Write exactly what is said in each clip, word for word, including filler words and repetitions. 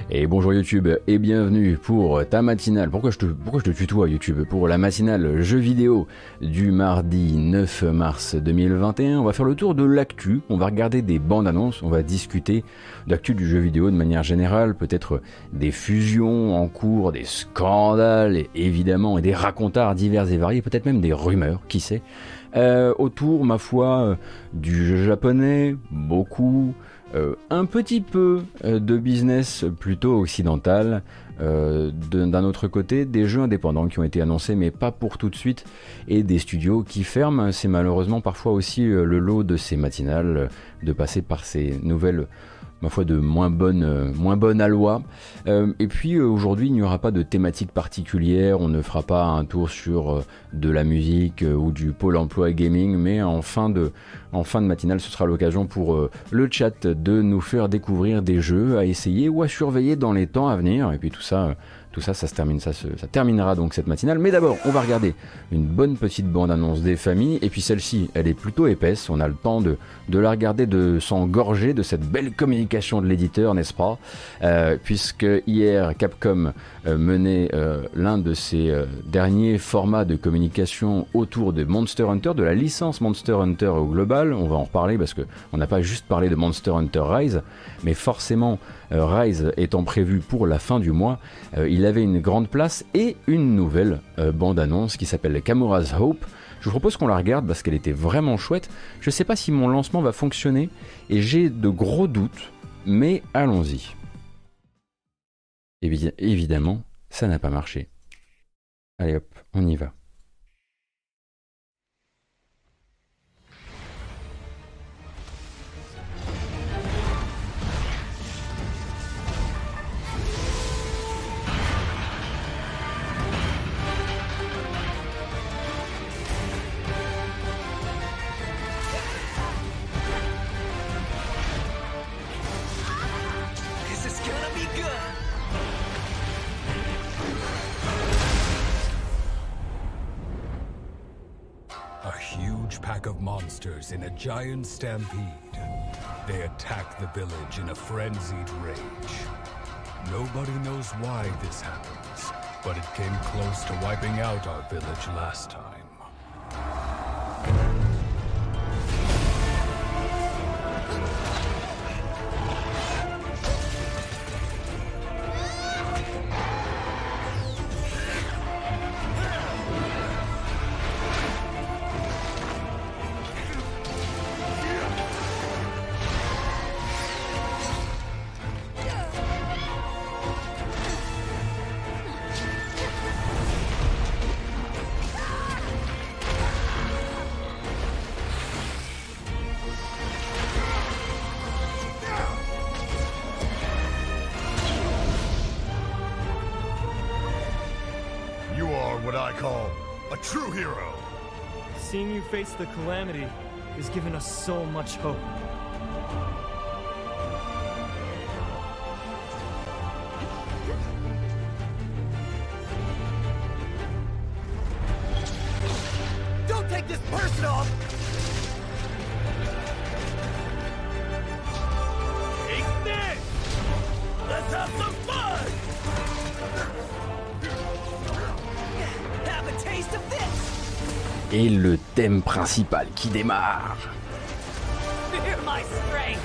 Et bonjour YouTube et bienvenue pour ta matinale. Pourquoi je te, pourquoi je te tutoie YouTube? Pour la matinale jeux vidéo du mardi neuf mars deux mille vingt et un. On va faire le tour de l'actu, on va regarder des bandes annonces, on va discuter d'actu du jeu vidéo de manière générale, peut-être des fusions en cours, des scandales et évidemment et des racontards divers et variés, peut-être même des rumeurs, qui sait. Euh, autour, ma foi, du jeu japonais, beaucoup. Euh, un petit peu euh, de business plutôt occidental, euh, d'un autre côté des jeux indépendants qui ont été annoncés mais pas pour tout de suite et des studios qui ferment. C'est malheureusement parfois aussi euh, le lot de ces matinales, euh, de passer par ces nouvelles, ma foi, de moins bonne, euh, moins bonne aloi. Euh, et puis euh, aujourd'hui il n'y aura pas de thématique particulière, on ne fera pas un tour sur euh, de la musique euh, ou du pôle emploi gaming, mais en fin de, en fin de matinale ce sera l'occasion pour euh, le chat de nous faire découvrir des jeux à essayer ou à surveiller dans les temps à venir. Et puis tout ça... Euh, Tout ça, ça se termine, ça, se, ça terminera donc cette matinale. Mais d'abord, on va regarder une bonne petite bande-annonce des familles. Et puis celle-ci, elle est plutôt épaisse. On a le temps de, de la regarder, de s'engorger de cette belle communication de l'éditeur, n'est-ce pas? euh, Puisque hier, Capcom euh, menait euh, l'un de ses euh, derniers formats de communication autour de Monster Hunter, de la licence Monster Hunter au global. On va en reparler parce qu'on n'a pas juste parlé de Monster Hunter Rise, mais forcément, euh, Rise étant prévu pour la fin du mois, euh, il avait une grande place et une nouvelle euh, bande-annonce qui s'appelle Kamura's Hope. Je vous propose qu'on la regarde parce qu'elle était vraiment chouette. Je ne sais pas si mon lancement va fonctionner et j'ai de gros doutes, mais allons-y. Évi- évidemment, ça n'a pas marché. Allez hop, on y va. Pack of monsters in a giant stampede. They attack the village in a frenzied rage. Nobody knows why this happens, but it came close to wiping out our village last time. Seeing you face the calamity has given us so much hope. Don't take this personal! Take this! Let's have some fun! Have a taste of this! Et le thème principal qui démarre. Fear my strength.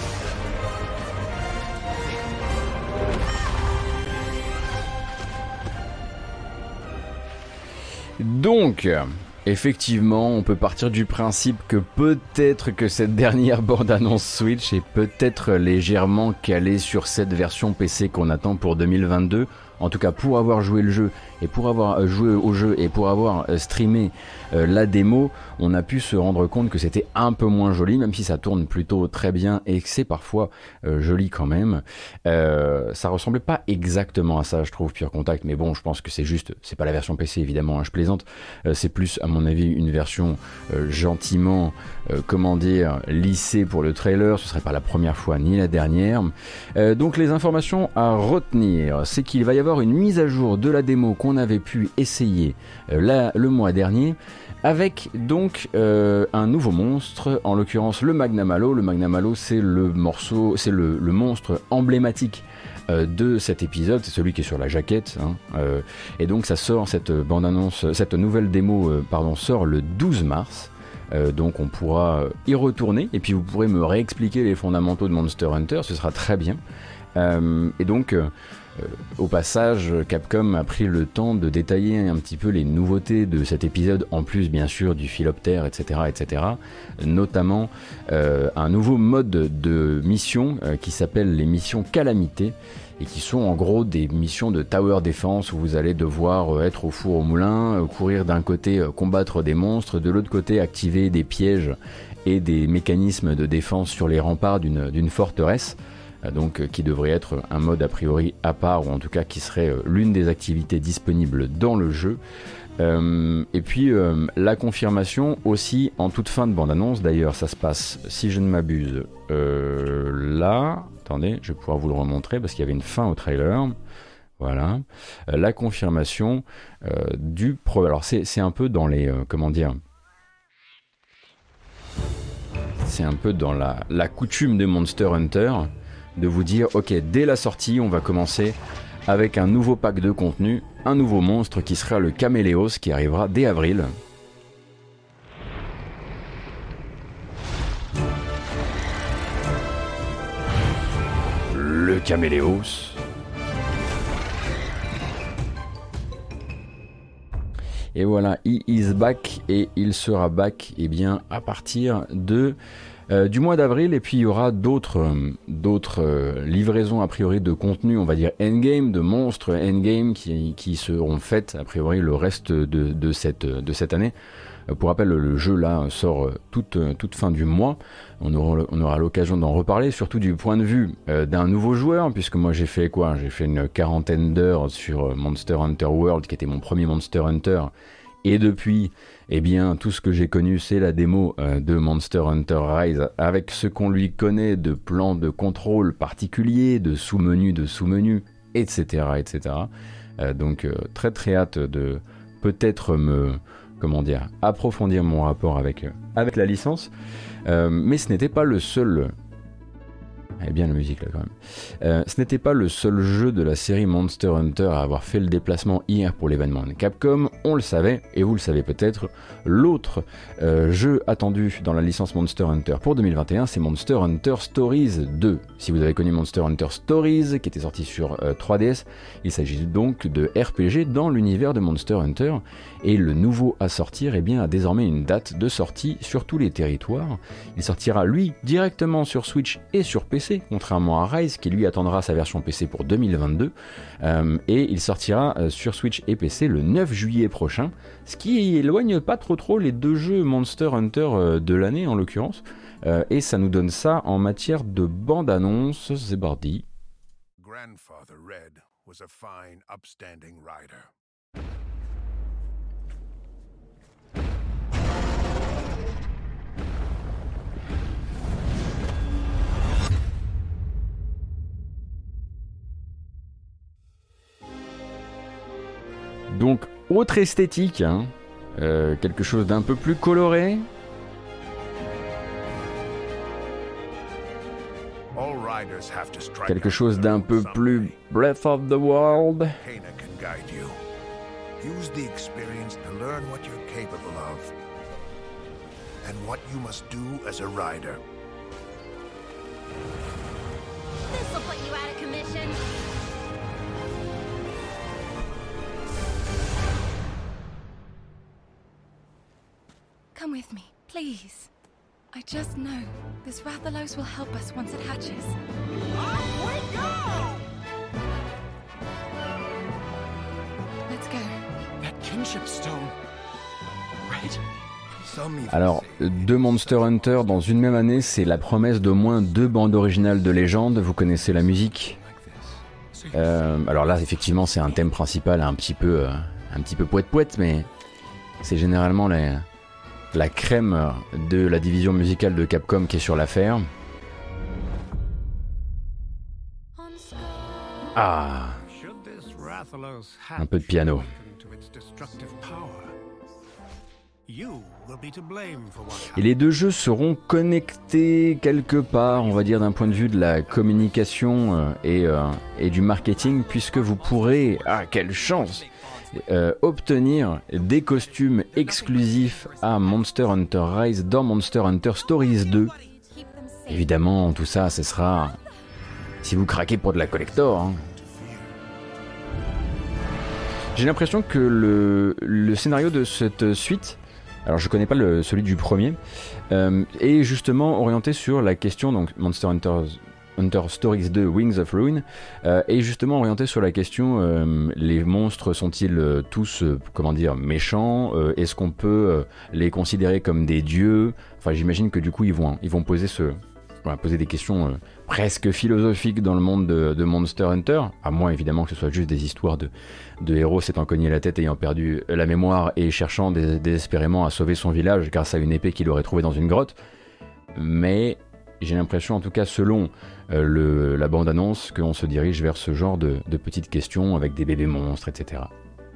Donc, effectivement, on peut partir du principe que peut-être que cette dernière bande-annonce Switch est peut-être légèrement calée sur cette version P C qu'on attend pour deux mille vingt-deux. En tout cas, pour avoir joué le jeu et pour avoir joué au jeu et pour avoir streamé euh, la démo, on a pu se rendre compte que c'était un peu moins joli, même si ça tourne plutôt très bien et que c'est parfois euh, joli quand même. Euh, ça ressemblait pas exactement à ça, je trouve, Pure Contact, mais bon, je pense que c'est juste, c'est pas la version P C évidemment, hein, je plaisante, euh, c'est plus à mon avis une version euh, gentiment, euh, comment dire, lissée pour le trailer. Ce serait pas la première fois ni la dernière. Euh, donc les informations à retenir, c'est qu'il va y avoir une mise à jour de la démo qu'on avait pu essayer euh, là, le mois dernier, avec donc euh, un nouveau monstre, en l'occurrence le Magnamalo. Le Magnamalo, c'est le morceau, c'est le, le monstre emblématique euh, de cet épisode, c'est celui qui est sur la jaquette, hein, euh, et donc ça sort, cette bande-annonce, cette nouvelle démo euh, pardon, sort le douze mars. Euh, donc on pourra y retourner et puis vous pourrez me réexpliquer les fondamentaux de Monster Hunter, ce sera très bien. Euh, et donc euh, euh, au passage, Capcom a pris le temps de détailler un petit peu les nouveautés de cet épisode, en plus bien sûr du philoptère, et cetera, et cetera. Notamment euh, un nouveau mode de mission euh, qui s'appelle les missions Calamité, et qui sont en gros des missions de tower defense où vous allez devoir être au four au moulin, courir d'un côté, combattre des monstres, de l'autre côté activer des pièges et des mécanismes de défense sur les remparts d'une d'une forteresse, donc qui devrait être un mode a priori à part, ou en tout cas qui serait l'une des activités disponibles dans le jeu. Euh, et puis euh, la confirmation aussi en toute fin de bande-annonce, d'ailleurs ça se passe, si je ne m'abuse, euh, là, attendez, je vais pouvoir vous le remontrer parce qu'il y avait une fin au trailer, voilà, euh, la confirmation euh, du pro... Alors c'est, c'est un peu dans les, euh, comment dire, c'est un peu dans la, la coutume de Monster Hunter, de vous dire, ok, dès la sortie, on va commencer avec un nouveau pack de contenu, un nouveau monstre qui sera le Caméléos, qui arrivera dès avril. Le Caméléos. Et voilà, he is back, et il sera back eh bien, à partir de... Euh, du mois d'avril, et puis il y aura d'autres euh, d'autres euh, livraisons a priori de contenu, on va dire endgame, de monstres endgame qui, qui seront faites a priori le reste de, de, cette, de cette année. Euh, pour rappel, le jeu là sort toute, toute fin du mois, on aura, on aura l'occasion d'en reparler, surtout du point de vue euh, d'un nouveau joueur, puisque moi j'ai fait quoi? J'ai fait une quarantaine d'heures sur Monster Hunter World, qui était mon premier Monster Hunter. Et depuis, eh bien, tout ce que j'ai connu, c'est la démo euh, de Monster Hunter Rise, avec ce qu'on lui connaît de plans de contrôle particuliers, de sous-menus, de sous-menus, et cetera, et cetera. Euh, donc, euh, très très hâte de peut-être me, comment dire, approfondir mon rapport avec, euh, avec la licence. Euh, mais ce n'était pas le seul... Elle est bien la musique là quand même. Euh, ce n'était pas le seul jeu de la série Monster Hunter à avoir fait le déplacement hier pour l'événement de Capcom, on le savait, et vous le savez peut-être, l'autre euh, jeu attendu dans la licence Monster Hunter pour deux mille vingt et un, c'est Monster Hunter Stories deux. Si vous avez connu Monster Hunter Stories, qui était sorti sur euh, trois D S, il s'agit donc de R P G dans l'univers de Monster Hunter, et le nouveau à sortir eh bien, a désormais une date de sortie sur tous les territoires. Il sortira lui directement sur Switch et sur P C, contrairement à Rise qui lui attendra sa version P C pour deux mille vingt-deux, euh, et il sortira euh, sur Switch et P C le neuf juillet prochain, ce qui éloigne pas trop trop les deux jeux Monster Hunter euh, de l'année en l'occurrence, euh, et ça nous donne ça en matière de bande-annonce. C'est parti. Grandfather Red was a fine, upstanding rider. Donc, autre esthétique, hein, euh, quelque chose d'un peu plus coloré. Quelque chose d'un peu plus Breath of the Wild. Use the experience to learn what you're capable of and what you must do as a rider. This'll put you out of commission. Come with me, please. I just know this Rathalos will help us once it hatches. Off we go! Let's go. That kinship stone. Right? Alors, deux Monster Hunter dans une même année, c'est la promesse d'au moins deux bandes originales de légende. Vous connaissez la musique. Euh, alors là, effectivement, c'est un thème principal un petit peu, euh, un petit peu poète-poète, mais c'est généralement la, la crème de la division musicale de Capcom qui est sur l'affaire. Ah, un peu de piano. Et les deux jeux seront connectés quelque part, on va dire d'un point de vue de la communication euh, et, euh, et du marketing, puisque vous pourrez, ah quelle chance, euh, obtenir des costumes exclusifs à Monster Hunter Rise dans Monster Hunter Stories deux. Évidemment, tout ça, ce sera si vous craquez pour de la collector. Hein. J'ai l'impression que le, le scénario de cette suite, alors je connais pas le, celui du premier, euh, est justement orienté sur la question, donc Monster Hunter, Hunter Stories deux Wings of Ruin, euh, est justement orienté sur la question, euh, les monstres sont-ils euh, tous, euh, comment dire, méchants, euh, est-ce qu'on peut euh, les considérer comme des dieux, enfin j'imagine que du coup ils vont, ils vont poser ce... On va poser des questions euh, presque philosophiques dans le monde de, de Monster Hunter, à moins évidemment que ce soit juste des histoires de, de héros s'étant cogné la tête, ayant perdu la mémoire et cherchant dés, désespérément à sauver son village grâce à une épée qu'il aurait trouvée dans une grotte. Mais j'ai l'impression, en tout cas selon euh, le, la bande-annonce, qu'on se dirige vers ce genre de, de petites questions avec des bébés monstres, et cetera.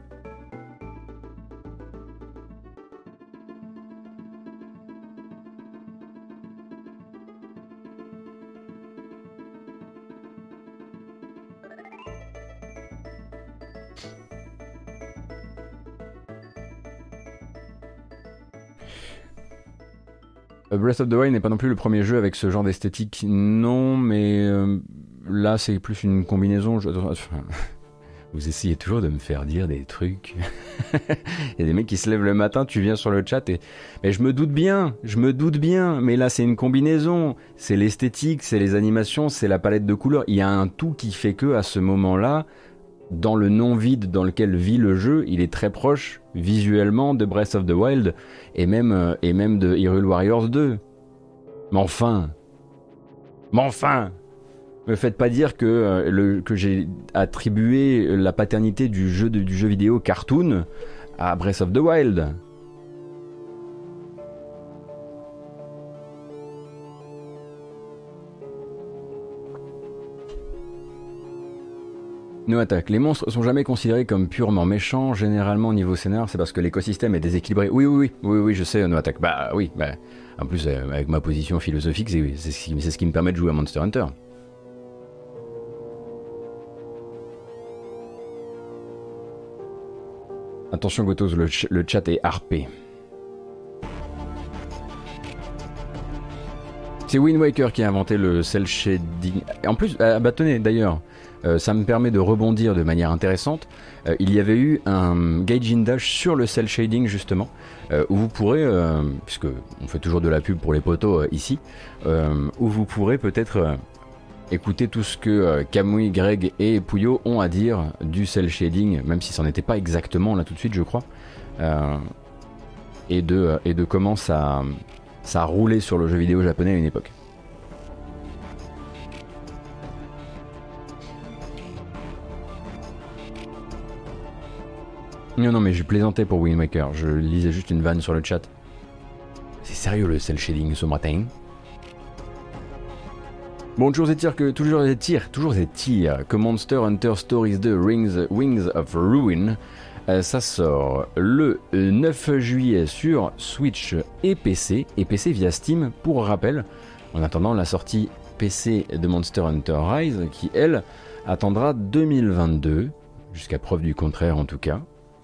Breath of the Wild n'est pas non plus le premier jeu avec ce genre d'esthétique, non, mais euh, là c'est plus une combinaison. Je... Enfin, vous essayez toujours de me faire dire des trucs. Il y a des mecs qui se lèvent le matin, tu viens sur le chat et... Mais je me doute bien, je me doute bien, mais là c'est une combinaison. C'est l'esthétique, c'est les animations, c'est la palette de couleurs. Il y a un tout qui fait que à ce moment-là, dans le non-vide dans lequel vit le jeu, il est très proche visuellement de Breath of the Wild et même, euh, et même de Hyrule Warriors deux. Mais enfin, mais enfin, me faites pas dire que, euh, le, que j'ai attribué la paternité du jeu, de, du jeu vidéo cartoon à Breath of the Wild. No Attack. Les monstres sont jamais considérés comme purement méchants. Généralement, au niveau scénar, c'est parce que l'écosystème est déséquilibré. Oui, oui, oui, oui, oui, je sais, No Attack. Bah oui, bah, en plus, euh, avec ma position philosophique, c'est, c'est, ce qui, c'est ce qui me permet de jouer à Monster Hunter. Attention, Gotos, le, ch- le chat est harpé. C'est Wind Waker qui a inventé le cel shading. En plus, ah bah tenez, d'ailleurs, Euh, ça me permet de rebondir de manière intéressante. Euh, il y avait eu un Gaijin Dash sur le cel shading justement, euh, où vous pourrez, euh, puisque on fait toujours de la pub pour les potos euh, ici, euh, où vous pourrez peut-être euh, écouter tout ce que euh, Kamui, Greg et Puyo ont à dire du cel shading, même si ça n'en était pas exactement là tout de suite je crois, euh, et, de, et de comment ça, ça a roulé sur le jeu vidéo japonais à une époque. Non, non, mais je plaisantais pour Wind Waker, je lisais juste une vanne sur le chat. C'est sérieux le cel shading ce matin. Bon, toujours est-il que, toujours est-il, toujours est-il que Monster Hunter Stories deux Rings, Wings of Ruin, euh, ça sort le neuf juillet sur Switch et P C, et P C via Steam, pour rappel, en attendant la sortie P C de Monster Hunter Rise, qui elle, attendra deux mille vingt-deux, jusqu'à preuve du contraire en tout cas.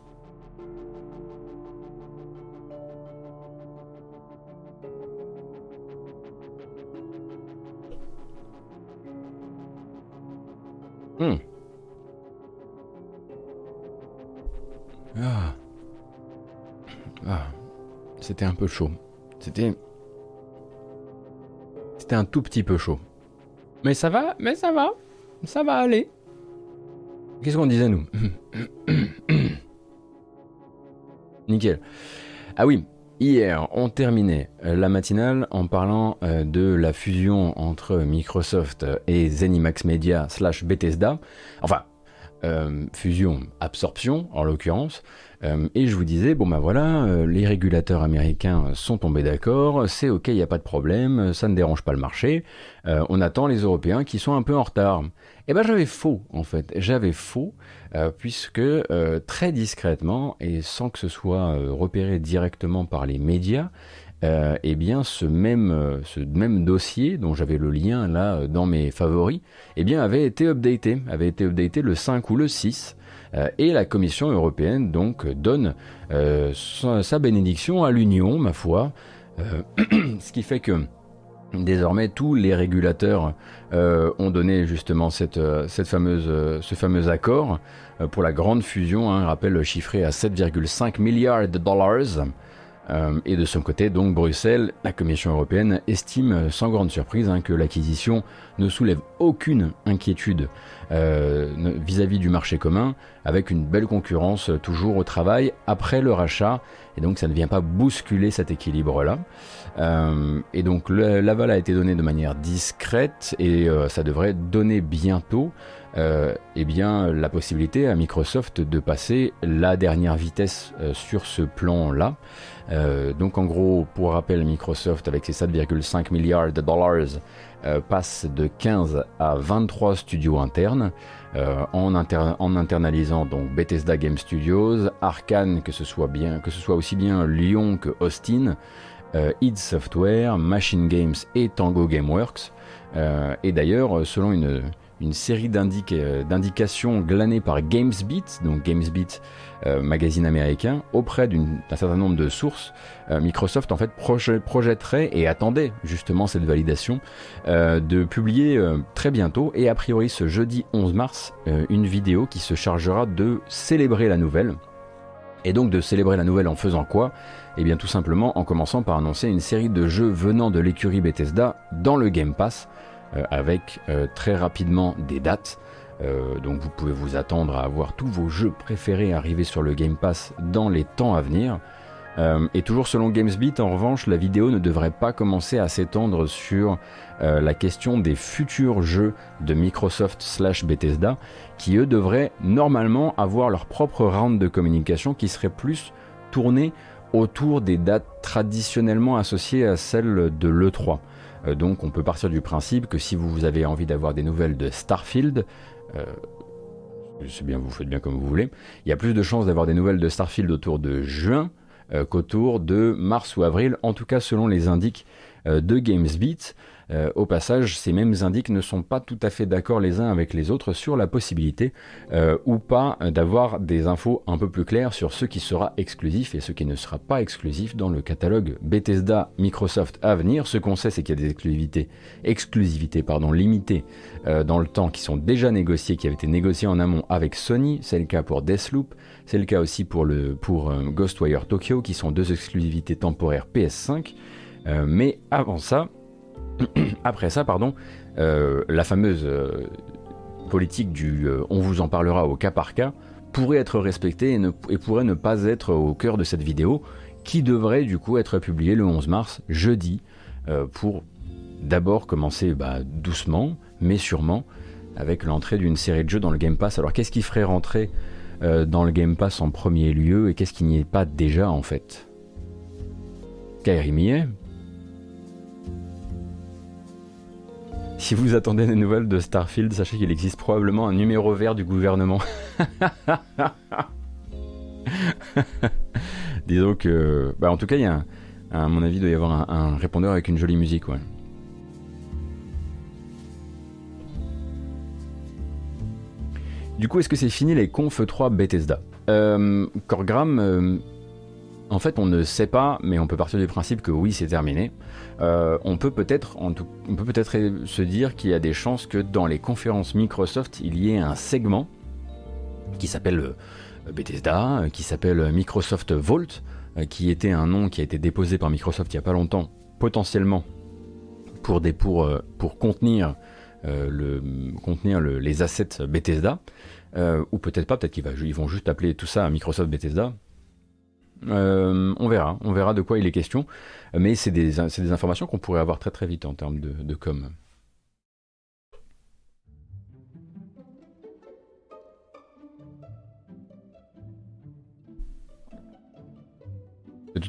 Hmm. Ah. Ah. C'était un peu chaud. C'était... C'était un tout petit peu chaud. Mais ça va, mais ça va. Ça va aller. Qu'est-ce qu'on disait, nous? Nickel. Ah oui, hier, on terminait la matinale en parlant de la fusion entre Microsoft et ZeniMax Media slash Bethesda. Enfin, euh, fusion, absorption en l'occurrence. Euh, et je vous disais, bon ben voilà, euh, les régulateurs américains sont tombés d'accord, c'est ok, il n'y a pas de problème, ça ne dérange pas le marché, euh, on attend les Européens qui sont un peu en retard. Et ben j'avais faux en fait, j'avais faux, euh, puisque euh, très discrètement, et sans que ce soit euh, repéré directement par les médias, euh, eh bien ce même, euh, ce même dossier, dont j'avais le lien là dans mes favoris, eh bien avait été updaté, avait été updaté le cinq ou le six, Euh, et la Commission européenne donc donne euh, sa, sa bénédiction à l'Union, ma foi, euh, ce qui fait que désormais tous les régulateurs euh, ont donné justement cette, cette fameuse, ce fameux accord euh, pour la grande fusion, hein, rappel chiffré à sept virgule cinq milliards de dollars. Euh, et de son côté, donc Bruxelles, la Commission européenne estime sans grande surprise hein, que l'acquisition ne soulève aucune inquiétude euh, vis-à-vis du marché commun, avec une belle concurrence toujours au travail après le rachat, et donc ça ne vient pas bousculer cet équilibre-là. Euh, et donc le, l'aval a été donné de manière discrète, et euh, ça devrait donner bientôt Euh, eh bien, la possibilité à Microsoft de passer la dernière vitesse euh, sur ce plan-là. Euh, donc en gros, pour rappel, Microsoft avec ses sept virgule cinq milliards de dollars euh, passe de quinze à vingt-trois studios internes euh, en, inter- en internalisant donc Bethesda Game Studios, Arkane, que ce soit bien, que ce soit aussi bien Lyon que Austin, euh, id Software, Machine Games et Tango Gameworks. Euh, et d'ailleurs, selon une une série d'indic- d'indications glanées par GamesBeat, donc GamesBeat, euh, magazine américain, auprès d'une, d'un certain nombre de sources, euh, Microsoft en fait proje- projetterait et attendait justement cette validation euh, de publier euh, très bientôt, et a priori ce jeudi onze mars, euh, une vidéo qui se chargera de célébrer la nouvelle. Et donc de célébrer la nouvelle en faisant quoi ? Eh bien tout simplement en commençant par annoncer une série de jeux venant de l'écurie Bethesda dans le Game Pass, Euh, avec euh, très rapidement des dates. Euh, donc vous pouvez vous attendre à avoir tous vos jeux préférés arriver sur le Game Pass dans les temps à venir. Euh, et toujours selon GamesBeat, en revanche, la vidéo ne devrait pas commencer à s'étendre sur euh, la question des futurs jeux de Microsoft slash Bethesda, qui eux devraient normalement avoir leur propre round de communication qui serait plus tourné autour des dates traditionnellement associées à celles de l'E trois. Donc on peut partir du principe que si vous avez envie d'avoir des nouvelles de Starfield, euh, c'est bien, vous faites bien comme vous voulez, il y a plus de chances d'avoir des nouvelles de Starfield autour de juin euh, qu'autour de mars ou avril, en tout cas selon les indices euh, de GamesBeat. Euh, au passage, ces mêmes indices ne sont pas tout à fait d'accord les uns avec les autres sur la possibilité euh, ou pas d'avoir des infos un peu plus claires sur ce qui sera exclusif et ce qui ne sera pas exclusif dans le catalogue Bethesda Microsoft à venir. Ce qu'on sait, c'est qu'il y a des exclusivités, exclusivités pardon, limitées euh, dans le temps qui sont déjà négociées, qui avaient été négociées en amont avec Sony. C'est le cas pour Deathloop, c'est le cas aussi pour, le, pour euh, Ghostwire Tokyo, qui sont deux exclusivités temporaires P S cinq. Euh, mais avant ça, Après ça, pardon, euh, la fameuse euh, politique du euh, on vous en parlera au cas par cas pourrait être respectée et, ne, et pourrait ne pas être au cœur de cette vidéo, qui devrait du coup être publiée le onze mars, jeudi, euh, pour d'abord commencer bah, doucement, mais sûrement, avec l'entrée d'une série de jeux dans le Game Pass. Alors qu'est-ce qui ferait rentrer euh, dans le Game Pass en premier lieu, et qu'est-ce qui n'y est pas déjà en fait ? Skyrim y est. Si vous attendez des nouvelles de Starfield, sachez qu'il existe probablement un numéro vert du gouvernement. Disons que... Bah en tout cas, il y a un, à mon avis, il doit y avoir un, un répondeur avec une jolie musique. Ouais. Du coup, est-ce que c'est fini les Conf trois Bethesda ? euh, Corgram... Euh, En fait, on ne sait pas, mais on peut partir du principe que oui, c'est terminé. Euh, on peut peut-être, on peut peut-être se dire qu'il y a des chances que dans les conférences Microsoft, il y ait un segment qui s'appelle Bethesda, qui s'appelle Microsoft Vault, qui était un nom qui a été déposé par Microsoft il n'y a pas longtemps, potentiellement pour, des, pour, pour contenir, euh, le, contenir le, les assets Bethesda, euh, ou peut-être pas, peut-être qu'ils vont juste appeler tout ça Microsoft Bethesda. Euh, on verra, on verra de quoi il est question, mais c'est des, c'est des informations qu'on pourrait avoir très très vite en termes de, de com.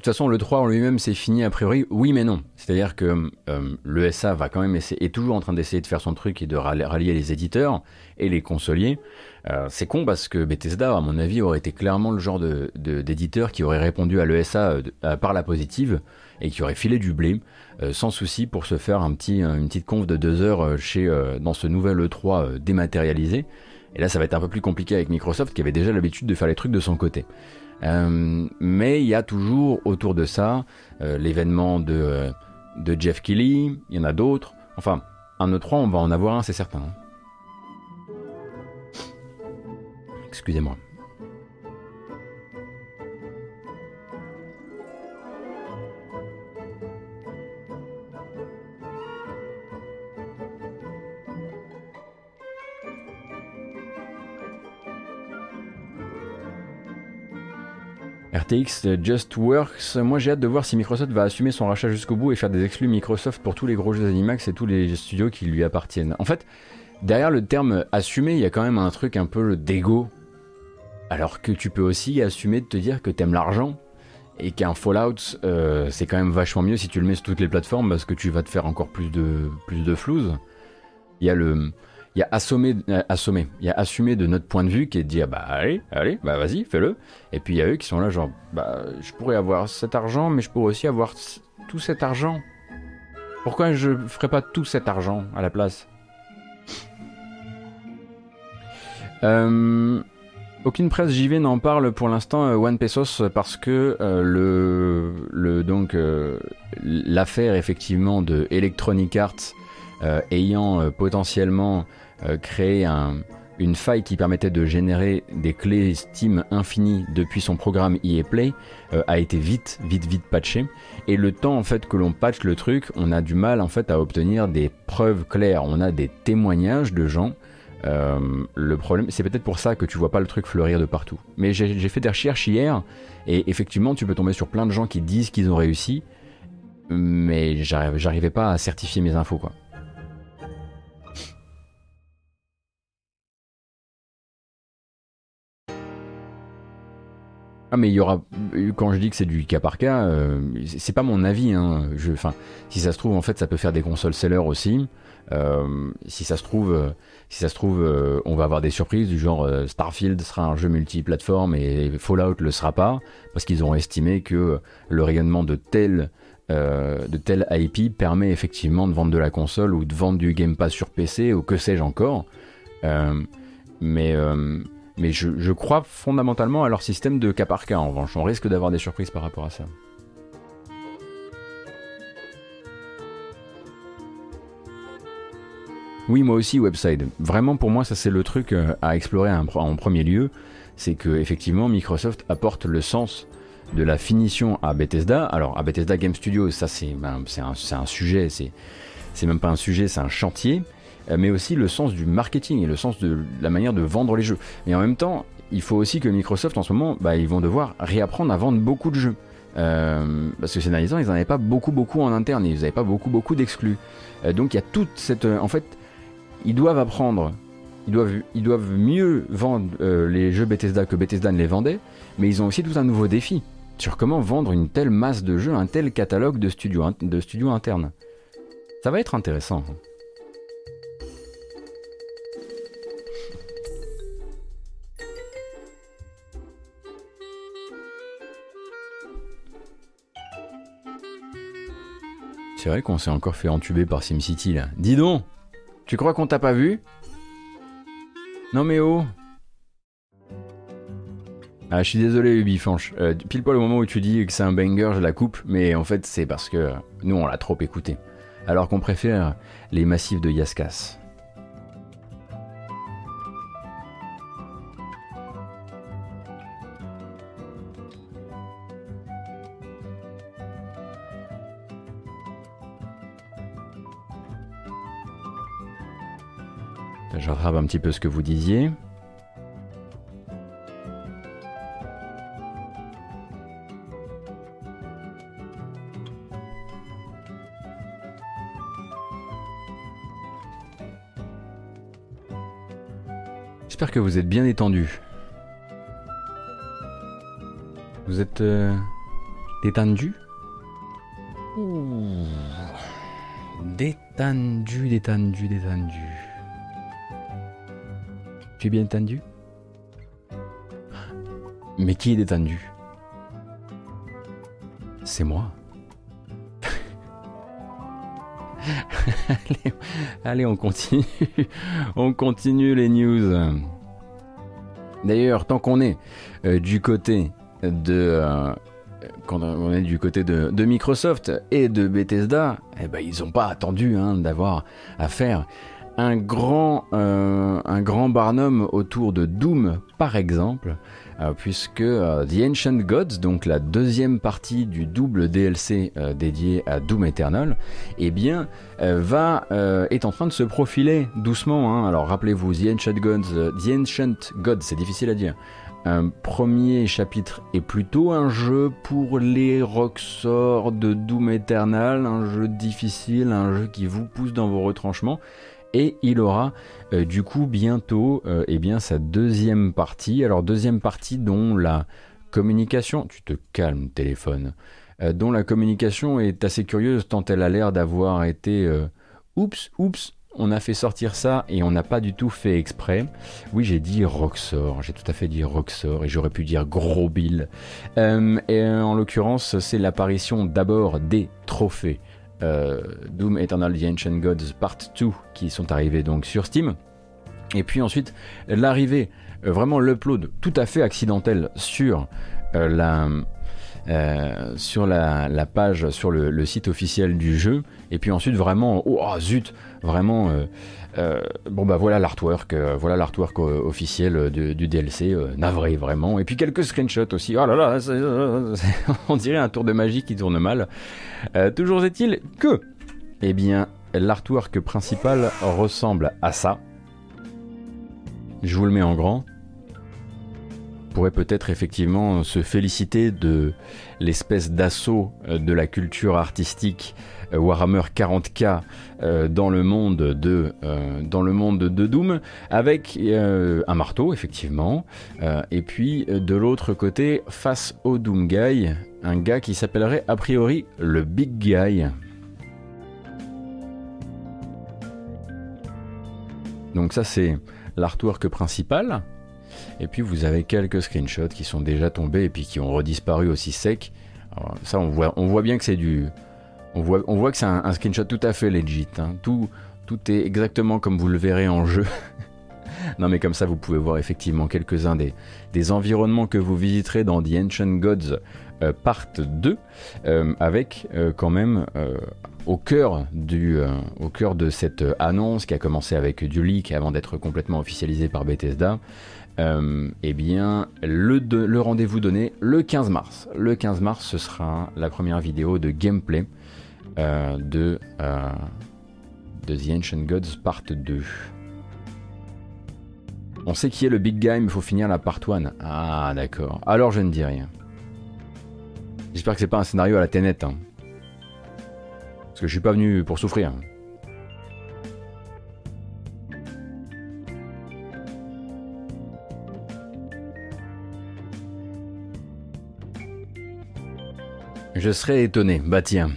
façon, le trois en lui-même, c'est fini a priori. Oui, mais non. C'est-à-dire que euh, l'E S A va quand même essayer, est toujours en train d'essayer de faire son truc et de rallier les éditeurs et les consoliers. Euh, c'est con parce que Bethesda, à mon avis, aurait été clairement le genre de, de, d'éditeur qui aurait répondu à l'E S A euh, par la positive et qui aurait filé du blé euh, sans souci pour se faire un petit, une petite conf de deux heures chez, euh, dans ce nouvel E trois euh, dématérialisé. Et là, ça va être un peu plus compliqué avec Microsoft qui avait déjà l'habitude de faire les trucs de son côté. Euh, mais il y a toujours autour de ça euh, l'événement de, euh, de Jeff Keighley, il y en a d'autres. Enfin, un E trois, on va en avoir un, c'est certain. Excusez-moi. R T X Just Works, moi j'ai hâte de voir si Microsoft va assumer son rachat jusqu'au bout et faire des exclus Microsoft pour tous les gros jeux Animax et tous les studios qui lui appartiennent. En fait, derrière le terme assumer, il y a quand même un truc un peu d'égo. Alors que tu peux aussi assumer de te dire que t'aimes l'argent et qu'un Fallout, euh, c'est quand même vachement mieux si tu le mets sur toutes les plateformes parce que tu vas te faire encore plus de, plus de flouze. Il y a le... Il y a assommer, euh, assommer, il y a assumer de notre point de vue qui est de dire bah allez, allez, bah vas-y, fais-le. Et puis il y a eux qui sont là genre bah je pourrais avoir cet argent, mais je pourrais aussi avoir tout cet argent. Pourquoi je ferais pas tout cet argent à la place? euh, Aucune presse J V n'en parle pour l'instant, euh, One Pesos, parce que euh, le, le donc euh, l'affaire effectivement de Electronic Arts euh, ayant euh, potentiellement Euh, créer un, une faille qui permettait de générer des clés Steam infinies depuis son programme E A Play euh, a été vite, vite, vite patché. Et le temps en fait que l'on patche le truc, on a du mal en fait à obtenir des preuves claires. On a des témoignages de gens. Euh, le problème, c'est peut-être pour ça que tu vois pas le truc fleurir de partout. Mais j'ai, j'ai fait des recherches hier et effectivement, tu peux tomber sur plein de gens qui disent qu'ils ont réussi, mais j'arrivais, j'arrivais pas à certifier mes infos quoi. Ah mais il y aura, quand je dis que c'est du cas par cas, euh, c'est pas mon avis, hein. Je, enfin, si ça se trouve en fait ça peut faire des consoles sellers aussi. Euh, si ça se trouve, euh, si ça se trouve, euh, on va avoir des surprises du genre euh, Starfield sera un jeu multiplateforme et Fallout le sera pas parce qu'ils ont estimé que le rayonnement de tel euh, de tel I P permet effectivement de vendre de la console ou de vendre du Game Pass sur P C ou que sais-je encore. Euh, mais euh, Mais je, je crois fondamentalement à leur système de cas par cas, en revanche. On risque d'avoir des surprises par rapport à ça. Oui, moi aussi, Webside. Vraiment, pour moi, ça c'est le truc à explorer en premier lieu. C'est que effectivement, Microsoft apporte le sens de la finition à Bethesda. Alors, à Bethesda Game Studios, ça c'est, ben, c'est, un, c'est un sujet, c'est, c'est même pas un sujet, c'est un chantier. Mais aussi le sens du marketing et le sens de la manière de vendre les jeux. Mais en même temps, il faut aussi que Microsoft, en ce moment, bah, ils vont devoir réapprendre à vendre beaucoup de jeux. Euh, parce que ces derniers temps, ils n'en avaient pas beaucoup, beaucoup en interne, ils n'avaient pas beaucoup, beaucoup d'exclus. Euh, donc il y a toute cette... Euh, en fait, ils doivent apprendre, ils doivent, ils doivent mieux vendre euh, les jeux Bethesda que Bethesda ne les vendait, mais ils ont aussi tout un nouveau défi sur comment vendre une telle masse de jeux, un tel catalogue de studios, de studios internes. Ça va être intéressant. C'est vrai qu'on s'est encore fait entuber par SimCity là. Dis donc, tu crois qu'on t'a pas vu? Non mais oh. Ah, je suis désolé Ubifanche. Euh, pile poil au moment où tu dis que c'est un banger, je la coupe, mais en fait c'est parce que nous on l'a trop écouté. Alors qu'on préfère les massifs de Yaskas. Je rattrape un petit peu ce que vous disiez. J'espère que vous êtes bien étendu. Vous êtes... Euh... Détendu? Ouh. Détendu, détendu, détendu. Tu es bien détendu? Mais qui est détendu? C'est moi. allez, allez, on continue. On continue les news. D'ailleurs, tant qu'on est euh, du côté de... Euh, quand on est du côté de, de Microsoft et de Bethesda, eh ben, ils n'ont pas attendu hein, d'avoir à faire un grand, euh, un grand barnum autour de Doom, par exemple, euh, puisque euh, The Ancient Gods, donc la deuxième partie du double D L C euh, dédié à Doom Eternal, eh bien, euh, va, euh, est en train de se profiler doucement. Hein. Alors rappelez-vous, The Ancient Gods, euh, The Ancient Gods, c'est difficile à dire. Un premier chapitre est plutôt un jeu pour les rocksors de Doom Eternal, un jeu difficile, un jeu qui vous pousse dans vos retranchements. Et il aura euh, du coup bientôt euh, eh bien, sa deuxième partie. Alors deuxième partie dont la communication... Tu te calmes téléphone. Euh, dont la communication est assez curieuse tant elle a l'air d'avoir été... Euh, oups, oups, on a fait sortir ça et on n'a pas du tout fait exprès. Oui, j'ai dit Roxor, j'ai tout à fait dit Roxor et j'aurais pu dire Gros Bill. Euh, et en l'occurrence, c'est l'apparition d'abord des trophées. Euh, Doom Eternal The Ancient Gods Part deux qui sont arrivés donc sur Steam, et puis ensuite l'arrivée, euh, vraiment l'upload tout à fait accidentel sur euh, la euh, sur la, la page, sur le, le site officiel du jeu, et puis ensuite vraiment oh, oh zut vraiment euh, euh, bon bah voilà l'artwork euh, voilà l'artwork euh, officiel du, du D L C, euh, navré vraiment, et puis quelques screenshots aussi. Oh là là, c'est, c'est, on dirait un tour de magie qui tourne mal. Euh, toujours est-il que eh bien l'artwork principal ressemble à ça. Je vous le mets en grand. Pourrait peut-être effectivement se féliciter de l'espèce d'assaut de la culture artistique Warhammer quarante K euh, dans le monde de euh, dans le monde de Doom, avec euh, un marteau effectivement, euh, et puis de l'autre côté, face au Doom Guy, un gars qui s'appellerait a priori le Big Guy. Donc ça c'est l'artwork principal. Et puis vous avez quelques screenshots qui sont déjà tombés et puis qui ont redisparu aussi sec. Alors, ça on voit, on voit bien que c'est du... On voit, on voit que c'est un, un screenshot tout à fait legit. Hein. Tout, tout est exactement comme vous le verrez en jeu. Non mais comme ça vous pouvez voir effectivement quelques-uns des, des environnements que vous visiterez dans The Ancient Gods euh, Part deux, euh, avec euh, quand même euh, au, cœur du, euh, au cœur de cette annonce qui a commencé avec du leak avant d'être complètement officialisée par Bethesda. Euh, eh bien, le, de, le rendez-vous donné le quinze mars. Le quinze mars, ce sera la première vidéo de gameplay euh, de, euh, de The Ancient Gods Part deux. On sait qui est le Big Guy, mais il faut finir la Part un. Ah, d'accord. Alors, je ne dis rien. J'espère que c'est pas un scénario à la Tenet. Hein. Parce que je suis pas venu pour souffrir. Je serais étonné, bah tiens.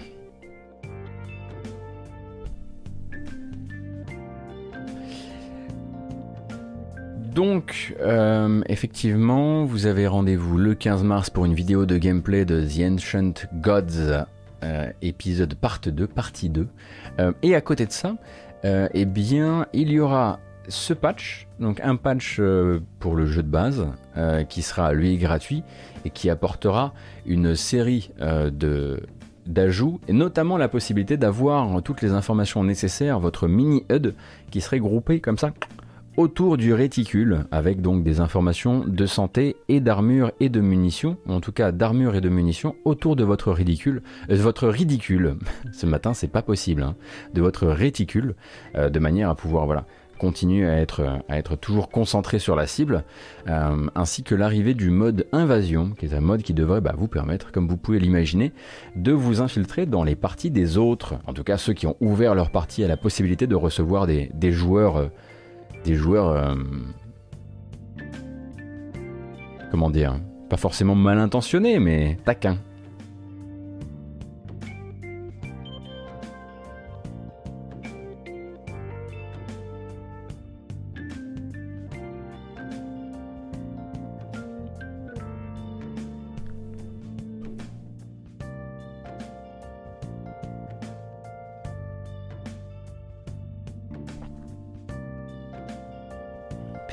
Donc, euh, effectivement, vous avez rendez-vous le quinze mars pour une vidéo de gameplay de The Ancient Gods, euh, épisode part deux, partie deux. Euh, et à côté de ça, euh, eh bien, il y aura ce patch, donc un patch euh, pour le jeu de base, euh, qui sera lui gratuit et qui apportera une série euh, de d'ajouts, et notamment la possibilité d'avoir toutes les informations nécessaires, votre mini H U D qui serait groupé comme ça autour du réticule, avec donc des informations de santé et d'armure et de munitions, en tout cas d'armure et de munitions autour de votre ridicule, euh, votre ridicule. Ce matin c'est pas possible, hein, de votre réticule, euh, de manière à pouvoir voilà continue à être, à être toujours concentré sur la cible, euh, ainsi que l'arrivée du mode invasion, qui est un mode qui devrait bah, vous permettre, comme vous pouvez l'imaginer, de vous infiltrer dans les parties des autres, en tout cas ceux qui ont ouvert leur partie à la possibilité de recevoir des, des joueurs, euh, des joueurs, euh, comment dire, pas forcément mal intentionnés, mais taquins.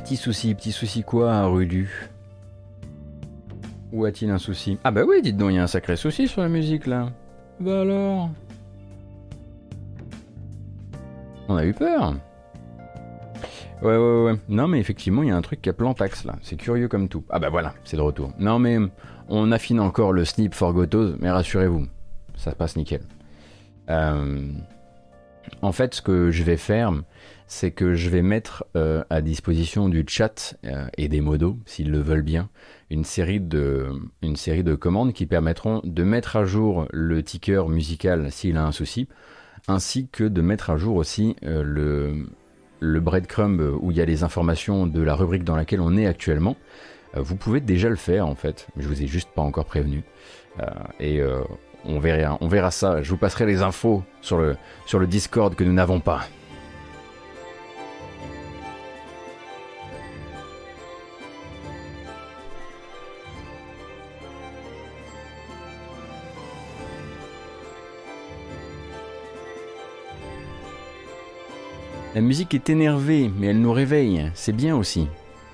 Petit souci, petit souci quoi, Rudu? Où a-t-il un souci? Ah bah oui, dites donc, il y a un sacré souci sur la musique là. Bah alors? On a eu peur. Ouais, ouais, ouais. Non, mais effectivement, il y a un truc qui a plantax là. C'est curieux comme tout. Ah bah voilà, c'est de retour. Non, mais on affine encore le snip for Gotos, mais rassurez-vous, ça passe nickel. Euh... En fait, ce que je vais faire, c'est que je vais mettre euh, à disposition du chat euh, et des modos, s'ils le veulent bien, une série, de, une série de commandes qui permettront de mettre à jour le ticker musical s'il a un souci, ainsi que de mettre à jour aussi euh, le, le breadcrumb où il y a les informations de la rubrique dans laquelle on est actuellement. Euh, vous pouvez déjà le faire en fait, je vous ai juste pas encore prévenu. Euh, et euh, on verra, on verra ça, je vous passerai les infos sur le, sur le Discord que nous n'avons pas. La musique est énervée, mais elle nous réveille, c'est bien aussi.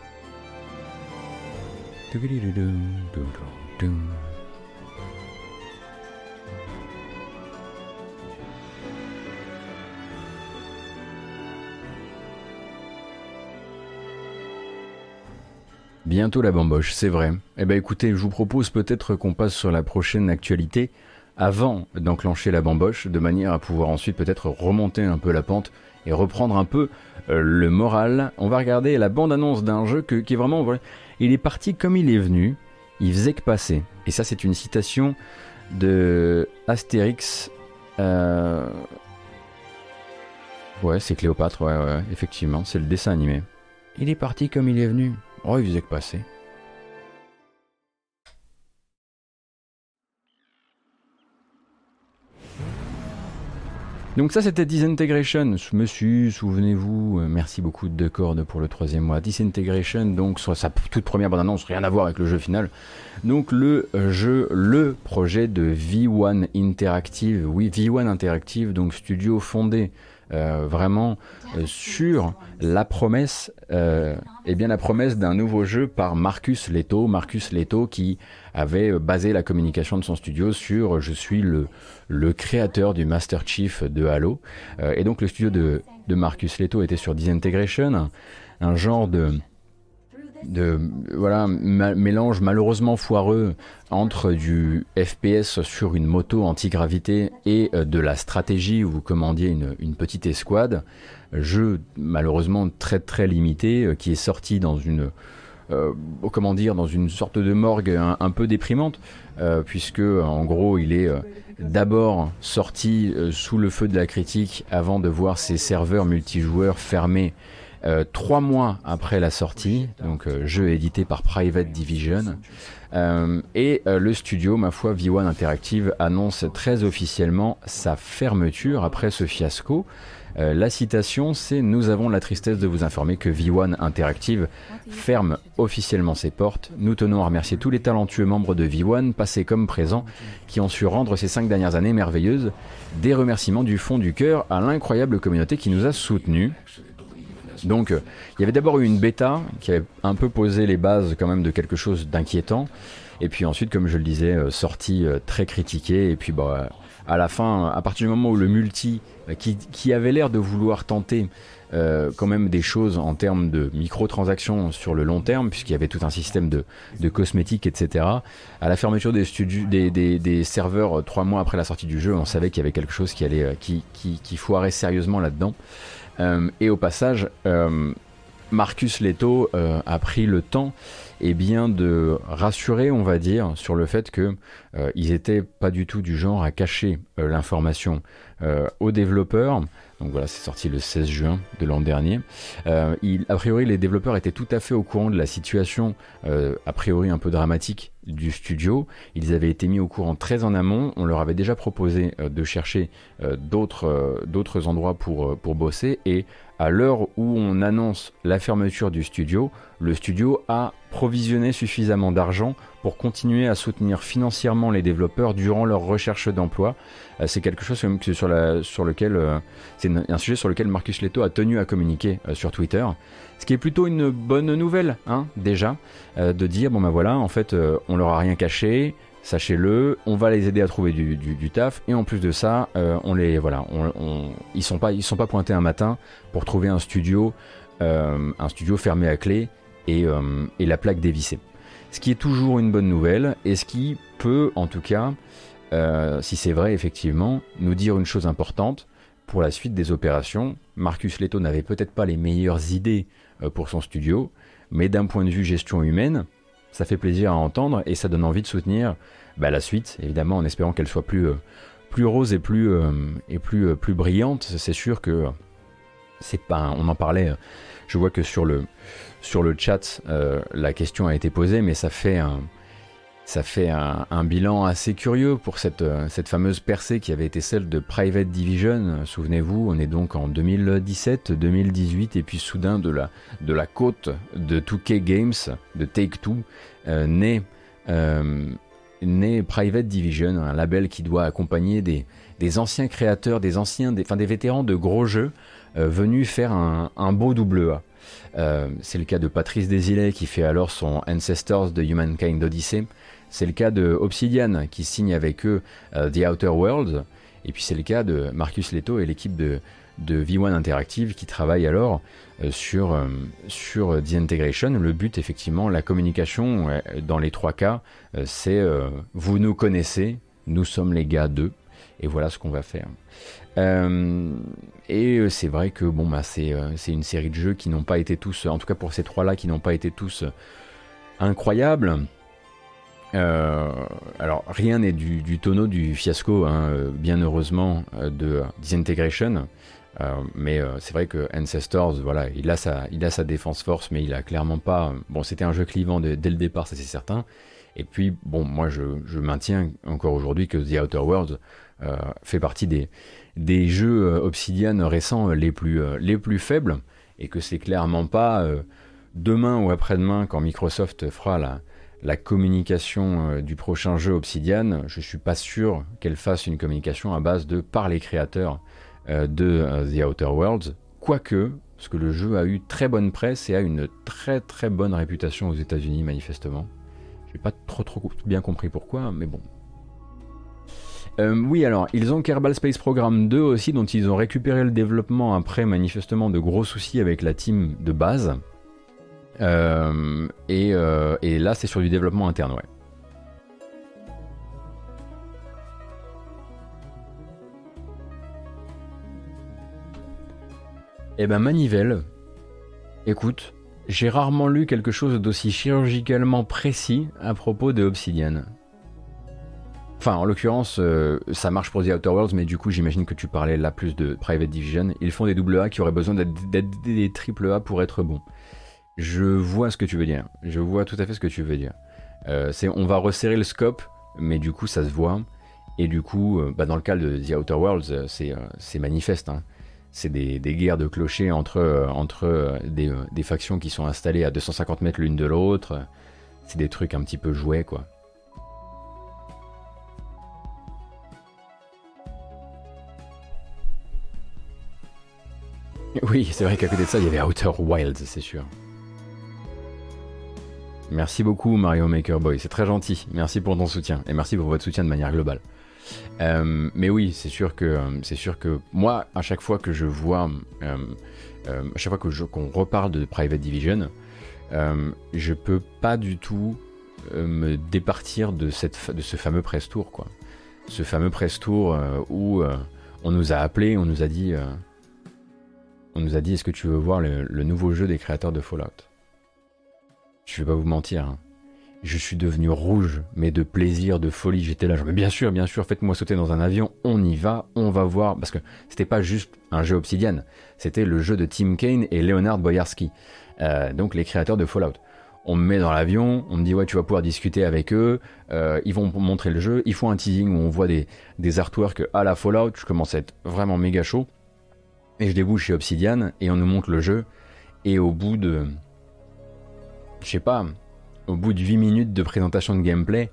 Bientôt la bamboche, c'est vrai. Eh ben écoutez, je vous propose peut-être qu'on passe sur la prochaine actualité avant d'enclencher la bamboche, de manière à pouvoir ensuite peut-être remonter un peu la pente et reprendre un peu euh, le moral. On va regarder la bande-annonce d'un jeu que, qui est vraiment... Il est parti comme il est venu, il faisait que passer. Et ça c'est une citation de Astérix... Euh... Ouais, c'est Cléopâtre, ouais, ouais, effectivement, c'est le dessin animé. Il est parti comme il est venu. Oh, il faisait que passer. Donc ça c'était Disintegration, monsieur, souvenez-vous, euh, merci beaucoup de cordes pour le troisième mois. Disintegration, donc sur sa toute première bande-annonce, rien à voir avec le jeu final. Donc le jeu, le projet de V un Interactive, oui V un Interactive, donc studio fondé euh, vraiment euh, sur la promesse, euh, eh bien la promesse d'un nouveau jeu par Marcus Leto, Marcus Leto qui avait basé la communication de son studio sur je suis le, le créateur du Master Chief de Halo. Euh, et donc le studio de, de Marcus Leto était sur Disintegration, un, un genre de, de voilà, ma, mélange malheureusement foireux entre du F P S sur une moto anti-gravité et euh, de la stratégie où vous commandiez une, une petite escouade. Jeu malheureusement très très limité euh, qui est sorti dans une... Euh, comment dire, dans une sorte de morgue un, un peu déprimante, euh, puisque en gros il est euh, d'abord sorti euh, sous le feu de la critique avant de voir ses serveurs multijoueurs fermés euh, trois mois après la sortie, donc euh, jeu édité par Private Division. Euh, et euh, le studio, ma foi, V un Interactive annonce très officiellement sa fermeture après ce fiasco. Euh, la citation, c'est « Nous avons la tristesse de vous informer que V un Interactive ferme officiellement ses portes. Nous tenons à remercier tous les talentueux membres de V un, passés comme présents, qui ont su rendre ces cinq dernières années merveilleuses. Des remerciements du fond du cœur à l'incroyable communauté qui nous a soutenus. » Donc, euh, il y avait d'abord eu une bêta qui avait un peu posé les bases quand même de quelque chose d'inquiétant. Et puis ensuite, comme je le disais, euh, sortie euh, très critiquée. Et puis, bah, à la fin, à partir du moment où le multi, euh, qui, qui avait l'air de vouloir tenter euh, quand même des choses en termes de microtransactions sur le long terme, puisqu'il y avait tout un système de, de cosmétiques, et cetera. À la fermeture des, studios, des, des, des serveurs euh, trois mois après la sortie du jeu, on savait qu'il y avait quelque chose qui, allait, euh, qui, qui, qui foirait sérieusement là-dedans. Euh, et au passage, euh, Marcus Leto euh, a pris le temps eh bien, de rassurer, on va dire, sur le fait qu'ils euh, étaient pas du tout du genre à cacher euh, l'information euh, aux développeurs. Donc voilà, c'est sorti le seize juin de l'an dernier. Euh, il, a priori, les développeurs étaient tout à fait au courant de la situation, euh, a priori un peu dramatique, du studio. Ils avaient été mis au courant très en amont. On leur avait déjà proposé euh, de chercher euh, d'autres euh, d'autres endroits pour, euh, pour bosser. Et à l'heure où on annonce la fermeture du studio, le studio a provisionné suffisamment d'argent pour continuer à soutenir financièrement les développeurs durant leur recherche d'emploi. Euh, c'est quelque chose que sur, la, sur lequel, euh, c'est un sujet sur lequel Marcus Leto a tenu à communiquer euh, sur Twitter, ce qui est plutôt une bonne nouvelle, hein, déjà, euh, de dire bon ben voilà, en fait, euh, on leur a rien caché. Sachez-le, on va les aider à trouver du, du, du taf et en plus de ça, euh, on les voilà, on, on, ils sont pas ils sont pas pointés un matin pour trouver un studio, euh, un studio fermé à clé et, euh, et la plaque dévissée. Ce qui est toujours une bonne nouvelle et ce qui peut en tout cas, euh, si c'est vrai effectivement, nous dire une chose importante pour la suite des opérations. Marcus Leto n'avait peut-être pas les meilleures idées euh, pour son studio, mais d'un point de vue gestion humaine, ça fait plaisir à entendre et ça donne envie de soutenir bah, la suite, évidemment en espérant qu'elle soit plus, euh, plus rose et plus, euh, et plus, euh, plus brillante. C'est sûr que c'est pas, on en parlait, je vois que sur le, sur le chat euh, la question a été posée, mais ça fait un, ça fait un, un bilan assez curieux pour cette, euh, cette fameuse percée qui avait été celle de Private Division. Souvenez-vous, on est donc en deux mille dix-sept, deux mille dix-huit, et puis soudain de la, de la côte de deux K Games, de Take-Two, euh, naît, euh, naît Private Division, un label qui doit accompagner des, des anciens créateurs, des anciens, des, enfin des vétérans de gros jeux euh, venus faire un, un beau double A. Euh, c'est le cas de Patrice Desilets qui fait alors son Ancestors de Humankind Odyssey. C'est le cas de Obsidian qui signe avec eux uh, The Outer Worlds. Et puis c'est le cas de Marcus Leto et l'équipe de, de V un Interactive qui travaille alors euh, sur, euh, sur The Integration. Le but, effectivement, la communication, euh, dans les trois cas, euh, c'est euh, vous nous connaissez, nous sommes les gars d'eux, et voilà ce qu'on va faire. Euh, et c'est vrai que bon, bah, c'est, euh, c'est une série de jeux qui n'ont pas été tous, en tout cas pour ces trois-là, qui n'ont pas été tous incroyables. Euh, alors rien n'est du, du tonneau du fiasco, hein, bien heureusement, de Disintegration, euh, mais euh, c'est vrai que Ancestors, voilà, il a sa, il a sa défense force, mais il a clairement pas. Bon, c'était un jeu clivant de, dès le départ, ça c'est certain. Et puis bon, moi je, je maintiens encore aujourd'hui que The Outer Worlds euh, fait partie des, des jeux Obsidian récents les plus, euh, les plus faibles, et que c'est clairement pas euh, demain ou après-demain quand Microsoft fera la la communication euh, du prochain jeu Obsidian, je suis pas sûr qu'elle fasse une communication à base de par les créateurs euh, de euh, The Outer Worlds, quoique, parce que le jeu a eu très bonne presse et a une très très bonne réputation aux États-Unis manifestement. J'ai pas trop trop bien compris pourquoi, mais bon. Euh, oui, alors, ils ont Kerbal Space Program deux aussi, dont ils ont récupéré le développement après manifestement de gros soucis avec la team de base. Euh, et, euh, et là c'est sur du développement interne, ouais. Et ben Manivelle, écoute, j'ai rarement lu quelque chose d'aussi chirurgicalement précis à propos de Obsidian. Enfin, en l'occurrence, euh, ça marche pour The Outer Worlds, mais du coup, j'imagine que tu parlais là plus de Private Division. Ils font des double A qui auraient besoin d'être, d'être des triple A pour être bons. Je vois ce que tu veux dire. Je vois tout à fait ce que tu veux dire. Euh, c'est, on va resserrer le scope, mais du coup, ça se voit. Et du coup, euh, bah dans le cas de The Outer Worlds, c'est, euh, c'est manifeste. Hein. C'est des, des guerres de clochers entre, euh, entre euh, des, euh, des factions qui sont installées à deux cent cinquante mètres l'une de l'autre. C'est des trucs un petit peu jouets, quoi. Oui, c'est vrai qu'à côté de ça, il y avait Outer Wilds, c'est sûr. Merci beaucoup Mario Maker Boy, c'est très gentil. Merci pour ton soutien et merci pour votre soutien de manière globale. Euh, mais oui, c'est sûr que c'est sûr que moi, à chaque fois que je vois, euh, euh, à chaque fois que je, qu'on reparle de Private Division, euh, je peux pas du tout euh, me départir de cette de ce fameux press tour, quoi. Ce fameux press tour euh, où euh, on nous a appelé, on nous a dit, euh, on nous a dit, est-ce que tu veux voir le, le nouveau jeu des créateurs de Fallout? Je vais pas vous mentir, hein. Je suis devenu rouge, mais de plaisir, de folie. J'étais là, genre, mais bien sûr, bien sûr, faites-moi sauter dans un avion, on y va, on va voir. Parce que c'était pas juste un jeu Obsidian, c'était le jeu de Tim Kaine et Leonard Boyarsky, euh, donc les créateurs de Fallout. On me met dans l'avion, on me dit ouais, tu vas pouvoir discuter avec eux, euh, ils vont montrer le jeu, ils font un teasing où on voit des, des artworks à la Fallout. Je commence à être vraiment méga chaud. Et je débouche chez Obsidian et on nous montre le jeu. Et au bout de... je sais pas, au bout de huit minutes de présentation de gameplay,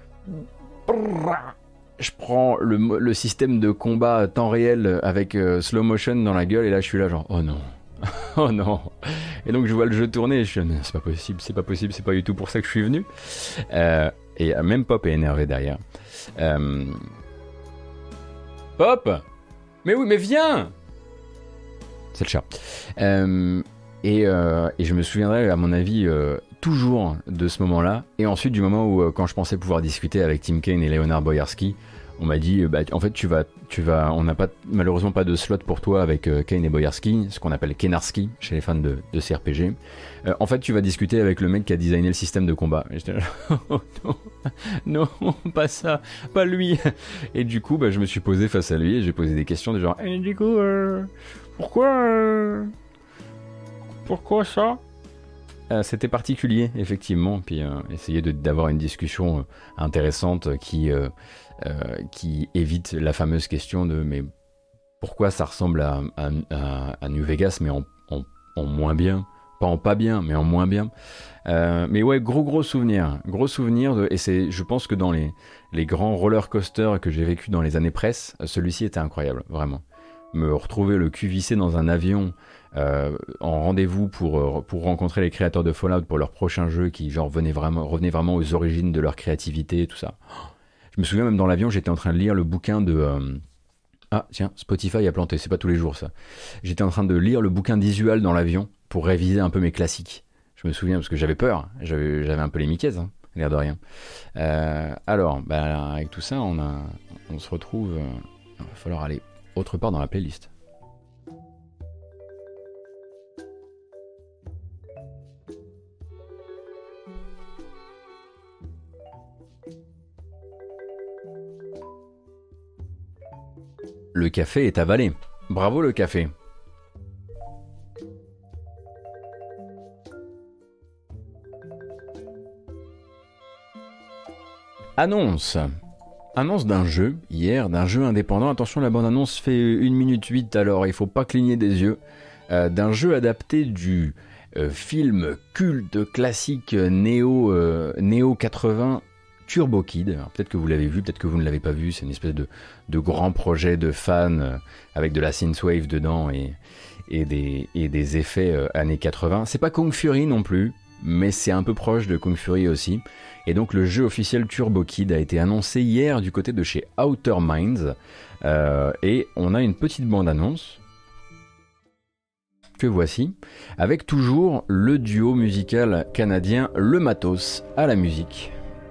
je prends le, le système de combat temps réel avec euh, slow motion dans la gueule et là je suis là genre oh non, oh non. Et donc je vois le jeu tourner et je suis là, c'est pas possible, c'est pas possible, c'est pas du tout pour ça que je suis venu. Euh, et même Pop est énervé derrière. Euh... Pop, mais oui, mais viens. C'est le chat. Euh, et, euh, et je me souviendrai, à mon avis, euh, toujours de ce moment-là. Et ensuite, du moment où, euh, quand je pensais pouvoir discuter avec Tim Kaine et Leonard Boyarsky, on m'a dit, bah, en fait, tu vas, tu vas, on n'a pas, malheureusement pas de slot pour toi avec euh, Kaine et Boyarsky, ce qu'on appelle Kainarski chez les fans de, de C R P G. Euh, en fait, tu vas discuter avec le mec qui a designé le système de combat. Et j'étais là, oh non, non, pas ça, pas lui. Et du coup, bah, je me suis posé face à lui et j'ai posé des questions du genre, et du coup, euh, pourquoi, euh, pourquoi ça? Euh, c'était particulier, effectivement. Puis euh, essayer de, d'avoir une discussion euh, intéressante qui, euh, euh, qui évite la fameuse question de mais pourquoi ça ressemble à, à, à, à New Vegas, mais en, en, en moins bien. Pas en pas bien, mais en moins bien. Euh, mais ouais, gros gros souvenir. Gros souvenir. De, et c'est, je pense que dans les, les grands roller coasters que j'ai vécu dans les années presse, celui-ci était incroyable, vraiment. Me retrouver le cul vissé dans un avion euh, en rendez-vous pour, pour rencontrer les créateurs de Fallout pour leur prochain jeu qui genre venait vraiment, revenait vraiment aux origines de leur créativité et tout ça. Je me souviens même dans l'avion, j'étais en train de lire le bouquin de... Euh... Ah tiens, Spotify a planté, c'est pas tous les jours ça. J'étais en train de lire le bouquin d'Isual dans l'avion pour réviser un peu mes classiques. Je me souviens parce que j'avais peur, j'avais, j'avais un peu les Mickey's, hein, l'air de rien. Euh, alors, bah, avec tout ça, on, a, on se retrouve... Euh... Il va falloir aller autre part dans la playlist. Le café est avalé. Bravo le café. Annonce. Annonce d'un jeu, hier, d'un jeu indépendant. Attention, la bande-annonce fait une minute huit, alors il faut pas cligner des yeux. Euh, d'un jeu adapté du euh, film culte classique néo, euh, néo quatre-vingts Turbo Kid. Alors, peut-être que vous l'avez vu, peut-être que vous ne l'avez pas vu. C'est une espèce de, de grand projet de fans euh, avec de la synthwave dedans et, et, des, et des effets euh, années quatre-vingts. C'est pas Kung Fury non plus, mais c'est un peu proche de Kung Fury aussi. Et donc le jeu officiel Turbo Kid a été annoncé hier du côté de chez Outer Minds. Euh, et on a une petite bande-annonce que voici, avec toujours le duo musical canadien Le Matos à la musique.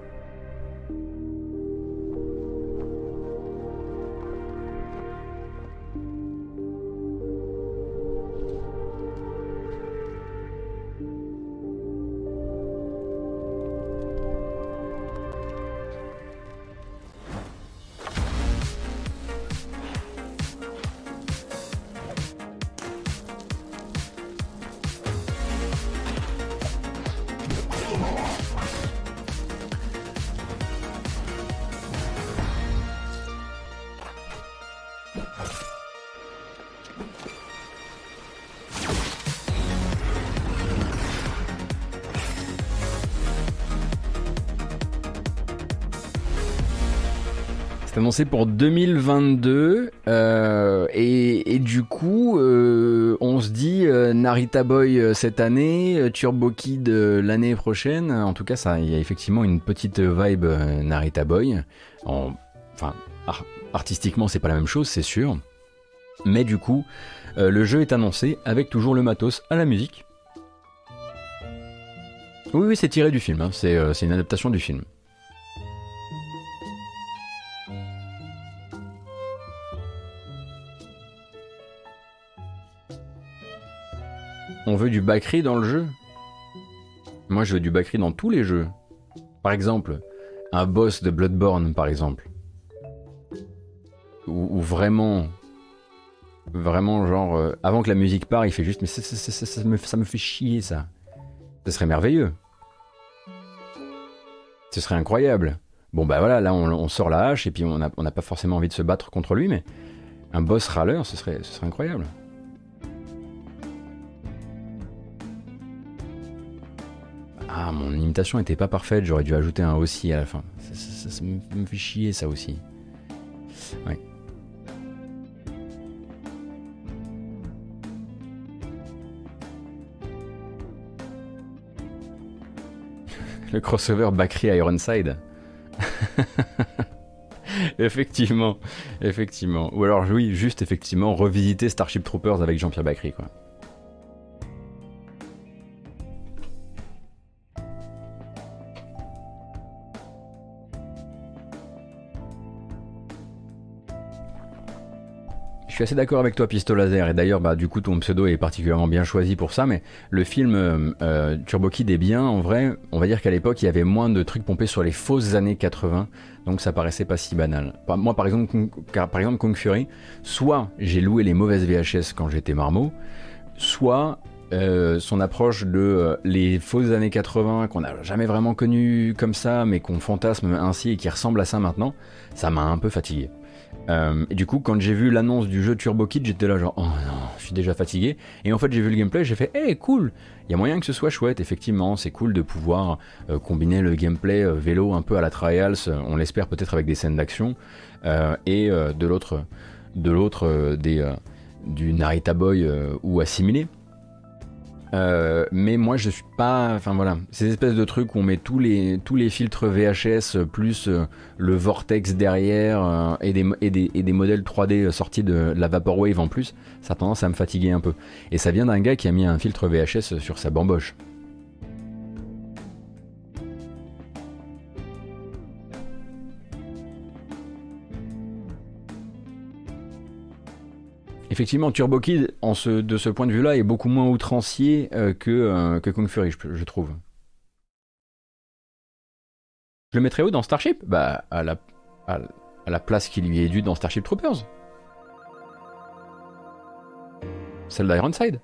Annoncé pour deux mille vingt-deux euh, et, et du coup euh, on se dit euh, Narita Boy euh, cette année, euh, Turbo Kid euh, l'année prochaine. En tout cas ça, il y a effectivement une petite vibe euh, Narita Boy. En, enfin ar- artistiquement c'est pas la même chose c'est sûr, mais du coup euh, le jeu est annoncé avec toujours le matos à la musique. Oui oui c'est tiré du film, hein. c'est, euh, c'est une adaptation du film. On veut du Bakri dans le jeu. Moi, je veux du Bakri dans tous les jeux. Par exemple, un boss de Bloodborne, par exemple. Ou, ou vraiment... Vraiment, genre... Euh, avant que la musique part, il fait juste... Mais ça, ça, ça, ça, ça, me, ça me fait chier, ça. Ce serait merveilleux. Ce serait incroyable. Bon, bah voilà, là, on, on sort la hache, et puis on n'a on n'a pas forcément envie de se battre contre lui, mais... Un boss râleur, ce serait, ce serait incroyable. Ah, mon imitation était pas parfaite, j'aurais dû ajouter un aussi à la fin. Ça, ça, ça, ça me, me fait chier ça aussi. Ouais. Le crossover Bakri Ironside. Effectivement, effectivement. Ou alors oui, juste effectivement revisiter Starship Troopers avec Jean-Pierre Bacri, quoi. Je suis assez d'accord avec toi, Pisto Laser, et d'ailleurs, bah, du coup, ton pseudo est particulièrement bien choisi pour ça, mais le film euh, Turbo Kid est bien, en vrai, on va dire qu'à l'époque, il y avait moins de trucs pompés sur les fausses années quatre-vingts, donc ça paraissait pas si banal. Moi, par exemple, car, par exemple Kung Fury, soit j'ai loué les mauvaises V H S quand j'étais marmot, soit euh, son approche de euh, les fausses années quatre-vingts, qu'on n'a jamais vraiment connues comme ça, mais qu'on fantasme ainsi et qui ressemblent à ça maintenant, ça m'a un peu fatigué. Euh, et du coup, quand j'ai vu l'annonce du jeu Turbo Kid, j'étais là genre oh non, je suis déjà fatigué. Et en fait, j'ai vu le gameplay, j'ai fait hey cool, il y a moyen que ce soit chouette. Effectivement, c'est cool de pouvoir euh, combiner le gameplay euh, vélo un peu à la Trials, euh, on l'espère peut-être avec des scènes d'action, euh, et euh, de l'autre, de l'autre euh, des euh, du Narita Boy euh, ou assimilé. Euh, mais moi je suis pas, enfin voilà, ces espèces de trucs où on met tous les, tous les filtres V H S plus euh, le vortex derrière euh, et, des, et, des, et des modèles trois D sortis de la Vaporwave en plus, ça a tendance à me fatiguer un peu. Et ça vient d'un gars qui a mis un filtre V H S sur sa bamboche. Effectivement, Turbo Kid, en ce, de ce point de vue-là, est beaucoup moins outrancier euh, que, euh, que Kung Fury, je, je trouve. Je le mettrais où dans Starship ? Bah, à la, à, à la place qui lui est due dans Starship Troopers. Celle d'Ironside.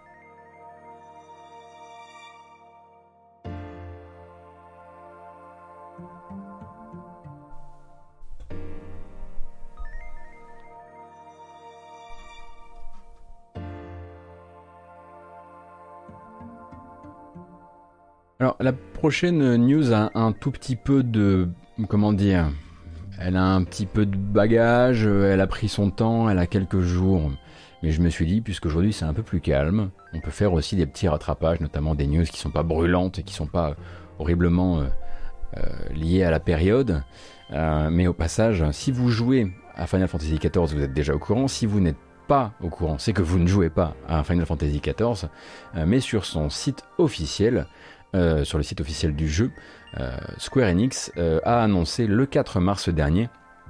Alors, la prochaine news a un tout petit peu de... Comment dire ? Elle a un petit peu de bagage, elle a pris son temps, elle a quelques jours. Mais je me suis dit, puisqu'aujourd'hui c'est un peu plus calme, on peut faire aussi des petits rattrapages, notamment des news qui sont pas brûlantes et qui sont pas horriblement euh, euh, liées à la période. Euh, mais au passage, si vous jouez à Final Fantasy quatorze, vous êtes déjà au courant. Si vous n'êtes pas au courant, c'est que vous ne jouez pas à Final Fantasy quatorze, euh, mais sur son site officiel... Euh, sur le site officiel du jeu, euh, Square Enix euh, a annoncé le quatre mars dernier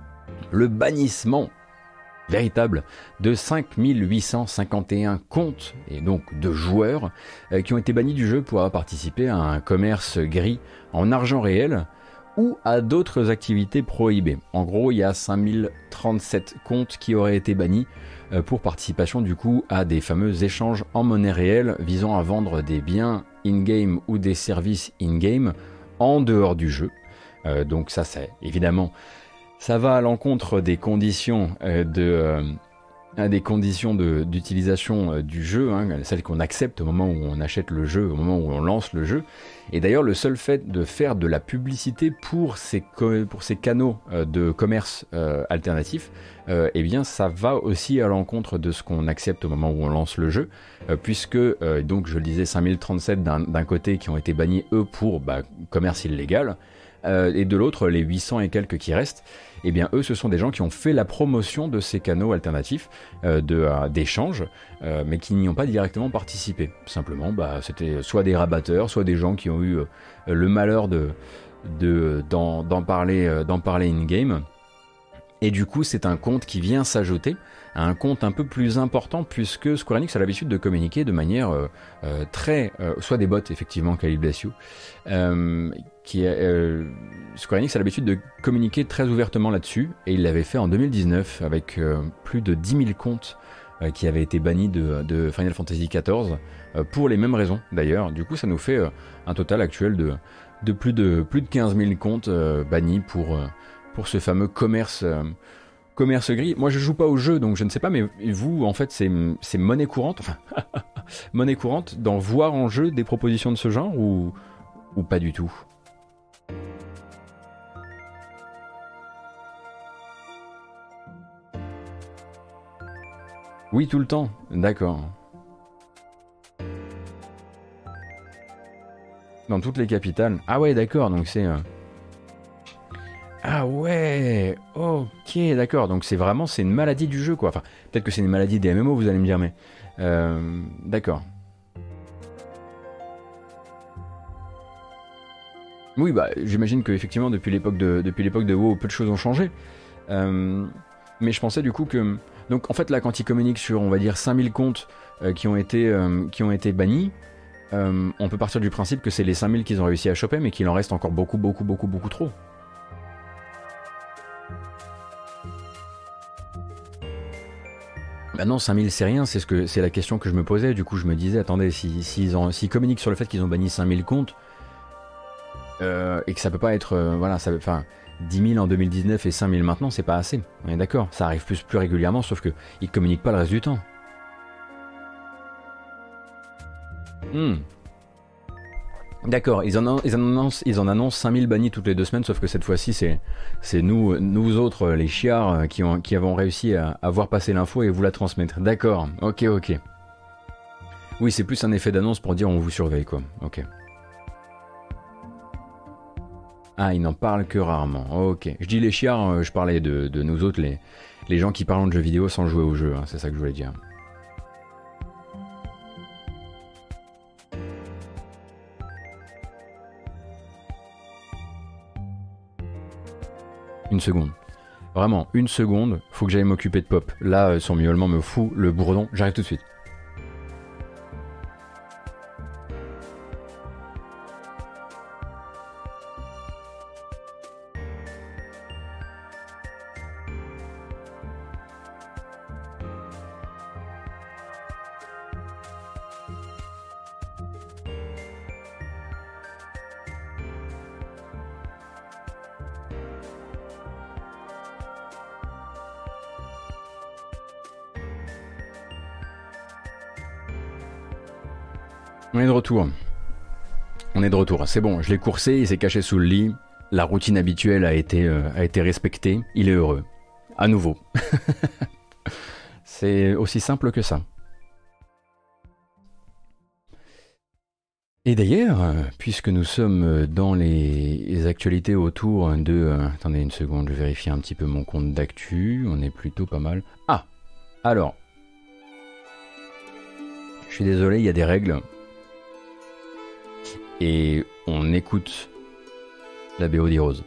le bannissement véritable de cinq mille huit cent cinquante et un comptes et donc de joueurs euh, qui ont été bannis du jeu pour avoir participé à un commerce gris en argent réel ou à d'autres activités prohibées. En gros, il y a cinq mille trente-sept comptes qui auraient été bannis euh, pour participation du coup à des fameux échanges en monnaie réelle visant à vendre des biens in-game ou des services in-game en dehors du jeu. Euh, donc ça, c'est évidemment, ça va à l'encontre des conditions euh, de... Euh, des conditions de, d'utilisation du jeu, hein, celles qu'on accepte au moment où on achète le jeu, au moment où on lance le jeu. Et d'ailleurs, le seul fait de faire de la publicité pour ces, co- pour ces canaux euh, de commerce euh, alternatifs, euh, eh bien, ça va aussi à l'encontre de ce qu'on accepte au moment où on lance le jeu, euh, puisque, euh, donc, je le disais, cinq mille trente-sept d'un, d'un côté qui ont été bannis, eux, pour bah, commerce illégal, euh, et de l'autre, les huit cents et quelques qui restent, eh bien eux ce sont des gens qui ont fait la promotion de ces canaux alternatifs euh, de, euh, d'échange, euh, mais qui n'y ont pas directement participé. Simplement, bah, c'était soit des rabatteurs, soit des gens qui ont eu euh, le malheur de, de, d'en, d'en parler, euh, d'en parler in-game. Et du coup, c'est un compte qui vient s'ajouter à un compte un peu plus important, puisque Square Enix a l'habitude de communiquer de manière euh, euh, très... Euh, soit des bots, effectivement, Khalil bless you, euh, qui, euh, Square Enix a l'habitude de communiquer très ouvertement là-dessus, et il l'avait fait en deux mille dix-neuf, avec euh, plus de dix mille comptes euh, qui avaient été bannis de, de Final Fantasy quatorze, euh, pour les mêmes raisons, d'ailleurs. Du coup, ça nous fait euh, un total actuel de, de, plus, de plus de quinze mille comptes euh, bannis pour... Euh, pour ce fameux commerce, euh, commerce gris. Moi, je joue pas au jeu, donc je ne sais pas, mais vous, en fait, c'est, c'est monnaie courante, enfin, monnaie courante d'en voir en jeu des propositions de ce genre, ou, Ou pas du tout? Oui, tout le temps. D'accord. Dans toutes les capitales. Ah ouais, d'accord, donc c'est... Euh... Ah ouais, ok, d'accord. Donc c'est vraiment, c'est une maladie du jeu, quoi. Enfin, peut-être que c'est une maladie des M M O, vous allez me dire, mais... Euh... D'accord. Oui, bah, j'imagine qu'effectivement, depuis l'époque de, depuis l'époque de WoW, peu de choses ont changé. Euh... Mais je pensais du coup que... Donc en fait, là, quand ils communiquent sur, on va dire, cinq mille comptes euh, qui, ont été, euh, qui ont été bannis, euh, on peut partir du principe que c'est les cinq mille qu'ils ont réussi à choper, mais qu'il en reste encore beaucoup, beaucoup, beaucoup, beaucoup trop. Bah non, cinq mille c'est rien, c'est ce que, c'est la question que je me posais. Du coup, je me disais, attendez, s'ils si, si s'ils communiquent sur le fait qu'ils ont banni cinq mille comptes, euh, et que ça peut pas être... Euh, voilà, ça enfin... dix mille en deux mille dix-neuf et cinq mille maintenant, c'est pas assez. On est d'accord, ça arrive plus, plus régulièrement, sauf que ils communiquent pas le reste du temps. Hmm. D'accord, ils en, ils, en annoncent, ils en annoncent cinq mille bannis toutes les deux semaines, sauf que cette fois-ci, c'est, c'est nous, nous autres, les chiards, qui, ont, qui avons réussi à, à voir passer l'info et vous la transmettre. D'accord, ok, ok. Oui, c'est plus un effet d'annonce pour dire on vous surveille, quoi. Ok. Ah, ils n'en parlent que rarement. Ok. Je dis les chiards, je parlais de, de nous autres, les, les gens qui parlent de jeux vidéo sans jouer au jeu. Hein, c'est ça que je voulais dire. Une seconde. Vraiment, une seconde. Faut que j'aille m'occuper de Pop. Là, son miaulement me fout le bourdon. J'arrive tout de suite. On est de retour. On est de retour. C'est bon, je l'ai coursé, il s'est caché sous le lit. La routine habituelle a été, euh, a été respectée. Il est heureux. À nouveau. C'est aussi simple que ça. Et d'ailleurs, puisque nous sommes dans les actualités autour de... Euh, attendez une seconde, je vérifie un petit peu mon compte d'actu. On est plutôt pas mal. Ah, alors. Je suis désolé, il y a des règles. Et on écoute la B O d'Heroes.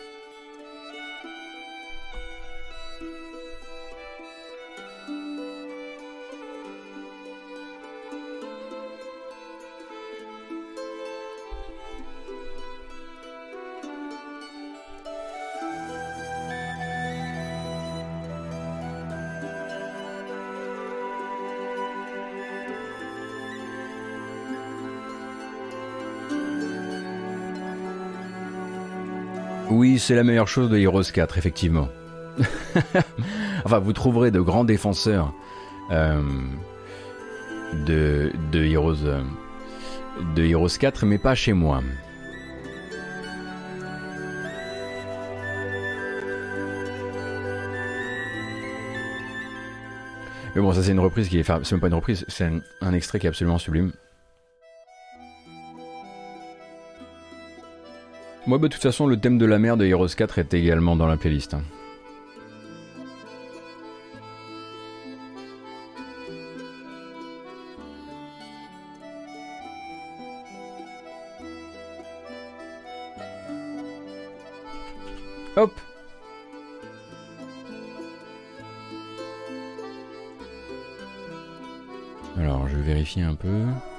Oui, c'est la meilleure chose de Heroes quatre, effectivement. Enfin, vous trouverez de grands défenseurs euh, de, de, Heroes, euh, de Heroes quatre, mais pas chez moi. Mais bon, ça c'est une reprise qui est... Enfin, c'est même pas une reprise, c'est un, un extrait qui est absolument sublime. Moi, bah, de toute façon, le thème de la mer de Heroes quatre est également dans la playlist. Hop! Alors, je vérifie un peu.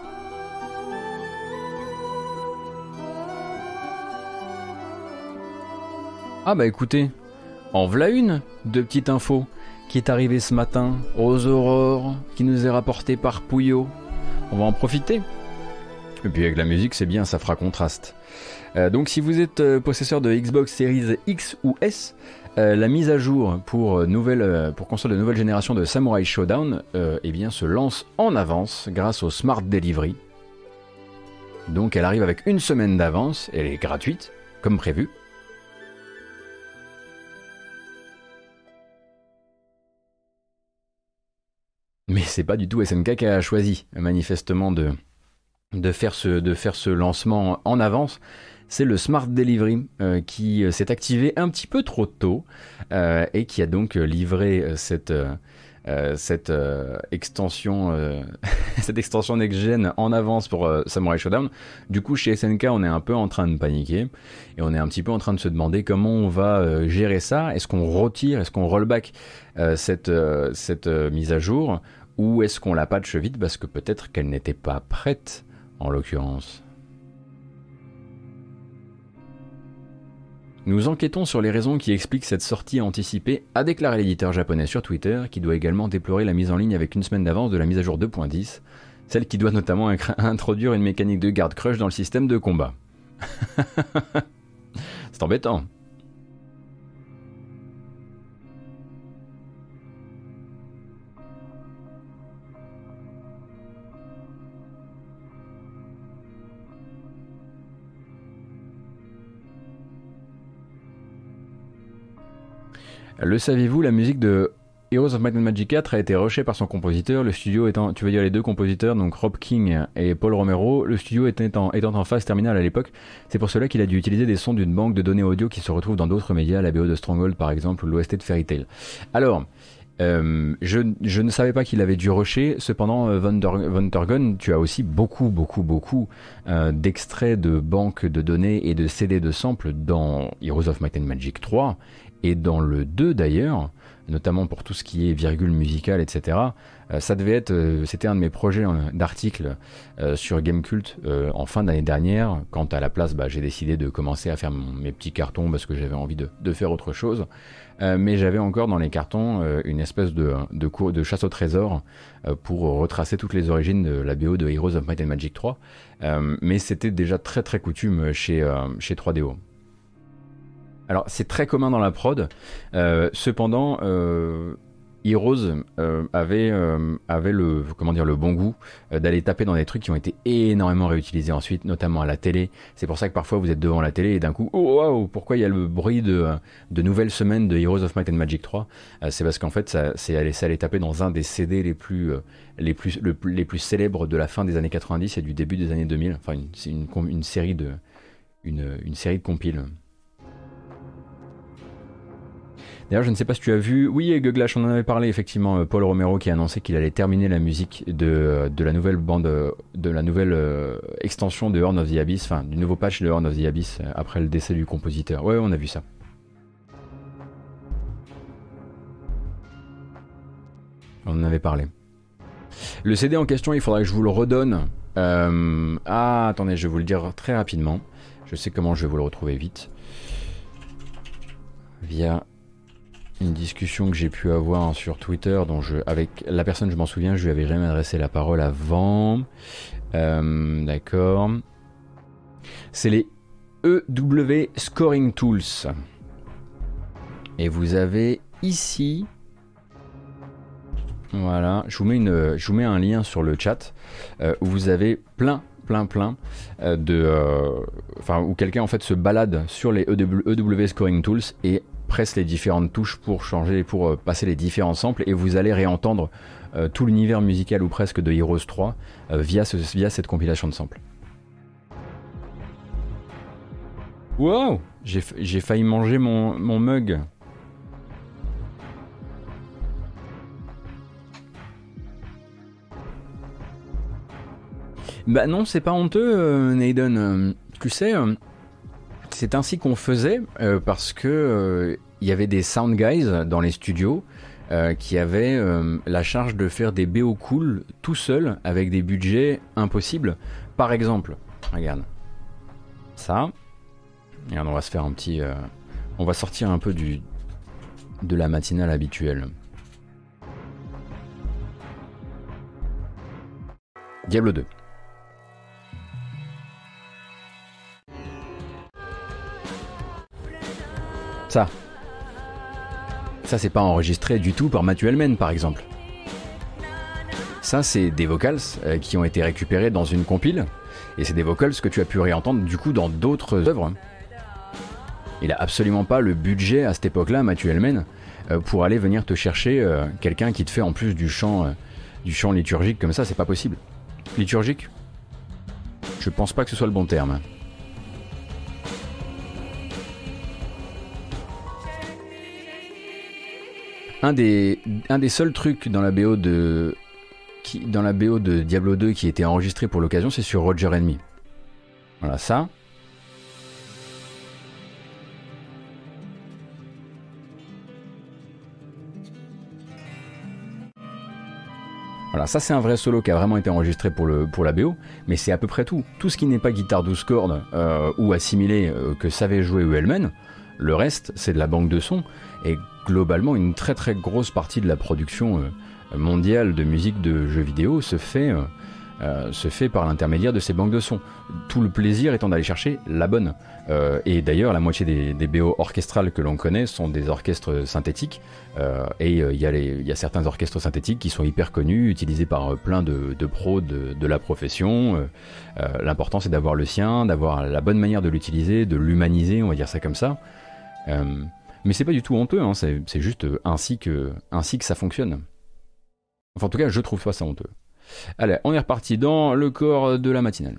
Ah bah écoutez, en v'là une de petites infos qui est arrivée ce matin aux aurores, qui nous est rapportée par Pouillot. On va en profiter. Et puis avec la musique, c'est bien, ça fera contraste. Euh, donc si vous êtes euh, possesseur de Xbox Series X ou S, euh, la mise à jour pour, euh, nouvelle, euh, pour console de nouvelle génération de Samurai Showdown euh, eh bien, se lance en avance grâce au Smart Delivery. Donc elle arrive avec une semaine d'avance, elle est gratuite, comme prévu. Mais c'est pas du tout S N K qui a choisi, manifestement, de, de, faire, ce, de faire ce lancement en avance. C'est le Smart Delivery euh, qui s'est activé un petit peu trop tôt euh, et qui a donc livré cette, euh, cette, euh, extension, euh, cette extension next-gen en avance pour euh, Samurai Shodown. Du coup, chez S N K, on est un peu en train de paniquer et on est un petit peu en train de se demander comment on va euh, gérer ça. Est-ce qu'on retire, est-ce qu'on rollback euh, cette, euh, cette euh, mise à jour, ou est-ce qu'on la patche vite parce que peut-être qu'elle n'était pas prête en l'occurrence. Nous enquêtons sur les raisons qui expliquent cette sortie anticipée, a déclaré l'éditeur japonais sur Twitter, qui doit également déplorer la mise en ligne avec une semaine d'avance de la mise à jour deux point dix, celle qui doit notamment introduire une mécanique de garde crush dans le système de combat. C'est embêtant. Le saviez-vous, la musique de Heroes of Might and Magic quatre a été rushée par son compositeur, le studio étant, tu veux dire les deux compositeurs, donc Rob King et Paul Romero, le studio étant en, étant en phase terminale à l'époque. C'est pour cela qu'il a dû utiliser des sons d'une banque de données audio qui se retrouvent dans d'autres médias, la B O de Stronghold par exemple, ou l'O S T de Fairy Tail. Alors, euh, je, je ne savais pas qu'il avait dû rusher, cependant euh, Von, Von Turgon, tu as aussi beaucoup, beaucoup, beaucoup euh, d'extraits de banques de données et de C D de samples dans Heroes of Might and Magic trois, et dans le deux d'ailleurs, notamment pour tout ce qui est virgule musicale, et cetera. Euh, ça devait être, euh, c'était un de mes projets hein, d'articles euh, sur Gamecult euh, en fin d'année dernière. Quand à la place, bah, j'ai décidé de commencer à faire mon, mes petits cartons parce que j'avais envie de, de faire autre chose. Euh, mais j'avais encore dans les cartons euh, une espèce de, de, cours, de chasse au trésor euh, pour retracer toutes les origines de la B O de Heroes of Might and Magic trois. Euh, mais c'était déjà très très coutume chez, euh, chez trois D O. Alors c'est très commun dans la prod, euh, cependant euh, Heroes euh, avait, euh, avait le, comment dire, le bon goût euh, d'aller taper dans des trucs qui ont été énormément réutilisés ensuite, notamment à la télé. C'est pour ça que parfois vous êtes devant la télé et d'un coup, oh wow, pourquoi il y a le bruit de, de nouvelles semaines de Heroes of Might and Magic trois, euh, c'est parce qu'en fait ça, c'est allé, ça allait taper dans un des C D les plus, euh, les, plus, le, les plus célèbres de la fin des années quatre-vingt-dix et du début des années deux mille, enfin une, c'est une, une, série de, une, une série de compiles. D'ailleurs, je ne sais pas si tu as vu, oui, Guglash, on en avait parlé effectivement, Paul Romero qui a annoncé qu'il allait terminer la musique de, de la nouvelle bande, de la nouvelle euh, extension de Horn of the Abyss, enfin du nouveau patch de Horn of the Abyss après le décès du compositeur. Ouais, on a vu ça. On en avait parlé. Le C D en question, il faudra que je vous le redonne. Euh, ah, attendez, je vais vous le dire très rapidement. Je sais comment je vais vous le retrouver vite. Via une discussion que j'ai pu avoir sur Twitter, dont je, avec la personne, je m'en souviens, je lui avais jamais adressé la parole avant. Euh, D'accord. C'est les E W Scoring Tools. Et vous avez ici, voilà, je vous mets, une, je vous mets un lien sur le chat euh, où vous avez plein plein plein euh, de euh, enfin où quelqu'un en fait se balade sur les E W Scoring Tools et presse les différentes touches pour changer, pour euh, passer les différents samples, et vous allez réentendre euh, tout l'univers musical ou presque de Heroes trois euh, via, ce, via cette compilation de samples. Wow, j'ai, j'ai failli manger mon, mon mug. Bah non, c'est pas honteux, euh, Naden. Euh, tu sais, euh, c'est ainsi qu'on faisait euh, parce que euh, il y avait des sound guys dans les studios euh, qui avaient euh, la charge de faire des B O cool tout seuls avec des budgets impossibles. Par exemple, regarde ça. Regarde, on va se faire un petit, euh, on va sortir un peu du de la matinale habituelle. Diablo deux. Ça, ça c'est pas enregistré du tout par Matthew Hellman par exemple. Ça c'est des vocals euh, qui ont été récupérés dans une compile Et c'est des vocals que tu as pu réentendre du coup dans d'autres œuvres. Il a absolument pas le budget à cette époque-là, Matthew Hellman, euh, pour aller venir te chercher euh, quelqu'un qui te fait en plus du chant, euh, du chant liturgique comme ça, c'est pas possible. Liturgique ? Je pense pas que ce soit le bon terme. Un des, un des seuls trucs dans la B O de qui, dans la B O de Diablo deux qui était enregistré pour l'occasion, c'est sur Roger Enemy. Voilà ça. Voilà, ça c'est un vrai solo qui a vraiment été enregistré pour, le, pour la B O, mais c'est à peu près tout. Tout ce qui n'est pas guitare douze cordes euh, ou assimilé euh, que savait jouer Hellman, le reste c'est de la banque de sons, et globalement une très très grosse partie de la production euh, mondiale de musique de jeux vidéo se fait, euh, euh, se fait par l'intermédiaire de ces banques de sons. Tout le plaisir étant d'aller chercher la bonne. Euh, et d'ailleurs la moitié des, des B O orchestrales que l'on connaît sont des orchestres synthétiques, euh, et il euh, y, y a certains orchestres synthétiques qui sont hyper connus, utilisés par euh, plein de, de pros de, de la profession. Euh, euh, l'important c'est d'avoir le sien, d'avoir la bonne manière de l'utiliser, de l'humaniser, on va dire ça comme ça. Euh, mais c'est pas du tout honteux, hein, c'est, c'est juste ainsi que, ainsi que ça fonctionne. Enfin en tout cas je trouve pas ça honteux. Allez, on est reparti dans le corps de la matinale.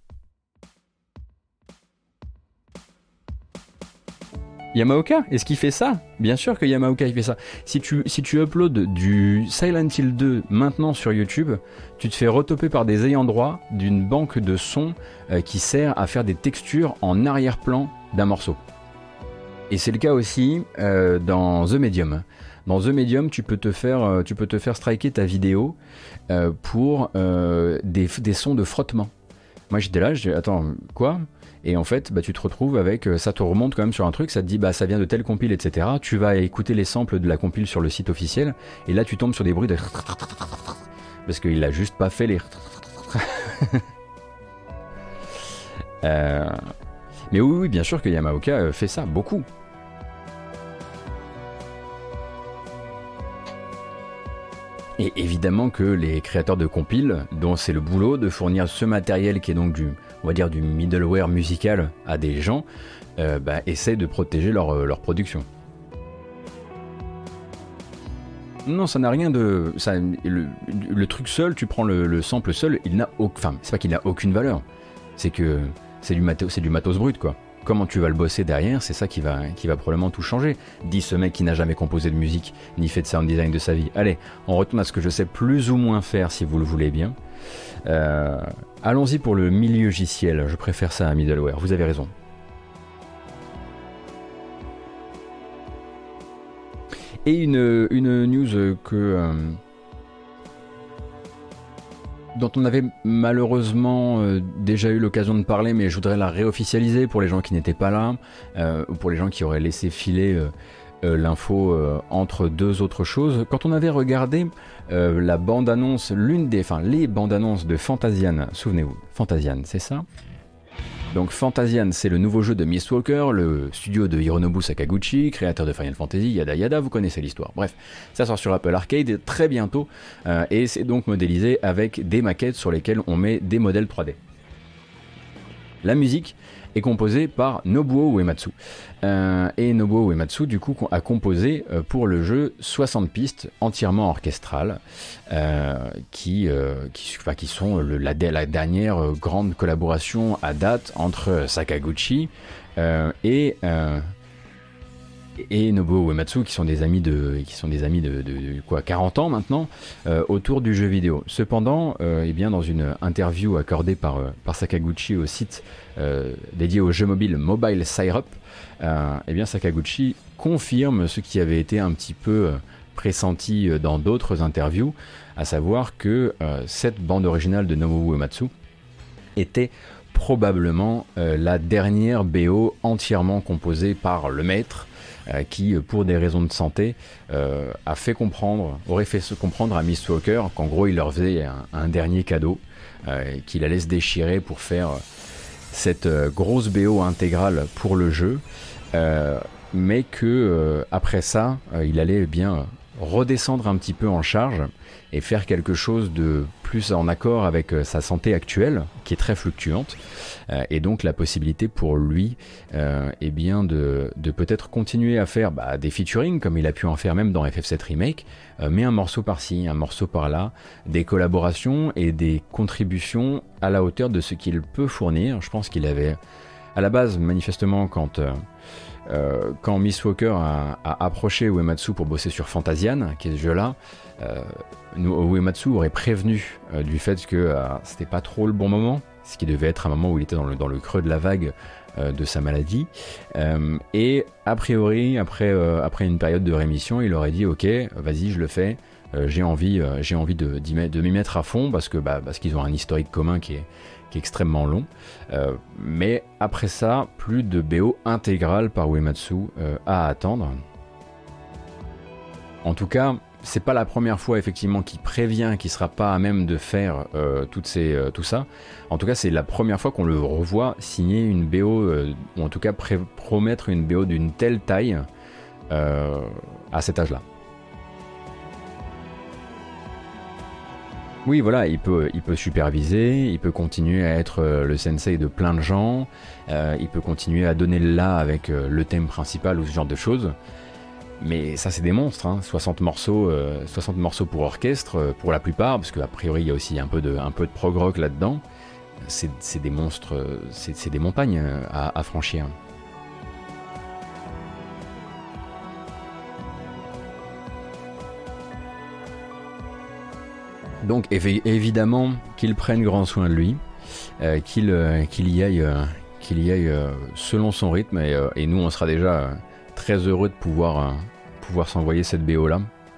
Yamaoka, est-ce qu'il fait ça? Bien sûr que Yamaoka il fait ça. Si tu, si tu uploads du Silent Hill deux maintenant sur YouTube, tu te fais retoper par des ayants droit d'une banque de sons euh, qui sert à faire des textures en arrière-plan d'un morceau. Et c'est le cas aussi euh, dans The Medium. Dans The Medium, tu peux te faire, euh, tu peux te faire striker ta vidéo euh, pour euh, des, des sons de frottement. Moi j'étais là, j'ai attends, quoi? Et en fait, bah, tu te retrouves avec, ça te remonte quand même sur un truc, ça te dit bah ça vient de telle compile, et cetera. Tu vas écouter les samples de la compile sur le site officiel, et là tu tombes sur des bruits de... Parce qu'il a juste pas fait les... euh... Mais oui, oui, bien sûr que Yamaoka fait ça, beaucoup. Et évidemment que les créateurs de compiles, dont c'est le boulot de fournir ce matériel qui est donc du, on va dire du middleware musical à des gens, euh, bah, essaient de protéger leur, leur production. Non, ça n'a rien de... Ça, le, le truc seul, tu prends le, le sample seul, il n'a aucun... Enfin, c'est pas qu'il n'a aucune valeur, c'est que c'est du, matos, c'est du matos brut, quoi. Comment tu vas le bosser derrière, c'est ça qui va, qui va probablement tout changer. Dit ce mec qui n'a jamais composé de musique, ni fait de sound design de sa vie. Allez, on retourne à ce que je sais plus ou moins faire, si vous le voulez bien. Euh, allons-y pour le milieu logiciel, je préfère ça à middleware, vous avez raison. Et une, une news que... Euh, dont on avait malheureusement euh, déjà eu l'occasion de parler, mais je voudrais la réofficialiser pour les gens qui n'étaient pas là, euh, ou pour les gens qui auraient laissé filer euh, euh, l'info euh, entre deux autres choses. Quand on avait regardé euh, la bande-annonce, l'une des, enfin les bandes-annonces de Fantasian, souvenez-vous, Fantasian, c'est ça ? Donc Fantasian, c'est le nouveau jeu de Mistwalker, le studio de Hironobu Sakaguchi, créateur de Final Fantasy, yada yada, vous connaissez l'histoire. Bref, ça sort sur Apple Arcade très bientôt, euh, et c'est donc modélisé avec des maquettes sur lesquelles on met des modèles trois D. La musique est composée par Nobuo Uematsu. Euh, et Nobuo Uematsu, du coup, a composé euh, pour le jeu soixante pistes entièrement orchestrales, euh, qui, euh, qui, enfin, qui sont le, la, la dernière euh, grande collaboration à date entre Sakaguchi euh, et, euh, et Nobuo Uematsu, qui sont des amis de, qui sont des amis de, de, de quoi, quarante ans maintenant, euh, autour du jeu vidéo. Cependant, euh, eh bien, dans une interview accordée par, euh, par Sakaguchi au site euh, dédié au jeu mobile Mobile Syrup, euh, eh bien, Sakaguchi confirme ce qui avait été un petit peu euh, pressenti dans d'autres interviews, à savoir que euh, cette bande originale de Nobuo Uematsu était probablement euh, la dernière B O entièrement composée par le maître, Euh, qui, pour des raisons de santé, euh, a fait comprendre, aurait fait se comprendre à Mistwalker qu'en gros il leur faisait un, un dernier cadeau, euh, qu'il allait se déchirer pour faire cette euh, grosse B O intégrale pour le jeu, euh, mais que euh, après ça, euh, il allait bien redescendre un petit peu en charge et faire quelque chose de plus en accord avec euh, sa santé actuelle, qui est très fluctuante, euh, et donc la possibilité pour lui euh, eh bien de, de peut-être continuer à faire bah, des featuring, comme il a pu en faire même dans F F sept Remake, euh, mais un morceau par-ci, un morceau par-là, des collaborations et des contributions à la hauteur de ce qu'il peut fournir. Je pense qu'il avait, à la base, manifestement, quand... Euh, Euh, quand Miss Walker a, a approché Uematsu pour bosser sur Fantasian, qui est ce jeu-là, euh, Uematsu aurait prévenu euh, du fait que euh, c'était pas trop le bon moment, ce qui devait être un moment où il était dans le, dans le creux de la vague euh, de sa maladie. Euh, et a priori, après, euh, après une période de rémission, il aurait dit ok, vas-y, je le fais. Euh, j'ai envie, euh, j'ai envie de, d'y mettre, de m'y mettre à fond parce que bah, parce qu'ils ont un historique commun qui est qui est extrêmement long, euh, mais après ça, plus de B O intégrale par Uematsu euh, à attendre. En tout cas, c'est pas la première fois effectivement qu'il prévient qu'il sera pas à même de faire euh, toutes ces, euh, tout ça. En tout cas, c'est la première fois qu'on le revoit signer une B O, euh, ou en tout cas pré- promettre une B O d'une telle taille euh, à cet âge-là. Oui, voilà, il peut, il peut superviser, il peut continuer à être euh, le sensei de plein de gens, euh, il peut continuer à donner le là avec euh, le thème principal ou ce genre de choses. Mais ça, c'est des monstres, hein. soixante morceaux, euh, soixante morceaux pour orchestre, euh, pour la plupart, parce qu'a priori, il y a aussi un peu de, un peu de prog rock là-dedans. C'est, c'est des monstres, euh, c'est, c'est des montagnes euh, à, à franchir. Donc évi- évidemment qu'il prenne grand soin de lui, euh, qu'il, euh, qu'il y aille, euh, qu'il y aille euh, selon son rythme, et, euh, et nous on sera déjà euh, très heureux de pouvoir, euh, pouvoir s'envoyer cette B O là.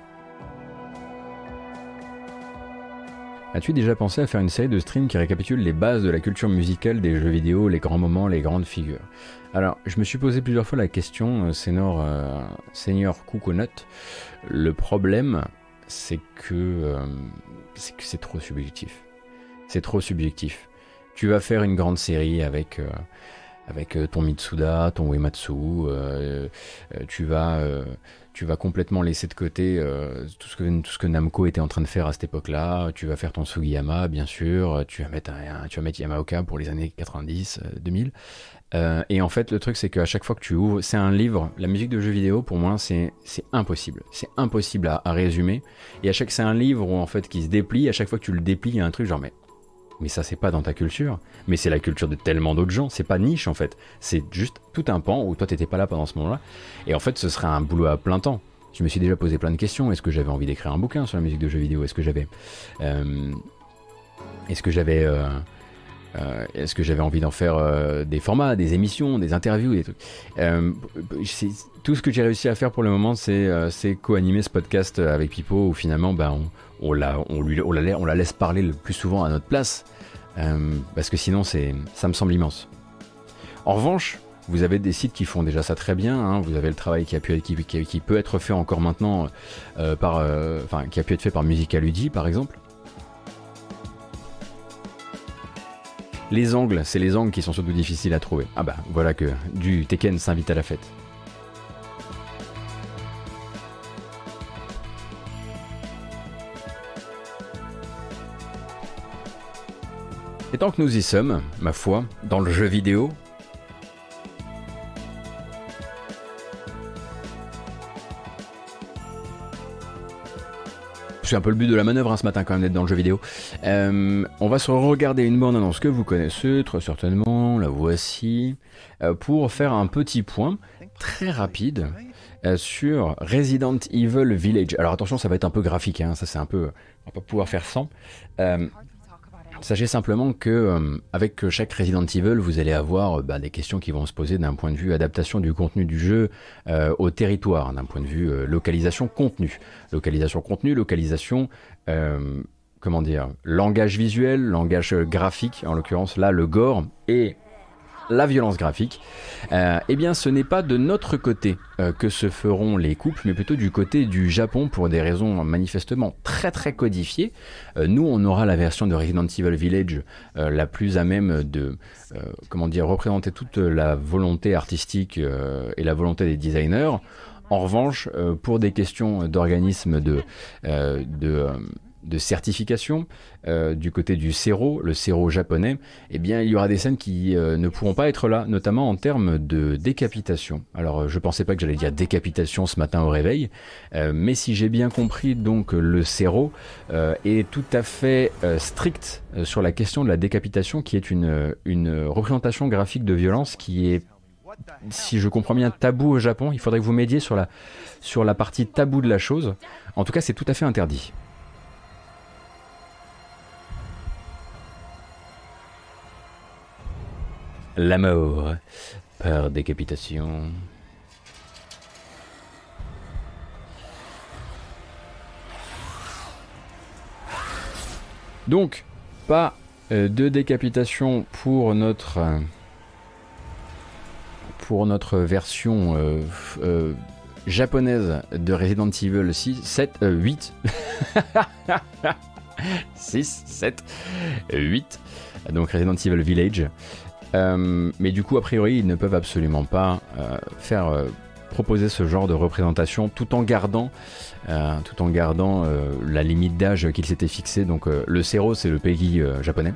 As-tu déjà pensé à faire une série de streams qui récapitule les bases de la culture musicale des jeux vidéo, les grands moments, les grandes figures? Alors, je me suis posé plusieurs fois la question, euh, Senior, euh, Senior Coconut. Le problème, c'est que, euh, c'est que c'est trop subjectif. C'est trop subjectif. Tu vas faire une grande série avec, euh, avec ton Mitsuda, ton Uematsu, euh, euh, tu vas... Euh, tu vas complètement laisser de côté euh, tout, ce que, tout ce que Namco était en train de faire à cette époque-là. Tu vas faire ton Sugiyama, bien sûr. Tu vas mettre, un, un, tu vas mettre Yamaoka pour les années quatre-vingt-dix, deux mille. Euh, et en fait, le truc, c'est qu'à chaque fois que tu ouvres, c'est un livre. La musique de jeux vidéo, pour moi, c'est, c'est impossible. C'est impossible à, à résumer. Et à chaque, c'est un livre où, en fait, qui se déplie. À chaque fois que tu le déplies, il y a un truc genre, mais... Mais ça, c'est pas dans ta culture. Mais c'est la culture de tellement d'autres gens. C'est pas niche, en fait. C'est juste tout un pan où toi, t'étais pas là pendant ce moment-là. Et en fait, ce serait un boulot à plein temps. Je me suis déjà posé plein de questions. Est-ce que j'avais envie d'écrire un bouquin sur la musique de jeux vidéo? Est-ce que j'avais... Euh, est-ce que j'avais... Euh, euh, est-ce que j'avais envie d'en faire euh, des formats, des émissions, des interviews, des trucs. Euh, c'est, tout ce que j'ai réussi à faire pour le moment, c'est, euh, c'est co-animer ce podcast avec Pipo, où finalement, bah, on, on, la, on, lui, on, la, on la laisse parler le plus souvent à notre place, euh, parce que sinon, c'est, ça me semble immense. En revanche, vous avez des sites qui font déjà ça très bien, hein. Vous avez le travail qui, a pu, qui, qui, qui peut être fait encore maintenant, euh, par, euh, enfin, qui a pu être fait par Musicaludi, par exemple. Les angles, c'est les angles qui sont surtout difficiles à trouver. Ah bah, voilà que du Tekken s'invite à la fête. Et tant que nous y sommes, ma foi, dans le jeu vidéo, c'est un peu le but de la manœuvre hein, ce matin quand même d'être dans le jeu vidéo. Euh, on va se regarder une bande-annonce que vous connaissez très certainement, la voici, euh, pour faire un petit point très rapide euh, sur Resident Evil Village. Alors attention, ça va être un peu graphique, hein, ça c'est un peu, on va pas pouvoir faire sans. Euh, Sachez simplement que euh, avec chaque Resident Evil, vous allez avoir euh, bah, des questions qui vont se poser d'un point de vue adaptation du contenu du jeu euh, au territoire, d'un point de vue euh, localisation contenu. Localisation contenu, localisation, euh, comment dire, langage visuel, langage graphique, en l'occurrence là le gore et la violence graphique. Euh, eh bien ce n'est pas de notre côté euh, que se feront les couples, mais plutôt du côté du Japon pour des raisons manifestement très très codifiées. Euh, nous on aura la version de Resident Evil Village euh, la plus à même de euh, comment dire, représenter toute la volonté artistique euh, et la volonté des designers. En revanche, euh, pour des questions d'organismes de, euh, de, euh, de certification, euh, du côté du séro, le séro japonais, eh bien, il y aura des scènes qui euh, ne pourront pas être là, notamment en termes de décapitation. Alors, euh, je pensais pas que j'allais dire décapitation ce matin au réveil, euh, mais si j'ai bien compris, donc le séro euh, est tout à fait euh, strict euh, sur la question de la décapitation, qui est une, une représentation graphique de violence qui est, si je comprends bien, tabou au Japon. Il faudrait que vous m'aidiez sur la, sur la partie tabou de la chose. En tout cas, c'est tout à fait interdit. La mort par décapitation. Donc, pas euh, de décapitation pour notre... Euh, pour notre version euh, euh, japonaise de Resident Evil six, sept, euh, huit. six, sept, huit. Donc Resident Evil Village. Euh, mais du coup, a priori, ils ne peuvent absolument pas euh, faire euh, proposer ce genre de représentation tout en gardant, euh, tout en gardant euh, la limite d'âge qu'ils s'étaient fixée. Donc euh, le séro, c'est le pays euh, japonais.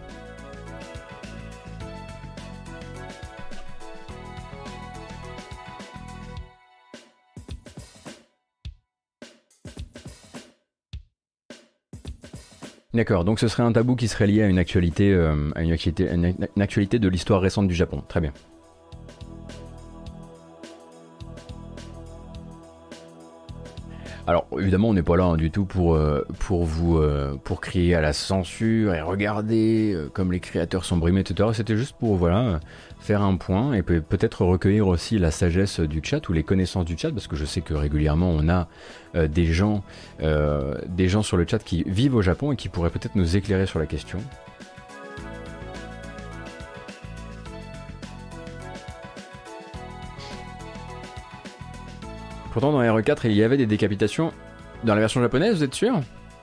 D'accord, donc ce serait un tabou qui serait lié à une actualité, euh, à une actualité, une, une actualité de l'histoire récente du Japon. Très bien. Alors évidemment, on n'est pas là hein, du tout pour, euh, pour vous euh, pour crier à la censure et regarder euh, comme les créateurs sont brimés, et cetera. C'était juste pour voilà faire un point et peut- peut-être recueillir aussi la sagesse du chat ou les connaissances du chat, parce que je sais que régulièrement on a euh, des gens euh, des gens sur le chat qui vivent au Japon et qui pourraient peut-être nous éclairer sur la question. Pourtant dans R E quatre il y avait des décapitations dans la version japonaise, vous êtes sûr?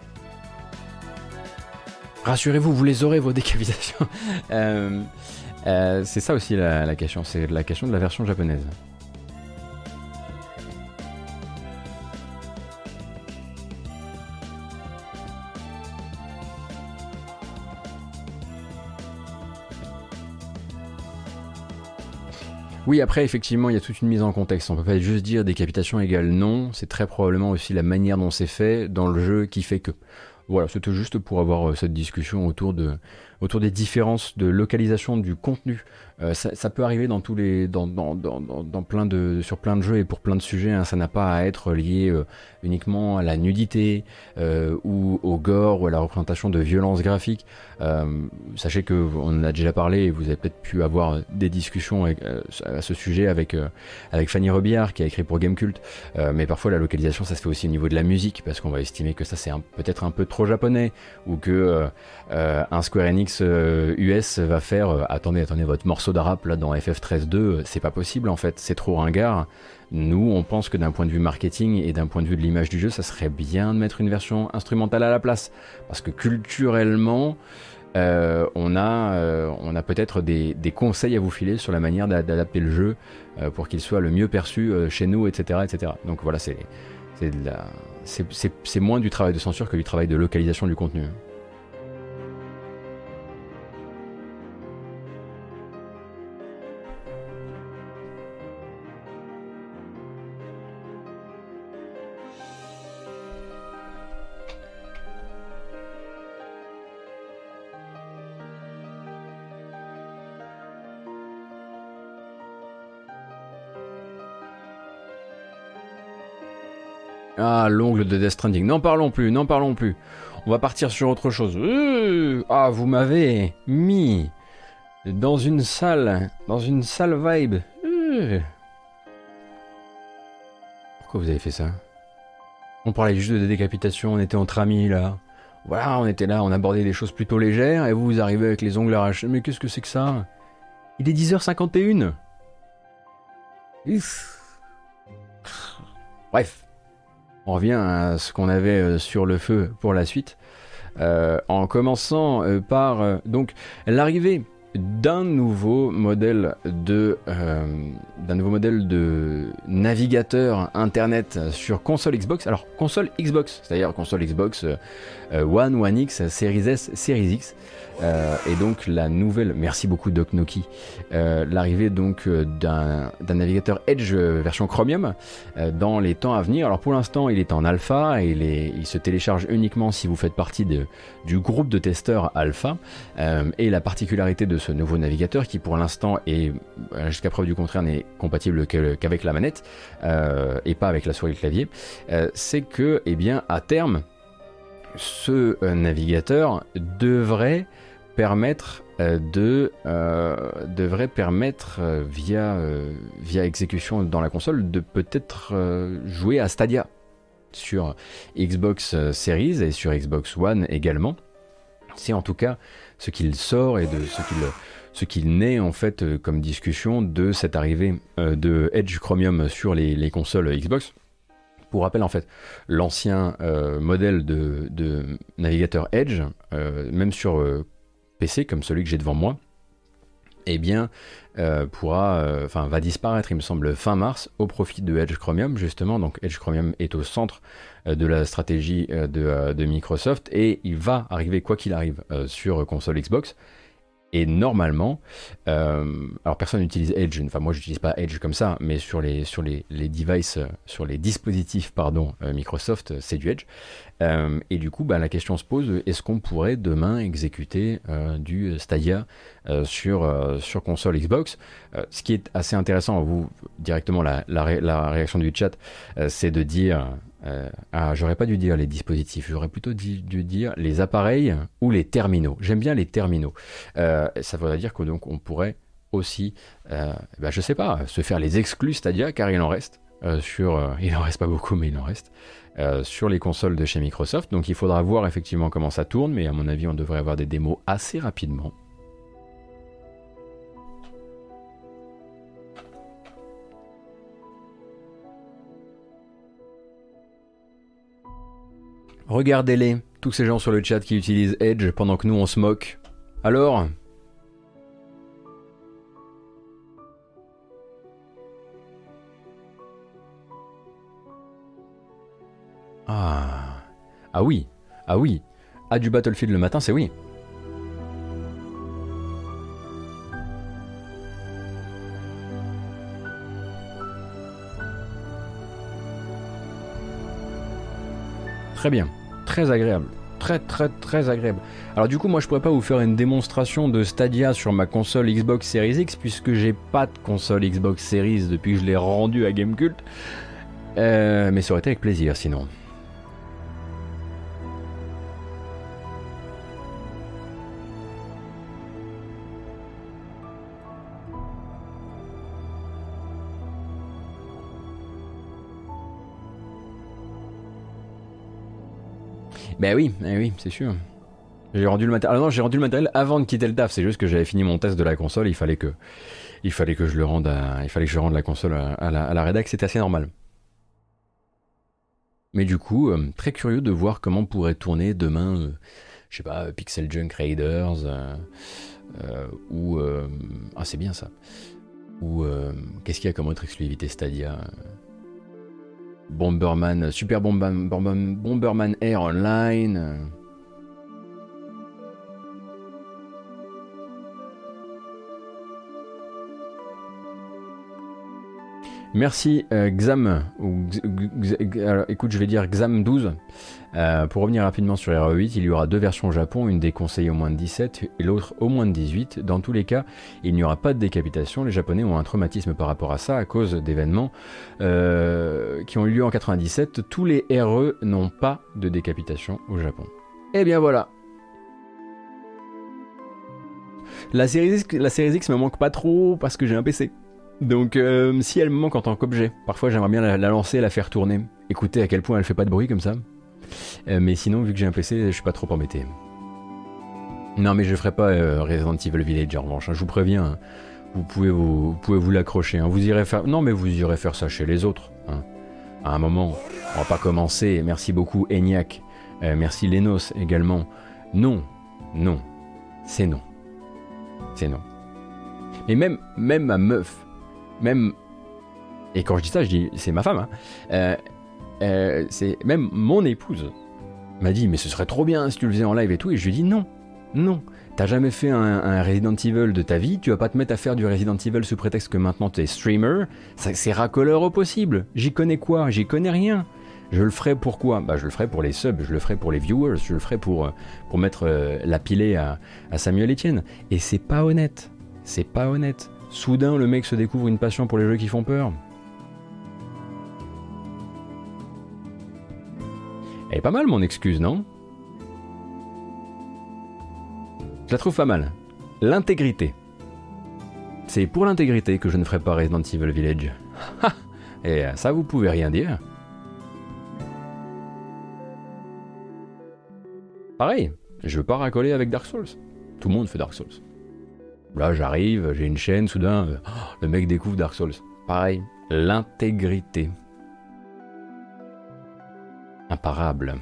Rassurez-vous, vous les aurez vos décapitations. euh, euh, c'est ça aussi la, la question, c'est la question de la version japonaise. Oui, après, effectivement, il y a toute une mise en contexte. On peut pas juste dire décapitation égale non. C'est très probablement aussi la manière dont c'est fait dans le jeu qui fait que. Voilà, c'était juste pour avoir euh, cette discussion autour de, autour des différences de localisation du contenu. Euh, ça, ça peut arriver dans tous les, dans, dans, dans, dans, dans plein de, sur plein de jeux et pour plein de sujets. Hein. Ça n'a pas à être lié euh, uniquement à la nudité euh, ou au gore ou à la représentation de violence graphique. Euh, sachez que on en a déjà parlé et vous avez peut-être pu avoir des discussions avec, euh, à ce sujet avec euh, avec Fanny Robillard qui a écrit pour Gamecult. Euh, mais parfois la localisation, ça se fait aussi au niveau de la musique parce qu'on va estimer que ça c'est peut-être un peu trop japonais ou que euh, euh, un Square Enix euh, U S va faire euh, attendez attendez votre morceau d'arabe là dans F F treize deux, c'est pas possible en fait, c'est trop ringard. Nous on pense que d'un point de vue marketing et d'un point de vue de l'image du jeu, ça serait bien de mettre une version instrumentale à la place parce que culturellement euh, on a euh, on a peut-être des, des conseils à vous filer sur la manière d'adapter le jeu euh, pour qu'il soit le mieux perçu euh, chez nous, etc etc. Donc voilà, c'est c'est de la C'est, c'est, c'est moins du travail de censure que du travail de localisation du contenu. Ah, l'ongle de Death Stranding. N'en parlons plus, n'en parlons plus. On va partir sur autre chose. Euh, ah, vous m'avez mis dans une salle, dans une sale vibe. Euh. Pourquoi vous avez fait ça? On parlait juste de décapitation, on était entre amis là. Voilà, on était là, on abordait des choses plutôt légères et vous, vous arrivez avec les ongles arrachés. Mais qu'est-ce que c'est que ça? Il est dix heures cinquante et une. Bref. On revient à ce qu'on avait sur le feu pour la suite, euh, en commençant euh, par euh, donc l'arrivée d'un nouveau modèle de euh, d'un nouveau modèle de navigateur internet sur console Xbox. Alors console Xbox, c'est-à-dire console Xbox euh, One, One X, Series S, Series X. Euh, et donc la nouvelle, merci beaucoup Doc Noki, euh, l'arrivée donc euh, d'un, d'un navigateur Edge euh, version Chromium euh, dans les temps à venir. Alors pour l'instant il est en alpha et il, est, il se télécharge uniquement si vous faites partie de, du groupe de testeurs alpha. Euh, et la particularité de ce nouveau navigateur qui pour l'instant est jusqu'à preuve du contraire n'est compatible que, qu'avec la manette euh, et pas avec la souris et le clavier, euh, c'est que eh bien à terme ce euh, navigateur devrait permettre euh, de euh, devrait permettre euh, via euh, via exécution dans la console de peut-être euh, jouer à Stadia sur Xbox Series et sur Xbox One également. C'est en tout cas ce qu'il sort et de ce qu'il ce qu'il naît en fait euh, comme discussion de cette arrivée euh, de Edge Chromium sur les, les consoles Xbox. Pour rappel, en fait, l'ancien euh, modèle de, de navigateur Edge, euh, même sur euh, P C, comme celui que j'ai devant moi, eh bien, euh, pourra, enfin, euh, va disparaître, il me semble, fin mars, au profit de Edge Chromium, justement. Donc, Edge Chromium est au centre euh, de la stratégie euh, de, euh, de Microsoft, et il va arriver, quoi qu'il arrive, euh, sur console Xbox. Et normalement, euh, alors personne n'utilise Edge, enfin moi j'utilise pas Edge comme ça, mais sur les sur les, les devices, sur les dispositifs pardon euh, Microsoft, c'est du Edge. Euh, et du coup, bah, la question se pose, est-ce qu'on pourrait demain exécuter euh, du Stadia euh, sur euh, sur console Xbox? euh, Ce qui est assez intéressant, vous directement la la, ré, la réaction du chat, euh, c'est de dire Euh, ah, j'aurais pas dû dire les dispositifs, j'aurais plutôt dû, dû dire les appareils ou les terminaux. J'aime bien les terminaux. Euh, ça voudrait dire que donc on pourrait aussi, euh, bah, je sais pas, se faire les exclus Stadia, car il en reste euh, sur, euh, il en reste pas beaucoup, mais il en reste euh, sur les consoles de chez Microsoft. Donc il faudra voir effectivement comment ça tourne, mais à mon avis on devrait avoir des démos assez rapidement. Regardez-les, tous ces gens sur le chat qui utilisent Edge pendant que nous on se moque. Alors ? Ah. Ah oui. Ah oui. Ah, du Battlefield le matin, c'est oui. Très bien. Très agréable. Très très très agréable. Alors du coup moi je pourrais pas vous faire une démonstration de Stadia sur ma console Xbox Series X puisque j'ai pas de console Xbox Series depuis que je l'ai rendue à Gamecult. Euh, mais ça aurait été avec plaisir sinon. Ben oui, ben oui, c'est sûr. J'ai rendu le matériel. Ah non, j'ai rendu le matériel avant de quitter le taf. C'est juste que j'avais fini mon test de la console. Il fallait que, il fallait que je le rende. À... Il fallait que je rende la console à, à la, à la rédac. C'était assez normal. Mais du coup, euh, très curieux de voir comment pourrait tourner demain. Euh, je sais pas, Pixel Junk Raiders euh, euh, ou euh, ah c'est bien ça. Ou euh, qu'est-ce qu'il y a comme autre exclusivité Stadia? Bomberman, Super Bomberman, Bomberman Air Online. Merci euh, Xam, ou X, X, X, alors, écoute je vais dire Xam douze. Euh, pour revenir rapidement sur R E huit, il y aura deux versions au Japon, une déconseillée au moins de dix-sept et l'autre au moins de dix-huit. Dans tous les cas, il n'y aura pas de décapitation. Les Japonais ont un traumatisme par rapport à ça à cause d'événements euh, qui ont eu lieu en quatre-vingt-dix-sept. Tous les R E n'ont pas de décapitation au Japon. Et bien voilà. La série X, la série X me manque pas trop parce que j'ai un P C. Donc euh, si elle me manque en tant qu'objet, parfois j'aimerais bien la, la lancer, la faire tourner. Écoutez à quel point elle fait pas de bruit comme ça. Euh, mais sinon, vu que j'ai un P C, je suis pas trop embêté. Non, mais je ferai pas euh, Resident Evil Village en revanche. Hein, je vous préviens, hein, vous pouvez vous, vous pouvez vous l'accrocher. Hein, vous irez faire. Non, mais vous irez faire ça chez les autres. Hein. À un moment, on va pas commencer. Merci beaucoup Eniac. Euh, merci Lenos également. Non, non, c'est non. C'est non. Et même, même ma meuf, même... Et quand je dis ça, je dis, c'est ma femme, hein, euh, euh, c'est même mon épouse m'a dit, mais ce serait trop bien si tu le faisais en live et tout, et je lui ai dit non, non. T'as jamais fait un, un Resident Evil de ta vie, tu vas pas te mettre à faire du Resident Evil sous prétexte que maintenant t'es streamer, ça, c'est racoleur au possible. J'y connais quoi? J'y connais rien. Je le ferai pour quoi? Bah je le ferai pour les subs, je le ferai pour les viewers, je le ferai pour, pour mettre euh, la pilée à, à Samuel Etienne. Et c'est pas honnête, c'est pas honnête. Soudain le mec se découvre une passion pour les jeux qui font peur. Elle est pas mal mon excuse, non? Je la trouve pas mal. L'intégrité. C'est pour l'intégrité que je ne ferai pas Resident Evil Village. Et ça, vous pouvez rien dire. Pareil, je veux pas racoler avec Dark Souls. Tout le monde fait Dark Souls. Là, j'arrive, j'ai une chaîne, soudain, euh, oh, le mec découvre Dark Souls. Pareil, l'intégrité. Imparable.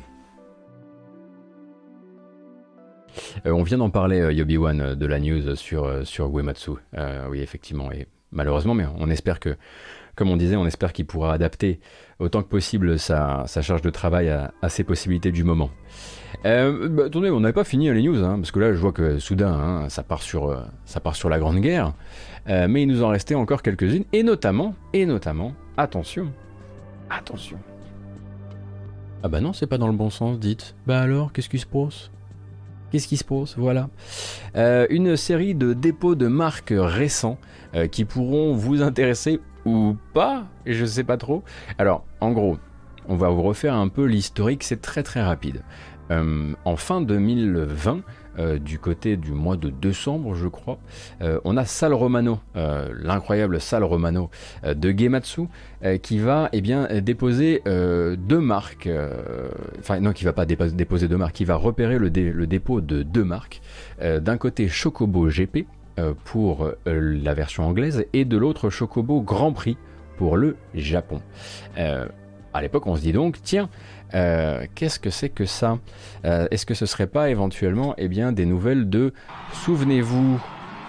Euh, on vient d'en parler, euh, Yobi-Wan, euh, de la news sur, euh, sur Uematsu. Euh, oui, effectivement, et malheureusement, mais on espère que, comme on disait, on espère qu'il pourra adapter autant que possible sa, sa charge de travail à, à ses possibilités du moment. Euh, bah, attendez, on n'avait pas fini les news, hein, parce que là, je vois que soudain, hein, ça, part sur, euh, ça part sur la Grande Guerre, euh, mais il nous en restait encore quelques-unes, et notamment, et notamment, attention, attention. Ah bah non, c'est pas dans le bon sens, dites. Bah alors, qu'est-ce qui se passe ? Qu'est-ce qui se passe? Voilà. Euh, une série de dépôts de marques récents euh, qui pourront vous intéresser ou pas, je sais pas trop. Alors, en gros, on va vous refaire un peu l'historique, c'est très très rapide. Euh, en fin deux mille vingt, euh, du côté du mois de décembre, je crois, euh, on a Sal Romano, euh, l'incroyable Sal Romano euh, de Gematsu, euh, qui va eh bien, déposer euh, deux marques, euh, enfin non, qui va pas déposer, déposer deux marques, qui va repérer le, dé, le dépôt de deux marques, euh, d'un côté Chocobo G P euh, pour euh, la version anglaise, et de l'autre Chocobo Grand Prix pour le Japon. Euh, à l'époque, on se dit donc, tiens, Euh, qu'est-ce que c'est que ça? euh, Est-ce que ce serait pas éventuellement eh bien, des nouvelles de, souvenez-vous,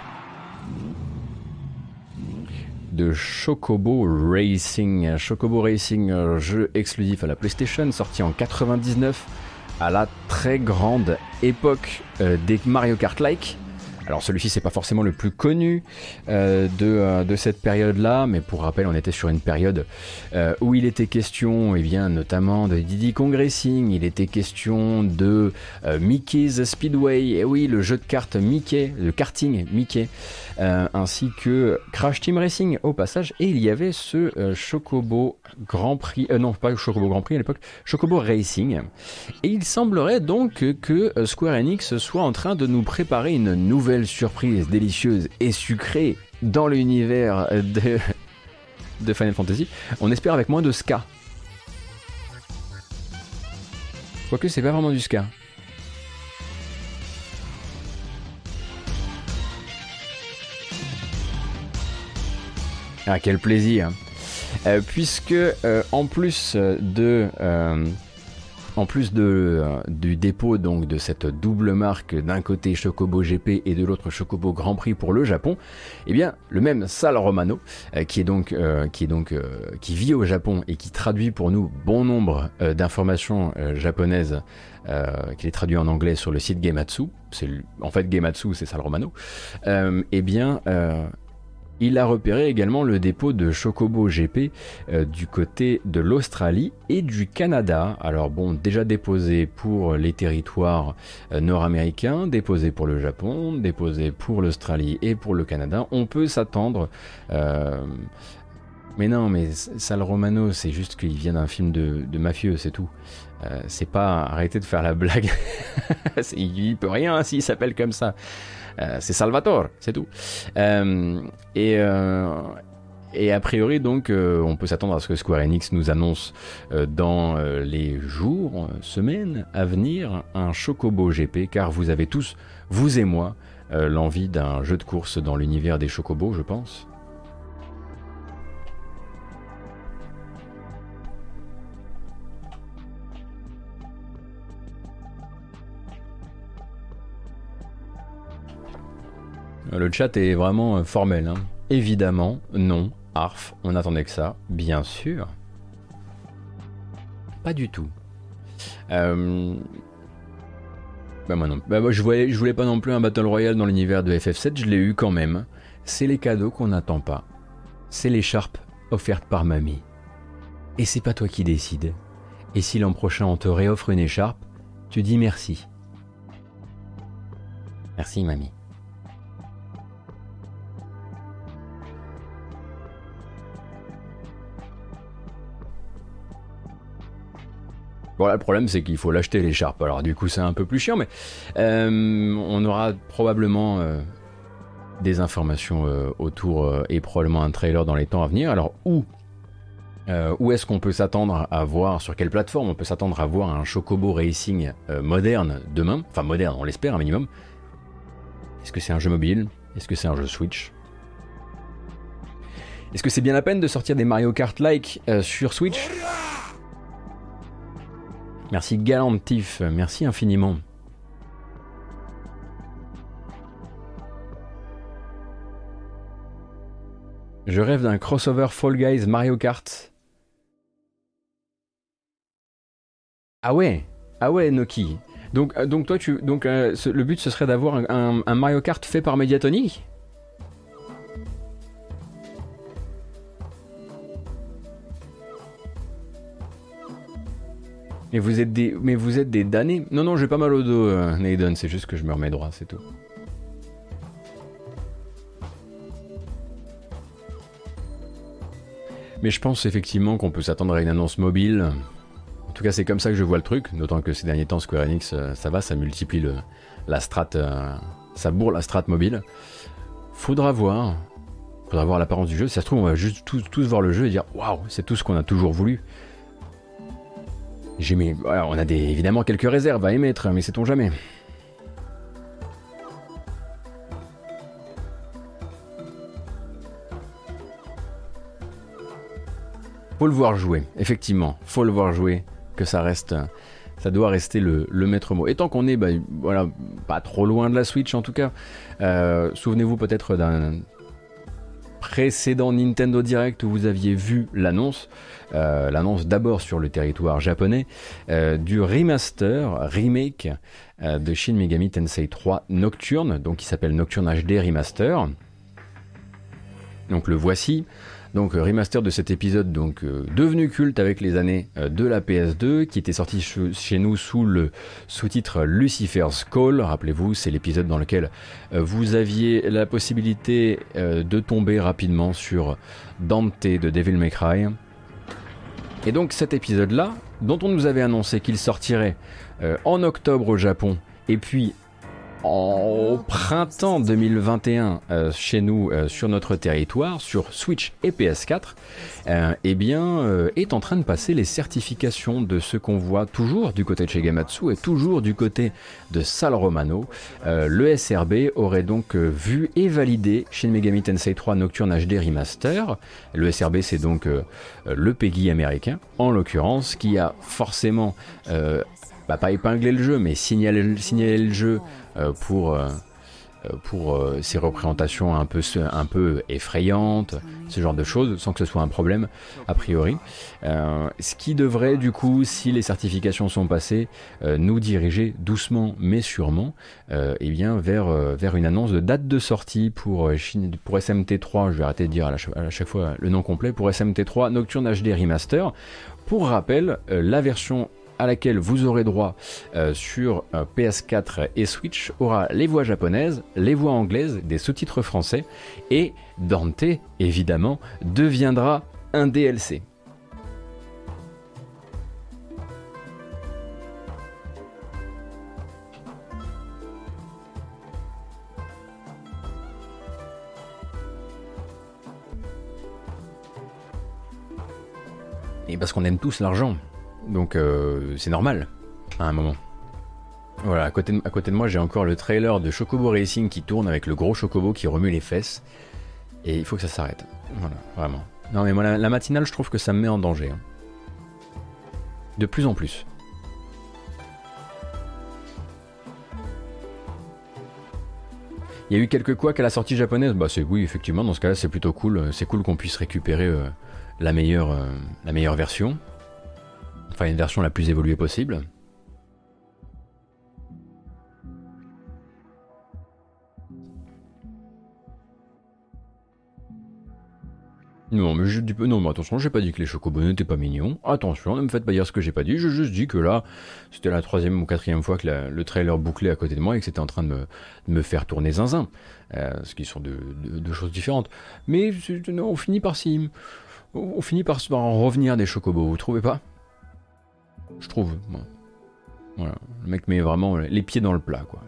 de Chocobo Racing. Chocobo Racing, euh, jeu exclusif à la PlayStation, sorti en quatre-vingt-dix-neuf, à la très grande époque euh, des Mario Kart-like. Alors celui-ci c'est pas forcément le plus connu euh, de, euh, de cette période-là, mais pour rappel on était sur une période euh, où il était question eh bien, notamment de Diddy Kong Racing, il était question de euh, Mickey's Speedway, et oui le jeu de cartes Mickey, le karting Mickey, euh, ainsi que Crash Team Racing au passage, et il y avait ce euh, Chocobo Grand Prix, euh, non pas Chocobo Grand Prix à l'époque, Chocobo Racing, et il semblerait donc que, que euh, Square Enix soit en train de nous préparer une nouvelle surprise délicieuse et sucrée dans l'univers de, de Final Fantasy. On espère avec moins de ska. Quoique c'est pas vraiment du ska. Ah quel plaisir. Euh, puisque euh, en plus de euh, En plus de, euh, du dépôt donc, de cette double marque, d'un côté Chocobo G P et de l'autre Chocobo Grand Prix pour le Japon, eh bien le même Sal Romano, euh, qui est donc, euh, qui, est donc euh, qui vit au Japon et qui traduit pour nous bon nombre euh, d'informations euh, japonaises, euh, qui les traduit en anglais sur le site Gematsu, c'est, en fait Gematsu c'est Sal Romano, euh, eh bien... Euh, il a repéré également le dépôt de Chocobo G P euh, du côté de l'Australie et du Canada. Alors bon, déjà déposé pour les territoires euh, nord-américains, déposé pour le Japon, déposé pour l'Australie et pour le Canada. On peut s'attendre... Euh... Mais non, mais Sal Romano, c'est juste qu'il vient d'un film de, de mafieux, c'est tout. Euh, c'est pas... Arrêtez de faire la blague. Il peut rien s'il s'appelle comme ça. Euh, c'est Salvatore, c'est tout. Euh, et, euh, et a priori, donc, euh, on peut s'attendre à ce que Square Enix nous annonce euh, dans euh, les jours, semaines à venir, un Chocobo G P, car vous avez tous, vous et moi, euh, l'envie d'un jeu de course dans l'univers des Chocobos, je pense. Le chat est vraiment formel. Hein. Évidemment, non. Arf, on attendait que ça. Bien sûr. Pas du tout. Euh... Bah moi non. Bah moi je voulais, je voulais pas non plus un Battle Royale dans l'univers de F F sept, je l'ai eu quand même. C'est les cadeaux qu'on n'attend pas. C'est l'écharpe offerte par mamie. Et c'est pas toi qui décides. Et si l'an prochain on te réoffre une écharpe, tu dis merci. Merci mamie. Bon là le problème c'est qu'il faut l'acheter l'écharpe, alors du coup c'est un peu plus chiant, mais euh, on aura probablement euh, des informations euh, autour euh, et probablement un trailer dans les temps à venir. Alors où euh, où est-ce qu'on peut s'attendre à voir, sur quelle plateforme on peut s'attendre à voir un Chocobo Racing euh, moderne demain, enfin moderne on l'espère un minimum. Est-ce que c'est un jeu mobile? Est-ce que c'est un jeu Switch? Est-ce que c'est bien la peine de sortir des Mario Kart-like euh, sur Switch? Merci Galantif, merci infiniment. Je rêve d'un crossover Fall Guys Mario Kart. Ah ouais, ah ouais Noki. Donc, donc toi tu, donc euh, ce, le but ce serait d'avoir un, un, un Mario Kart fait par Mediatonic? Mais vous êtes des, mais vous êtes des damnés. Non, non, j'ai pas mal au dos, euh, Naden, c'est juste que je me remets droit, c'est tout. Mais je pense effectivement qu'on peut s'attendre à une annonce mobile. En tout cas, c'est comme ça que je vois le truc, d'autant que ces derniers temps, Square Enix, euh, ça va, ça multiplie le, la strat, euh, ça bourre la strat mobile. Faudra voir. Faudra voir l'apparence du jeu. Si ça se trouve, on va juste tous, tous voir le jeu et dire waouh, c'est tout ce qu'on a toujours voulu. J'ai mis, voilà, on a des, évidemment quelques réserves à émettre, mais sait-on jamais. Faut le voir jouer, effectivement, faut le voir jouer, que ça reste, ça doit rester le, le maître mot. Et tant qu'on est, bah, voilà, pas trop loin de la Switch en tout cas, euh, souvenez-vous peut-être d'un précédent Nintendo Direct où vous aviez vu l'annonce, euh, l'annonce d'abord sur le territoire japonais, euh, du remaster, remake euh, de Shin Megami Tensei trois Nocturne, donc qui s'appelle Nocturne H D Remaster. Donc le voici. Donc remaster de cet épisode donc euh, devenu culte avec les années euh, de la P S deux, qui était sorti ch chez nous sous le sous-titre Lucifer's Call. Rappelez-vous, c'est l'épisode dans lequel euh, vous aviez la possibilité euh, de tomber rapidement sur Dante de Devil May Cry. Et donc cet épisode-là, dont on nous avait annoncé qu'il sortirait euh, en octobre au Japon, et puis au printemps deux mille vingt et un euh, chez nous euh, sur notre territoire, sur Switch et P S quatre, euh, eh bien euh, est en train de passer les certifications de ce qu'on voit toujours du côté de chez Gematsu et toujours du côté de Sal Romano. Euh, le S R B aurait donc euh, vu et validé Shin Megami Tensei trois Nocturne H D Remaster. Le S R B c'est donc euh, le PEGI américain en l'occurrence, qui a forcément euh, bah, pas épinglé le jeu mais signalé, signalé le jeu Euh, pour, euh, pour euh, ces représentations un peu, un peu effrayantes, ce genre de choses, sans que ce soit un problème a priori. Euh, ce qui devrait du coup, si les certifications sont passées, euh, nous diriger doucement mais sûrement euh, eh bien, vers, euh, vers une annonce de date de sortie pour, euh, pour S M T trois, je vais arrêter de dire à, la, à chaque fois le nom complet, pour S M T trois Nocturne H D Remaster. Pour rappel, euh, la version à laquelle vous aurez droit euh, sur euh, P S quatre et Switch aura les voix japonaises, les voix anglaises, des sous-titres français, et Dante, évidemment, deviendra un D L C. Et parce qu'on aime tous l'argent. Donc euh, c'est normal, à un moment. Voilà, à côté de, à côté de moi, j'ai encore le trailer de Chocobo Racing qui tourne avec le gros Chocobo qui remue les fesses. Et il faut que ça s'arrête. Voilà, vraiment. Non mais moi, la, la matinale, je trouve que ça me met en danger. Hein. De plus en plus. Il y a eu quelques couacs à la sortie japonaise. Bah c'est oui, effectivement, dans ce cas-là, c'est plutôt cool. C'est cool qu'on puisse récupérer euh, la meilleure, euh, la meilleure version. Enfin, une version la plus évoluée possible. Non, mais je dis pas. Non, mais attention, j'ai pas dit que les chocobos n'étaient pas mignons. Attention, ne me faites pas dire ce que j'ai pas dit. J'ai juste dit que là, c'était la troisième ou quatrième fois que la, le trailer bouclait à côté de moi et que c'était en train de me, de me faire tourner zinzin. Euh, ce qui sont deux de, de choses différentes. Mais non, on finit par s'y. On finit par, par en revenir des chocobos, vous trouvez pas? Je trouve. Bon. Voilà. Le mec met vraiment les pieds dans le plat, quoi.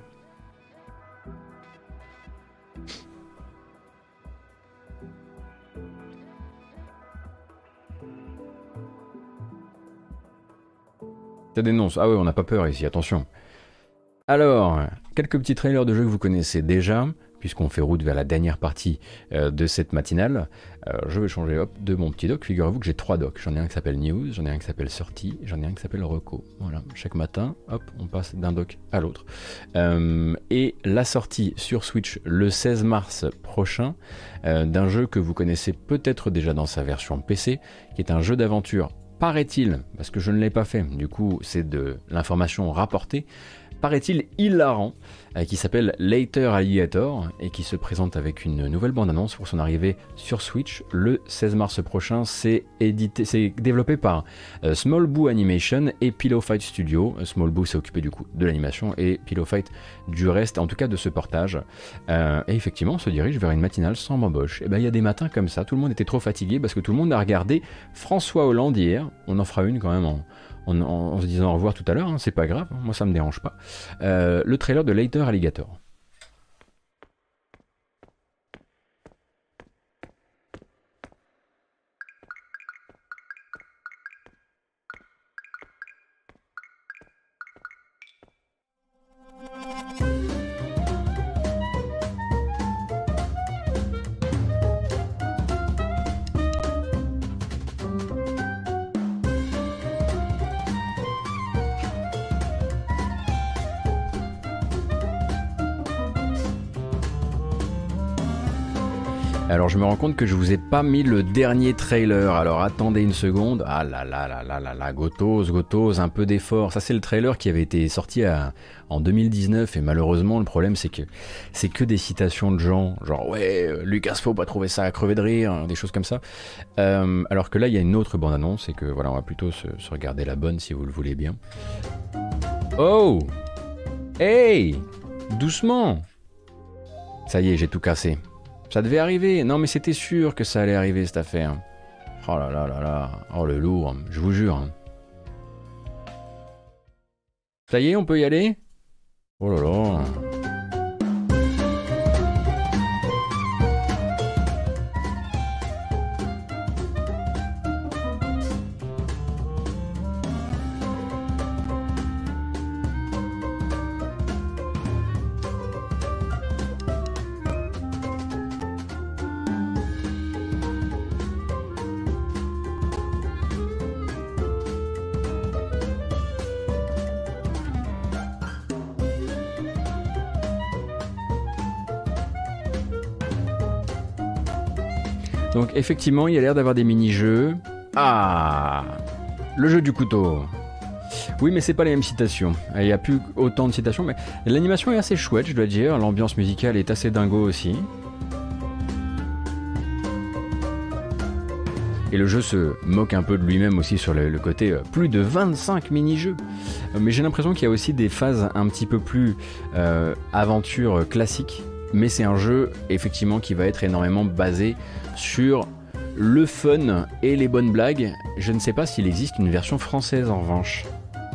Ça dénonce. Ah ouais, on n'a pas peur ici, attention. Alors, quelques petits trailers de jeux que vous connaissez déjà, puisqu'on fait route vers la dernière partie euh, de cette matinale. Euh, je vais changer hop, de mon petit doc. Figurez-vous que j'ai trois docs. J'en ai un qui s'appelle News, j'en ai un qui s'appelle Sortie, j'en ai un qui s'appelle Reco. Voilà, chaque matin, hop, on passe d'un doc à l'autre. Euh, et la sortie sur Switch le seize mars prochain euh, d'un jeu que vous connaissez peut-être déjà dans sa version P C, qui est un jeu d'aventure, paraît-il, parce que je ne l'ai pas fait, du coup c'est de l'information rapportée, paraît-il hilarant, euh, qui s'appelle Later Alligator et qui se présente avec une nouvelle bande-annonce pour son arrivée sur Switch le seize mars prochain. C'est édité, c'est développé par euh, Small Boo Animation et Pillow Fight Studio. Euh, Small Boo s'est occupé du coup de l'animation et Pillow Fight du reste, en tout cas de ce portage. Euh, et effectivement, on se dirige vers une matinale sans bamboche. Et ben il y a des matins comme ça, tout le monde était trop fatigué parce que tout le monde a regardé François Hollande hier. On en fera une quand même en En, en, en se disant au revoir tout à l'heure, hein, c'est pas grave, moi ça me dérange pas. Euh, le trailer de Later Alligator. Alors je me rends compte que je vous ai pas mis le dernier trailer, alors attendez une seconde. Ah là là là là là là, Gotos, Gotos, un peu d'effort. Ça c'est le trailer qui avait été sorti à, en deux mille dix-neuf et malheureusement le problème c'est que c'est que des citations de gens, genre ouais, Lucas Pope a trouvé ça à crever de rire, des choses comme ça. Euh, alors que là il y a une autre bande-annonce et que voilà, on va plutôt se, se regarder la bonne si vous le voulez bien. Oh! Hey! Doucement! Ça y est, j'ai tout cassé. Ça devait arriver. Non mais c'était sûr que ça allait arriver cette affaire. Oh là là là là. Oh le lourd, je vous jure. Ça y est, on peut y aller? Oh là là. Donc effectivement, il y a l'air d'avoir des mini-jeux. Ah, le jeu du couteau. Oui, mais c'est pas les mêmes citations. Il n'y a plus autant de citations, mais l'animation est assez chouette, je dois dire. L'ambiance musicale est assez dingo aussi. Et le jeu se moque un peu de lui-même aussi sur le, le côté euh, plus de vingt-cinq mini-jeux. Euh, mais j'ai l'impression qu'il y a aussi des phases un petit peu plus euh, aventure classique. Mais c'est un jeu effectivement qui va être énormément basé sur le fun et les bonnes blagues. Je ne sais pas s'il existe une version française en revanche.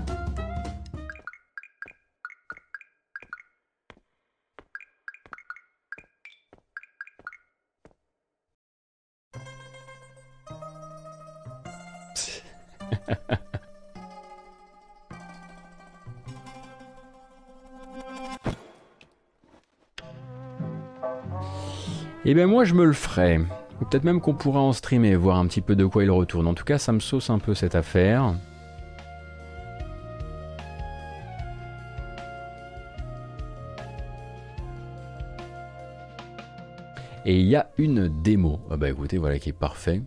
Et bien moi je me le ferai. Ou peut-être même qu'on pourra en streamer, voir un petit peu de quoi il retourne. En tout cas ça me sauce un peu cette affaire. Et il y a une démo, ah bah écoutez, voilà qui est parfait.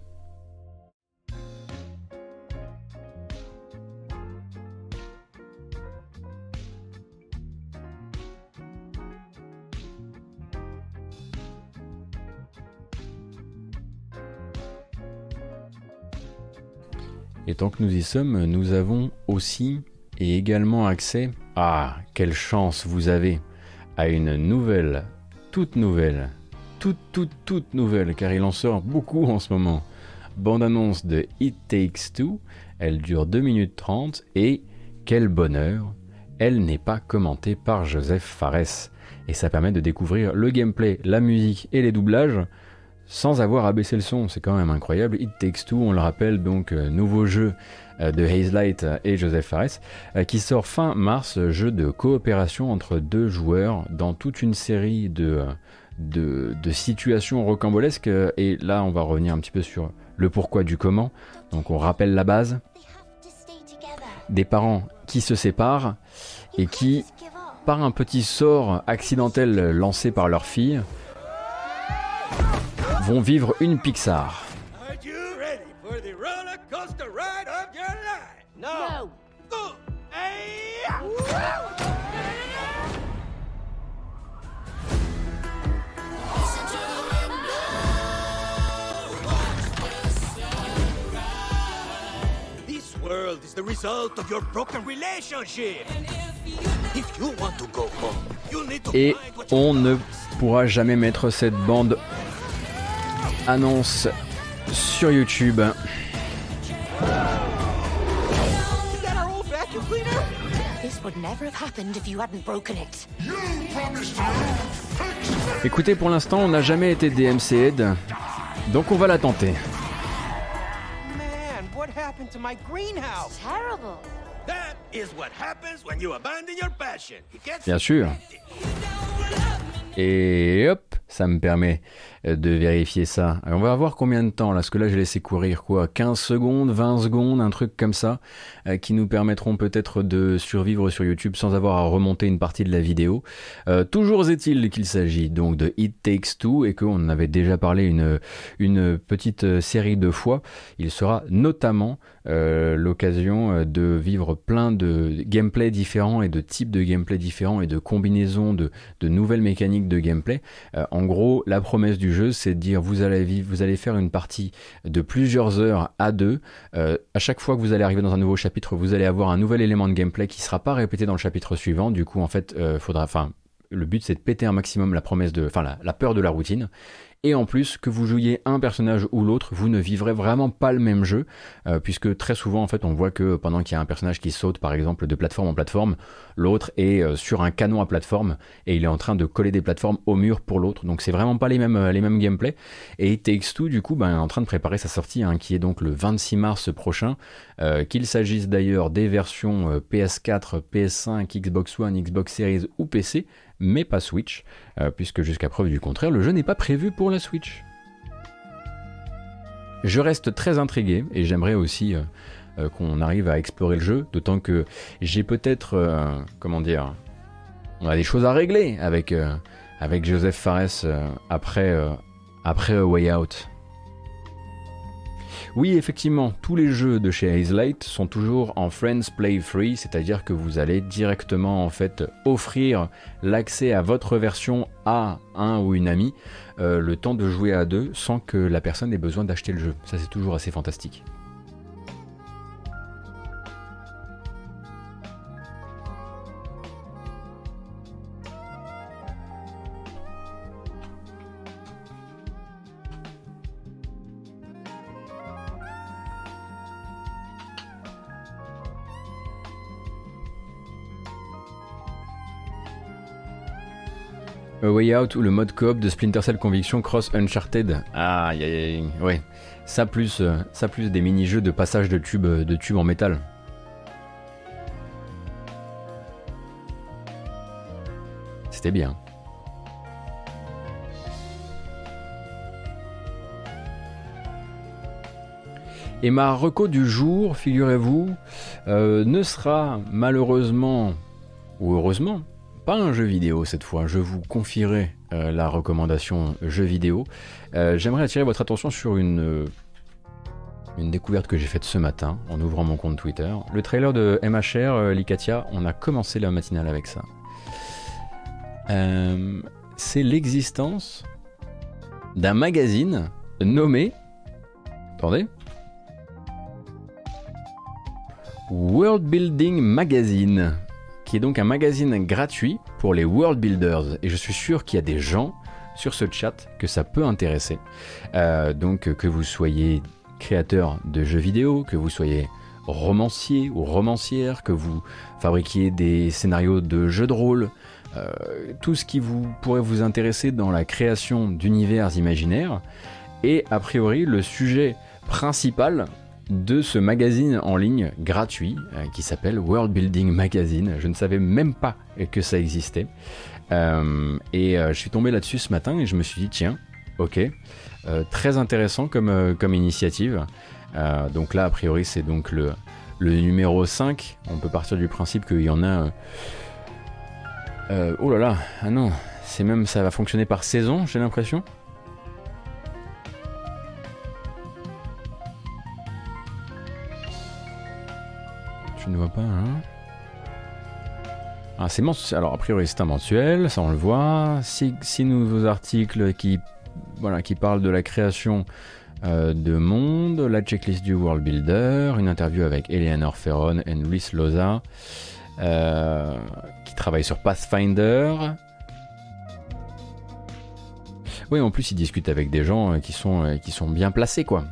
Et tant que nous y sommes, nous avons aussi et également accès, ah, quelle chance vous avez, à une nouvelle, toute nouvelle, toute, toute, toute nouvelle, car il en sort beaucoup en ce moment. Bande-annonce de It Takes Two, elle dure deux minutes trente et, quel bonheur, elle n'est pas commentée par Joseph Fares. Et ça permet de découvrir le gameplay, la musique et les doublages, sans avoir à baisser le son, c'est quand même incroyable. It Takes Two, on le rappelle, donc euh, nouveau jeu euh, de Hazelight et Joseph Fares, euh, qui sort fin mars, jeu de coopération entre deux joueurs dans toute une série de, de, de situations rocambolesques. Et là, on va revenir un petit peu sur le pourquoi du comment. Donc on rappelle la base. Des parents qui se séparent et qui, par un petit sort accidentel lancé par leur fille, vont vivre une Pixar. Are you ready for the roller coaster ride of your life? No. Go. Hey. This world is the result of your broken relationship. If you want to go home, you need to Et find what you on ne love. pourra jamais mettre cette bande annonce sur YouTube. Is that our old vacuum cleaner? This would never have happened if you hadn't broken it. Écoutez, pour l'instant, on n'a jamais été D M C-ed, donc on va la tenter. Man, what happened to my greenhouse? Terrible. That is what happens when you abandon your passion. It gets Bien sûr. Et hop, ça me permet de vérifier ça. Alors on va voir combien de temps là, parce que là j'ai laissé courir quoi, quinze secondes, vingt secondes, un truc comme ça, euh, qui nous permettront peut-être de survivre sur YouTube sans avoir à remonter une partie de la vidéo. Euh, toujours est-il qu'il s'agit donc de It Takes Two et qu'on en avait déjà parlé une, une petite série de fois. Il sera notamment euh, l'occasion de vivre plein de gameplay différents et de types de gameplay différents et de combinaisons de, de nouvelles mécaniques de gameplay. Euh, en gros, la promesse du jeu, c'est de dire vous allez vivre, vous allez faire une partie de plusieurs heures à deux. Euh, à chaque fois que vous allez arriver dans un nouveau chapitre, vous allez avoir un nouvel élément de gameplay qui ne sera pas répété dans le chapitre suivant. Du coup, en fait, euh, faudra, enfin, le but c'est de péter un maximum la promesse de, enfin, la, la peur de la routine. Et en plus, que vous jouiez un personnage ou l'autre, vous ne vivrez vraiment pas le même jeu, euh, puisque très souvent, en fait, on voit que pendant qu'il y a un personnage qui saute, par exemple, de plateforme en plateforme, l'autre est euh, sur un canon à plateforme, et il est en train de coller des plateformes au mur pour l'autre. Donc c'est vraiment pas les mêmes, les mêmes gameplays. Et It Takes Two, du coup, ben, est en train de préparer sa sortie, hein, qui est donc le vingt-six mars prochain, euh, qu'il s'agisse d'ailleurs des versions euh, P S quatre, P S cinq, Xbox One, Xbox Series ou P C, mais pas Switch, euh, puisque jusqu'à preuve du contraire, le jeu n'est pas prévu pour la Switch. Je reste très intrigué, et j'aimerais aussi euh, euh, qu'on arrive à explorer le jeu, d'autant que j'ai peut-être, euh, comment dire, on a des choses à régler avec, euh, avec Joseph Fares euh, après, euh, après A Way Out. Oui, effectivement, tous les jeux de chez Hazelight sont toujours en Friends Play Free, c'est-à-dire que vous allez directement en fait offrir l'accès à votre version à un ou une amie, euh, le temps de jouer à deux sans que la personne ait besoin d'acheter le jeu. Ça, c'est toujours assez fantastique. A Way Out ou le mode coop de Splinter Cell Conviction Cross Uncharted. Ah, aïe, aïe, aïe, ouais. Ça plus, euh, ça plus des mini-jeux de passage de tubes de tubes en métal. C'était bien. Et ma reco du jour, figurez-vous, euh, ne sera malheureusement, ou heureusement, pas un jeu vidéo cette fois, je vous confierai euh, la recommandation jeu vidéo. Euh, J'aimerais attirer votre attention sur une, euh, une découverte que j'ai faite ce matin en ouvrant mon compte Twitter. Le trailer de M H R, euh, Likatia, on a commencé la matinale avec ça. Euh, C'est l'existence d'un magazine nommé... Attendez... World Building Magazine, qui est donc un magazine gratuit pour les world builders. Et je suis sûr qu'il y a des gens sur ce chat que ça peut intéresser. Euh, donc que vous soyez créateur de jeux vidéo, que vous soyez romancier ou romancière, que vous fabriquiez des scénarios de jeux de rôle, euh, tout ce qui vous pourrait vous intéresser dans la création d'univers imaginaires. Et a priori, le sujet principal de ce magazine en ligne gratuit euh, qui s'appelle World Building Magazine. Je ne savais même pas que ça existait. Euh, et euh, je suis tombé là-dessus ce matin et je me suis dit, tiens, ok, euh, très intéressant comme, euh, comme initiative. Euh, donc là, a priori, c'est donc le, le numéro cinq. On peut partir du principe qu'il y en a... Euh, euh, oh là là, ah non, c'est même, ça va fonctionner par saison, j'ai l'impression. Je ne vois pas, hein. Ah, c'est mensuel. Alors, a priori, c'est un mensuel, ça on le voit. Six, six nouveaux articles qui, voilà, qui parlent de la création euh, de monde, la checklist du World Builder, une interview avec Eleanor Ferron et Luis Loza, euh, qui travaillent sur Pathfinder. Oui, en plus, ils discutent avec des gens qui sont, euh, qui sont bien placés, quoi.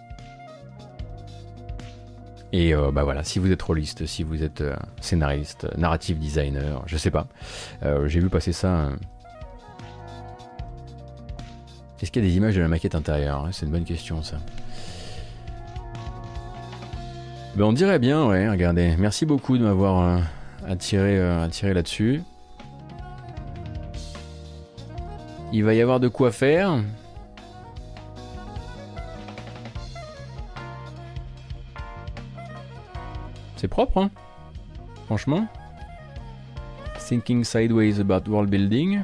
Et euh, bah voilà, si vous êtes rôliste, si vous êtes euh, scénariste, narrative designer, je sais pas. Euh, J'ai vu passer ça. Euh... Est-ce qu'il y a des images de la maquette intérieure? C'est une bonne question, ça. Ben, on dirait bien, ouais, regardez. Merci beaucoup de m'avoir euh, attiré, euh, attiré là-dessus. Il va y avoir de quoi faire. C'est propre, hein, franchement. Thinking sideways about world building.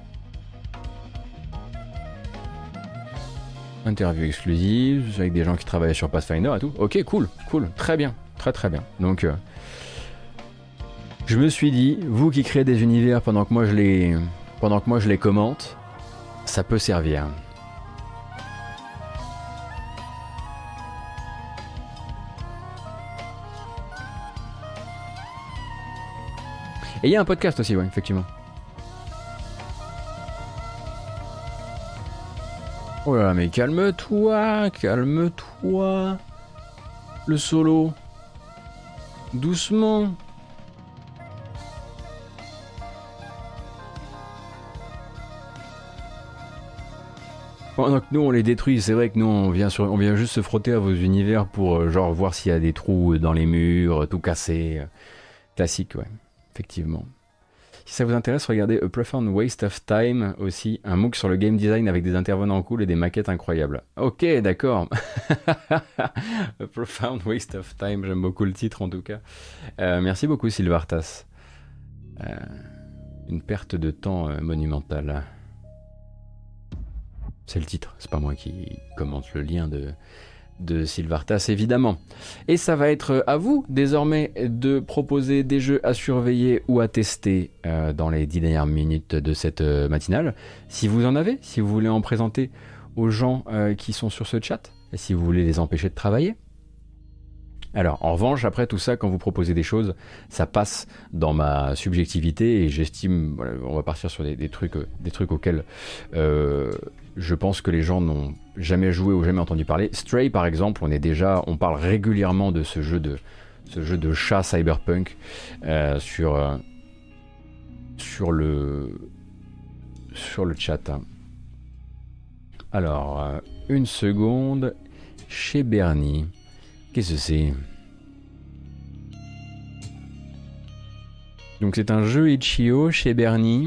Interview exclusive avec des gens qui travaillent sur Pathfinder et tout. Ok, cool, cool, très bien, très très bien. Donc, euh, je me suis dit, vous qui créez des univers pendant que moi je les, pendant que moi je les commente, ça peut servir. Et il y a un podcast aussi, ouais, effectivement. Oh là là, mais calme-toi, calme-toi. Le solo. Doucement. Pendant que nous on les détruit, c'est vrai que nous on vient, sur, on vient juste se frotter à vos univers pour euh, genre voir s'il y a des trous dans les murs, tout casser. Euh, classique, ouais. Effectivement. Si ça vous intéresse, regardez A Profound Waste of Time aussi, un MOOC sur le game design avec des intervenants cool et des maquettes incroyables. Ok, d'accord. A Profound Waste of Time, j'aime beaucoup le titre en tout cas. Euh, merci beaucoup Sylvartas. Euh, une perte de temps euh, monumentale. C'est le titre, c'est pas moi qui commente le lien de... de Sylvartas évidemment. Et ça va être à vous désormais de proposer des jeux à surveiller ou à tester euh, dans les dix dernières minutes de cette euh, matinale. Si vous en avez, si vous voulez en présenter aux gens euh, qui sont sur ce chat, et si vous voulez les empêcher de travailler. Alors, en revanche, après tout ça, quand vous proposez des choses, ça passe dans ma subjectivité et j'estime, voilà, on va partir sur des, des trucs, des trucs auxquels euh, je pense que les gens n'ont jamais joué ou jamais entendu parler. Stray, par exemple, on est déjà, on parle régulièrement de ce jeu de, ce jeu de chat cyberpunk euh, sur euh, sur le sur le chat. Alors, euh, une seconde, chez Bernie. Qu'est-ce que c'est? Donc c'est un jeu itch point io chez Bernie.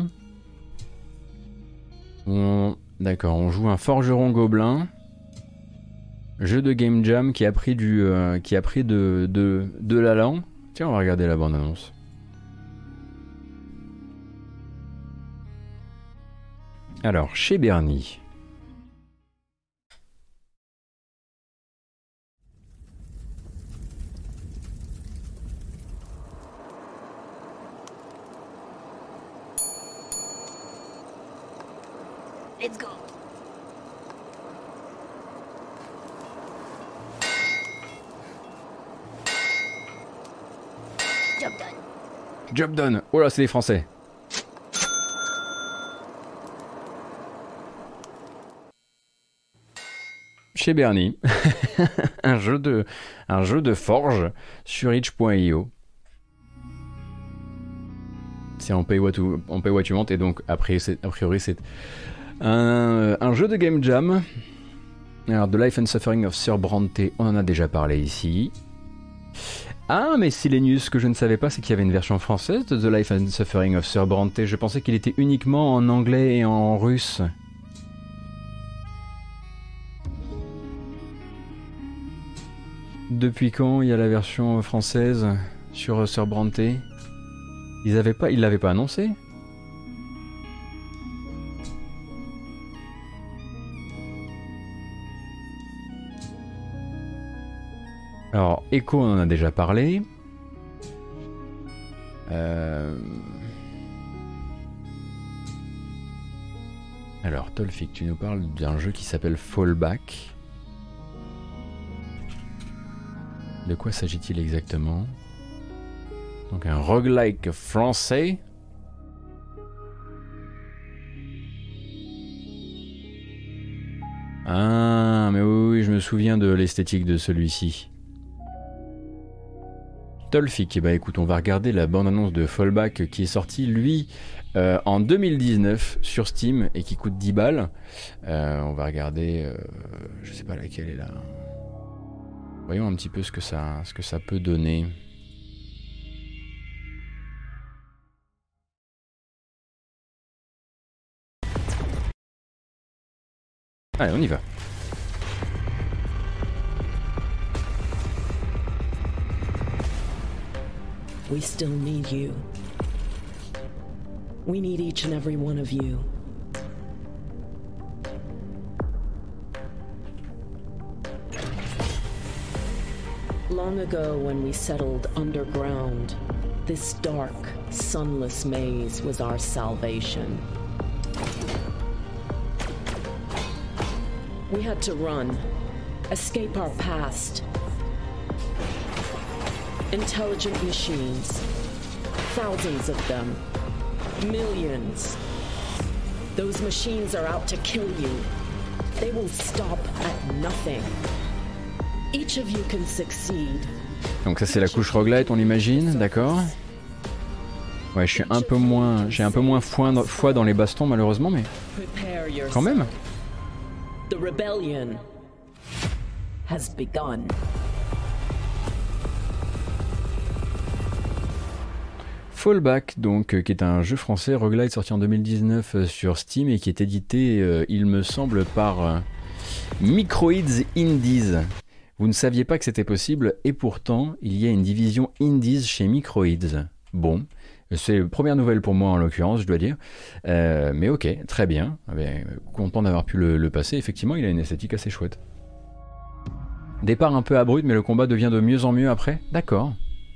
On... D'accord, on joue un forgeron gobelin. Jeu de game jam qui a pris du, euh, qui a pris de, de, de l'allant. Tiens, on va regarder la bande-annonce. Alors, chez Bernie. Let's go. Job done. Job done. Oh là, c'est les Français. Chez Bernie, un jeu de un jeu de forge sur itch point i o. C'est en pay what you, en pay what you want, et donc après a priori c'est un, un jeu de game jam. Alors The Life and Suffering of Sir Bronte, on en a déjà parlé ici. Ah, mais Silenius, ce que je ne savais pas, c'est qu'il y avait une version française de The Life and Suffering of Sir Bronte. Je pensais qu'il était uniquement en anglais et en russe. Depuis quand il y a la version française sur Sir Bronte? Ils avaient pas, ils l'avaient pas annoncé? Alors, Echo, on en a déjà parlé. Euh... Alors, Tolfik, tu nous parles d'un jeu qui s'appelle Fallback. De quoi s'agit-il exactement? Donc un roguelike français. Ah, mais oui, oui, je me souviens de l'esthétique de celui-ci. Tolfik, eh ben écoute, on va regarder la bande-annonce de Fallback qui est sortie, lui, euh, en deux mille dix-neuf sur Steam et qui coûte dix balles. Euh, on va regarder, euh, je sais pas laquelle est là. Voyons un petit peu ce que ça, ce que ça peut donner. Allez, on y va. We still need you. We need each and every one of you. Long ago, when we settled underground, this dark, sunless maze was our salvation. We had to run, escape our past. Intelligent machines, thousands of them, millions. Those machines are out to kill you. They will stop at nothing. Each of you can succeed. Donc ça c'est la couche roguelite, on l'imagine, d'accord. Ouais, je suis un peu moins, j'ai un peu moins foi dans les bastons malheureusement, mais quand même. The rebellion has begun. Fallback, donc, euh, qui est un jeu français roguelite sorti en deux mille dix-neuf euh, sur Steam et qui est édité, euh, il me semble, par euh, Microids Indies. Vous ne saviez pas que c'était possible et pourtant il y a une division Indies chez Microids. Bon, c'est la première nouvelle pour moi en l'occurrence, je dois dire. Euh, mais ok, très bien. Bien content d'avoir pu le, le passer. Effectivement, il a une esthétique assez chouette. Départ un peu abrupt, mais le combat devient de mieux en mieux après. D'accord.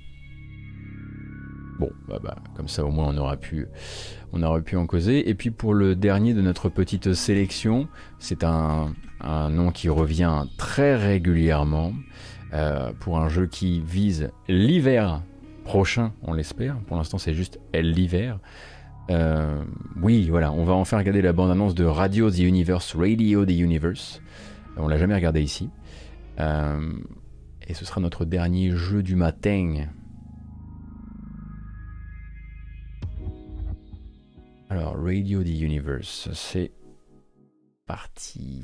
Bon, bah, bah, comme ça au moins on aura pu, on aurait pu en causer. Et puis pour le dernier de notre petite sélection, c'est un, un nom qui revient très régulièrement euh, pour un jeu qui vise l'hiver prochain, on l'espère. Pour l'instant c'est juste l'hiver. Euh, oui, voilà, on va enfin regarder la bande-annonce de Radio the Universe, Radio the Universe. On l'a jamais regardé ici. Euh, et ce sera notre dernier jeu du matin. Alors, Radio the Universe, c'est parti.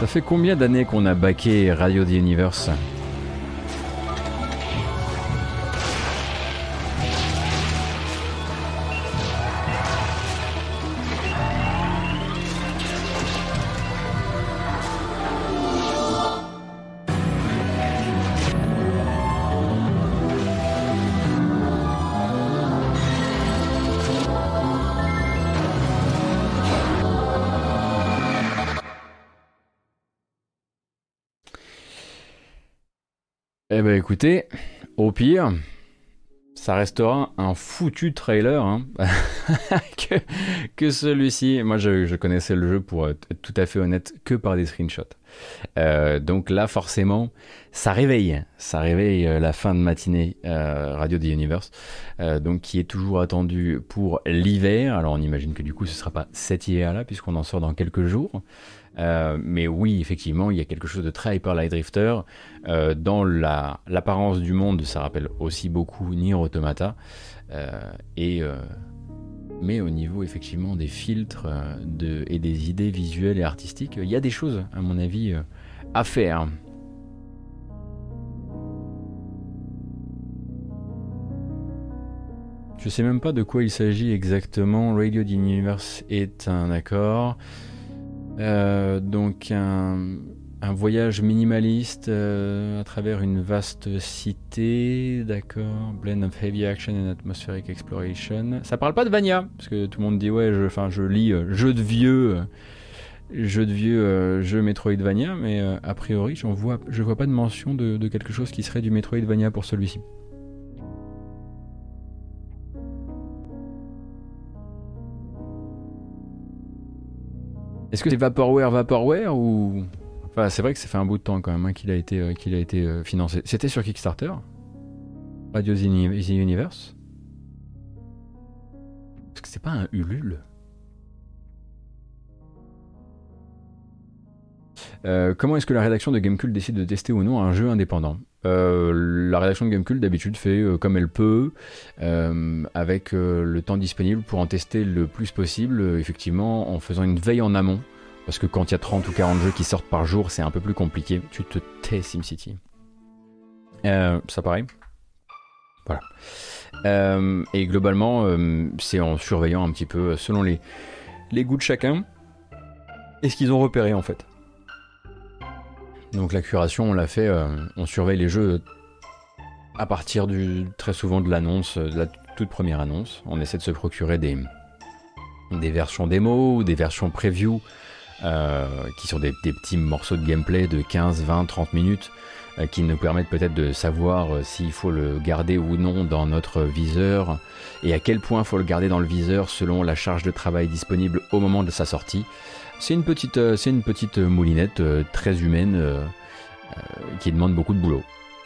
Ça fait combien d'années qu'on a baqué Radio The Universe ? Eh ben écoutez, au pire, ça restera un foutu trailer hein, que, que celui-ci. Moi, je, je connaissais le jeu, pour être tout à fait honnête, que par des screenshots. Euh, donc là, forcément, ça réveille, ça réveille la fin de matinée euh, Radio The Universe, euh, donc qui est toujours attendu pour l'hiver. Alors on imagine que du coup, ce ne sera pas cet hiver-là, puisqu'on en sort dans quelques jours. Euh, mais oui, effectivement, il y a quelque chose de très Hyper Light Drifter. Euh, dans la, l'apparence du monde, ça rappelle aussi beaucoup Nier Automata. Euh, et, euh, mais au niveau, effectivement, des filtres euh, de, et des idées visuelles et artistiques, il y a des choses, à mon avis, euh, à faire. Je sais même pas de quoi il s'agit exactement. Radio The Universe est un accord. Euh, donc un, un voyage minimaliste euh, à travers une vaste cité, d'accord, blend of heavy action and atmospheric exploration. Ça parle pas de Vania, parce que tout le monde dit ouais, je, enfin je lis euh, jeu de vieux, euh, jeu de vieux, euh, jeu Metroidvania, mais euh, a priori j'en vois, je vois pas de mention de, de quelque chose qui serait du Metroidvania pour celui-ci. Est-ce que c'est Vaporware Vaporware ou... Enfin, c'est vrai que ça fait un bout de temps quand même hein, qu'il a été, euh, qu'il a été euh, financé. C'était sur Kickstarter, Radio The Universe. Est-ce que c'est pas un Ulule? euh, Comment est-ce que la rédaction de Gamecult décide de tester ou non un jeu indépendant? Euh, la rédaction de Gamecult d'habitude fait euh, comme elle peut, euh, avec euh, le temps disponible pour en tester le plus possible, euh, effectivement en faisant une veille en amont, parce que quand il y a trente ou quarante jeux qui sortent par jour, c'est un peu plus compliqué. Tu te tais, SimCity. Euh, ça pareil. Voilà. Euh, et globalement, euh, c'est en surveillant un petit peu, selon les, les goûts de chacun, et ce qu'ils ont repéré en fait. Donc la curation, on l'a fait, euh, on surveille les jeux à partir du, très souvent de l'annonce, de la toute première annonce. On essaie de se procurer des, des versions démo ou des versions preview euh, qui sont des, des petits morceaux de gameplay de quinze, vingt, trente minutes euh, qui nous permettent peut-être de savoir euh, s'il faut le garder ou non dans notre viseur et à quel point il faut le garder dans le viseur selon la charge de travail disponible au moment de sa sortie. C'est une petite, euh, c'est une petite moulinette euh, très humaine euh, euh, qui demande beaucoup de boulot.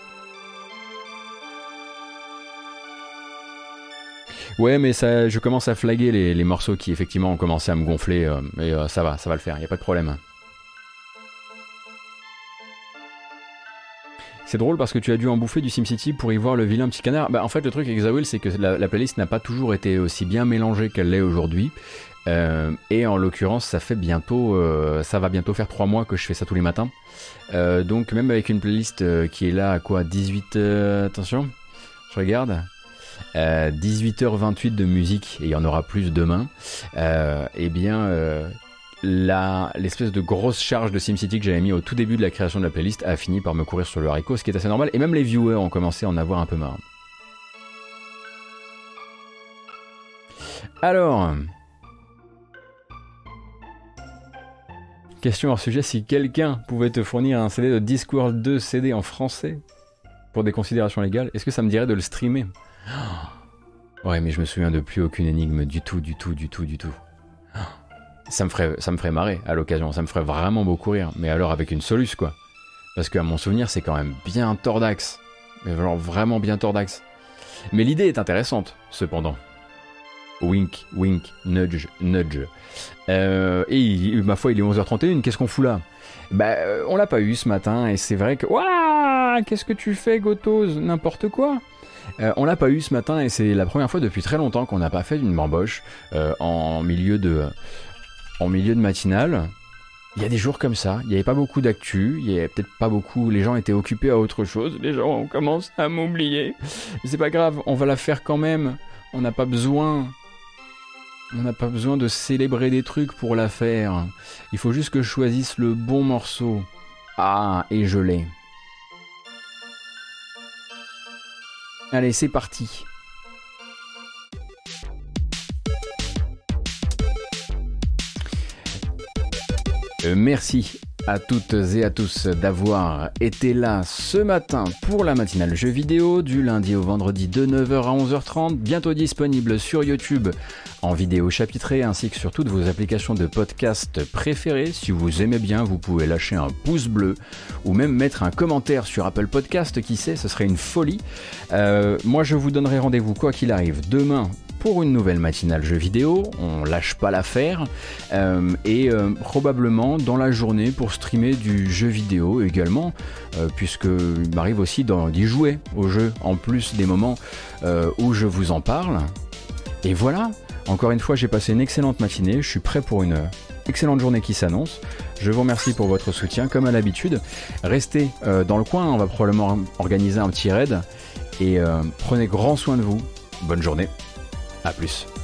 Ouais, mais ça, je commence à flaguer les, les morceaux qui effectivement ont commencé à me gonfler, euh, mais euh, ça va, ça va le faire, y a pas de problème. C'est drôle parce que tu as dû en bouffer du SimCity pour y voir le vilain petit canard. Bah en fait le truc avec Zawil, c'est que la, la playlist n'a pas toujours été aussi bien mélangée qu'elle l'est aujourd'hui. Euh, et en l'occurrence ça fait bientôt euh, ça va bientôt faire trois mois que je fais ça tous les matins, euh, donc même avec une playlist euh, qui est là à quoi dix-huit euh, attention je regarde euh, dix-huit heures vingt-huit de musique, et il y en aura plus demain, euh, et bien euh, la, l'espèce de grosse charge de SimCity que j'avais mis au tout début de la création de la playlist a fini par me courir sur le haricot, ce qui est assez normal, et même les viewers ont commencé à en avoir un peu marre. Alors question hors sujet, si quelqu'un pouvait te fournir un C D de Discworld deux C D en français pour des considérations légales, est-ce que ça me dirait de le streamer? Oh ouais, mais je me souviens de plus aucune énigme du tout, du tout, du tout, du tout. Ça me ferait, ça me ferait marrer à l'occasion, ça me ferait vraiment beaucoup rire, mais alors avec une soluce quoi. Parce qu'à mon souvenir, c'est quand même bien tordax. Mais genre vraiment bien tordax. Mais l'idée est intéressante, cependant. Wink, wink, nudge, nudge. Euh, et il, ma foi, il est onze heures trente et une, qu'est-ce qu'on fout là? Bah, euh, on l'a pas eu ce matin, et c'est vrai que... Waouh, qu'est-ce que tu fais, Gotos? N'importe quoi. Euh, on l'a pas eu ce matin, et c'est la première fois depuis très longtemps qu'on n'a pas fait d'une bamboche euh, en milieu de... en milieu de matinale. Il y a des jours comme ça, il n'y avait pas beaucoup d'actu, il y avait peut-être pas beaucoup, les gens étaient occupés à autre chose, les gens on commence à m'oublier. Mais c'est pas grave, on va la faire quand même. On n'a pas besoin... On n'a pas besoin de célébrer des trucs pour la faire. Il faut juste que je choisisse le bon morceau. Ah, et je l'ai. Allez, c'est parti. Euh, merci à toutes et à tous d'avoir été là ce matin pour la matinale jeux vidéo du lundi au vendredi de neuf heures à onze heures trente, bientôt disponible sur YouTube en vidéo chapitrée ainsi que sur toutes vos applications de podcast préférées. Si vous aimez bien, vous pouvez lâcher un pouce bleu ou même mettre un commentaire sur Apple Podcast, qui sait, ce serait une folie. Euh, moi je vous donnerai rendez-vous quoi qu'il arrive demain pour une nouvelle matinale jeux vidéo, on lâche pas l'affaire, euh, et euh, probablement dans la journée pour streamer du jeu vidéo également, euh, puisqu'il m'arrive aussi d'y jouer au jeu, en plus des moments euh, où je vous en parle. Et voilà, encore une fois j'ai passé une excellente matinée, je suis prêt pour une excellente journée qui s'annonce. Je vous remercie pour votre soutien, comme à l'habitude. Restez euh, dans le coin, on va probablement organiser un petit raid, et euh, prenez grand soin de vous. Bonne journée. A plus.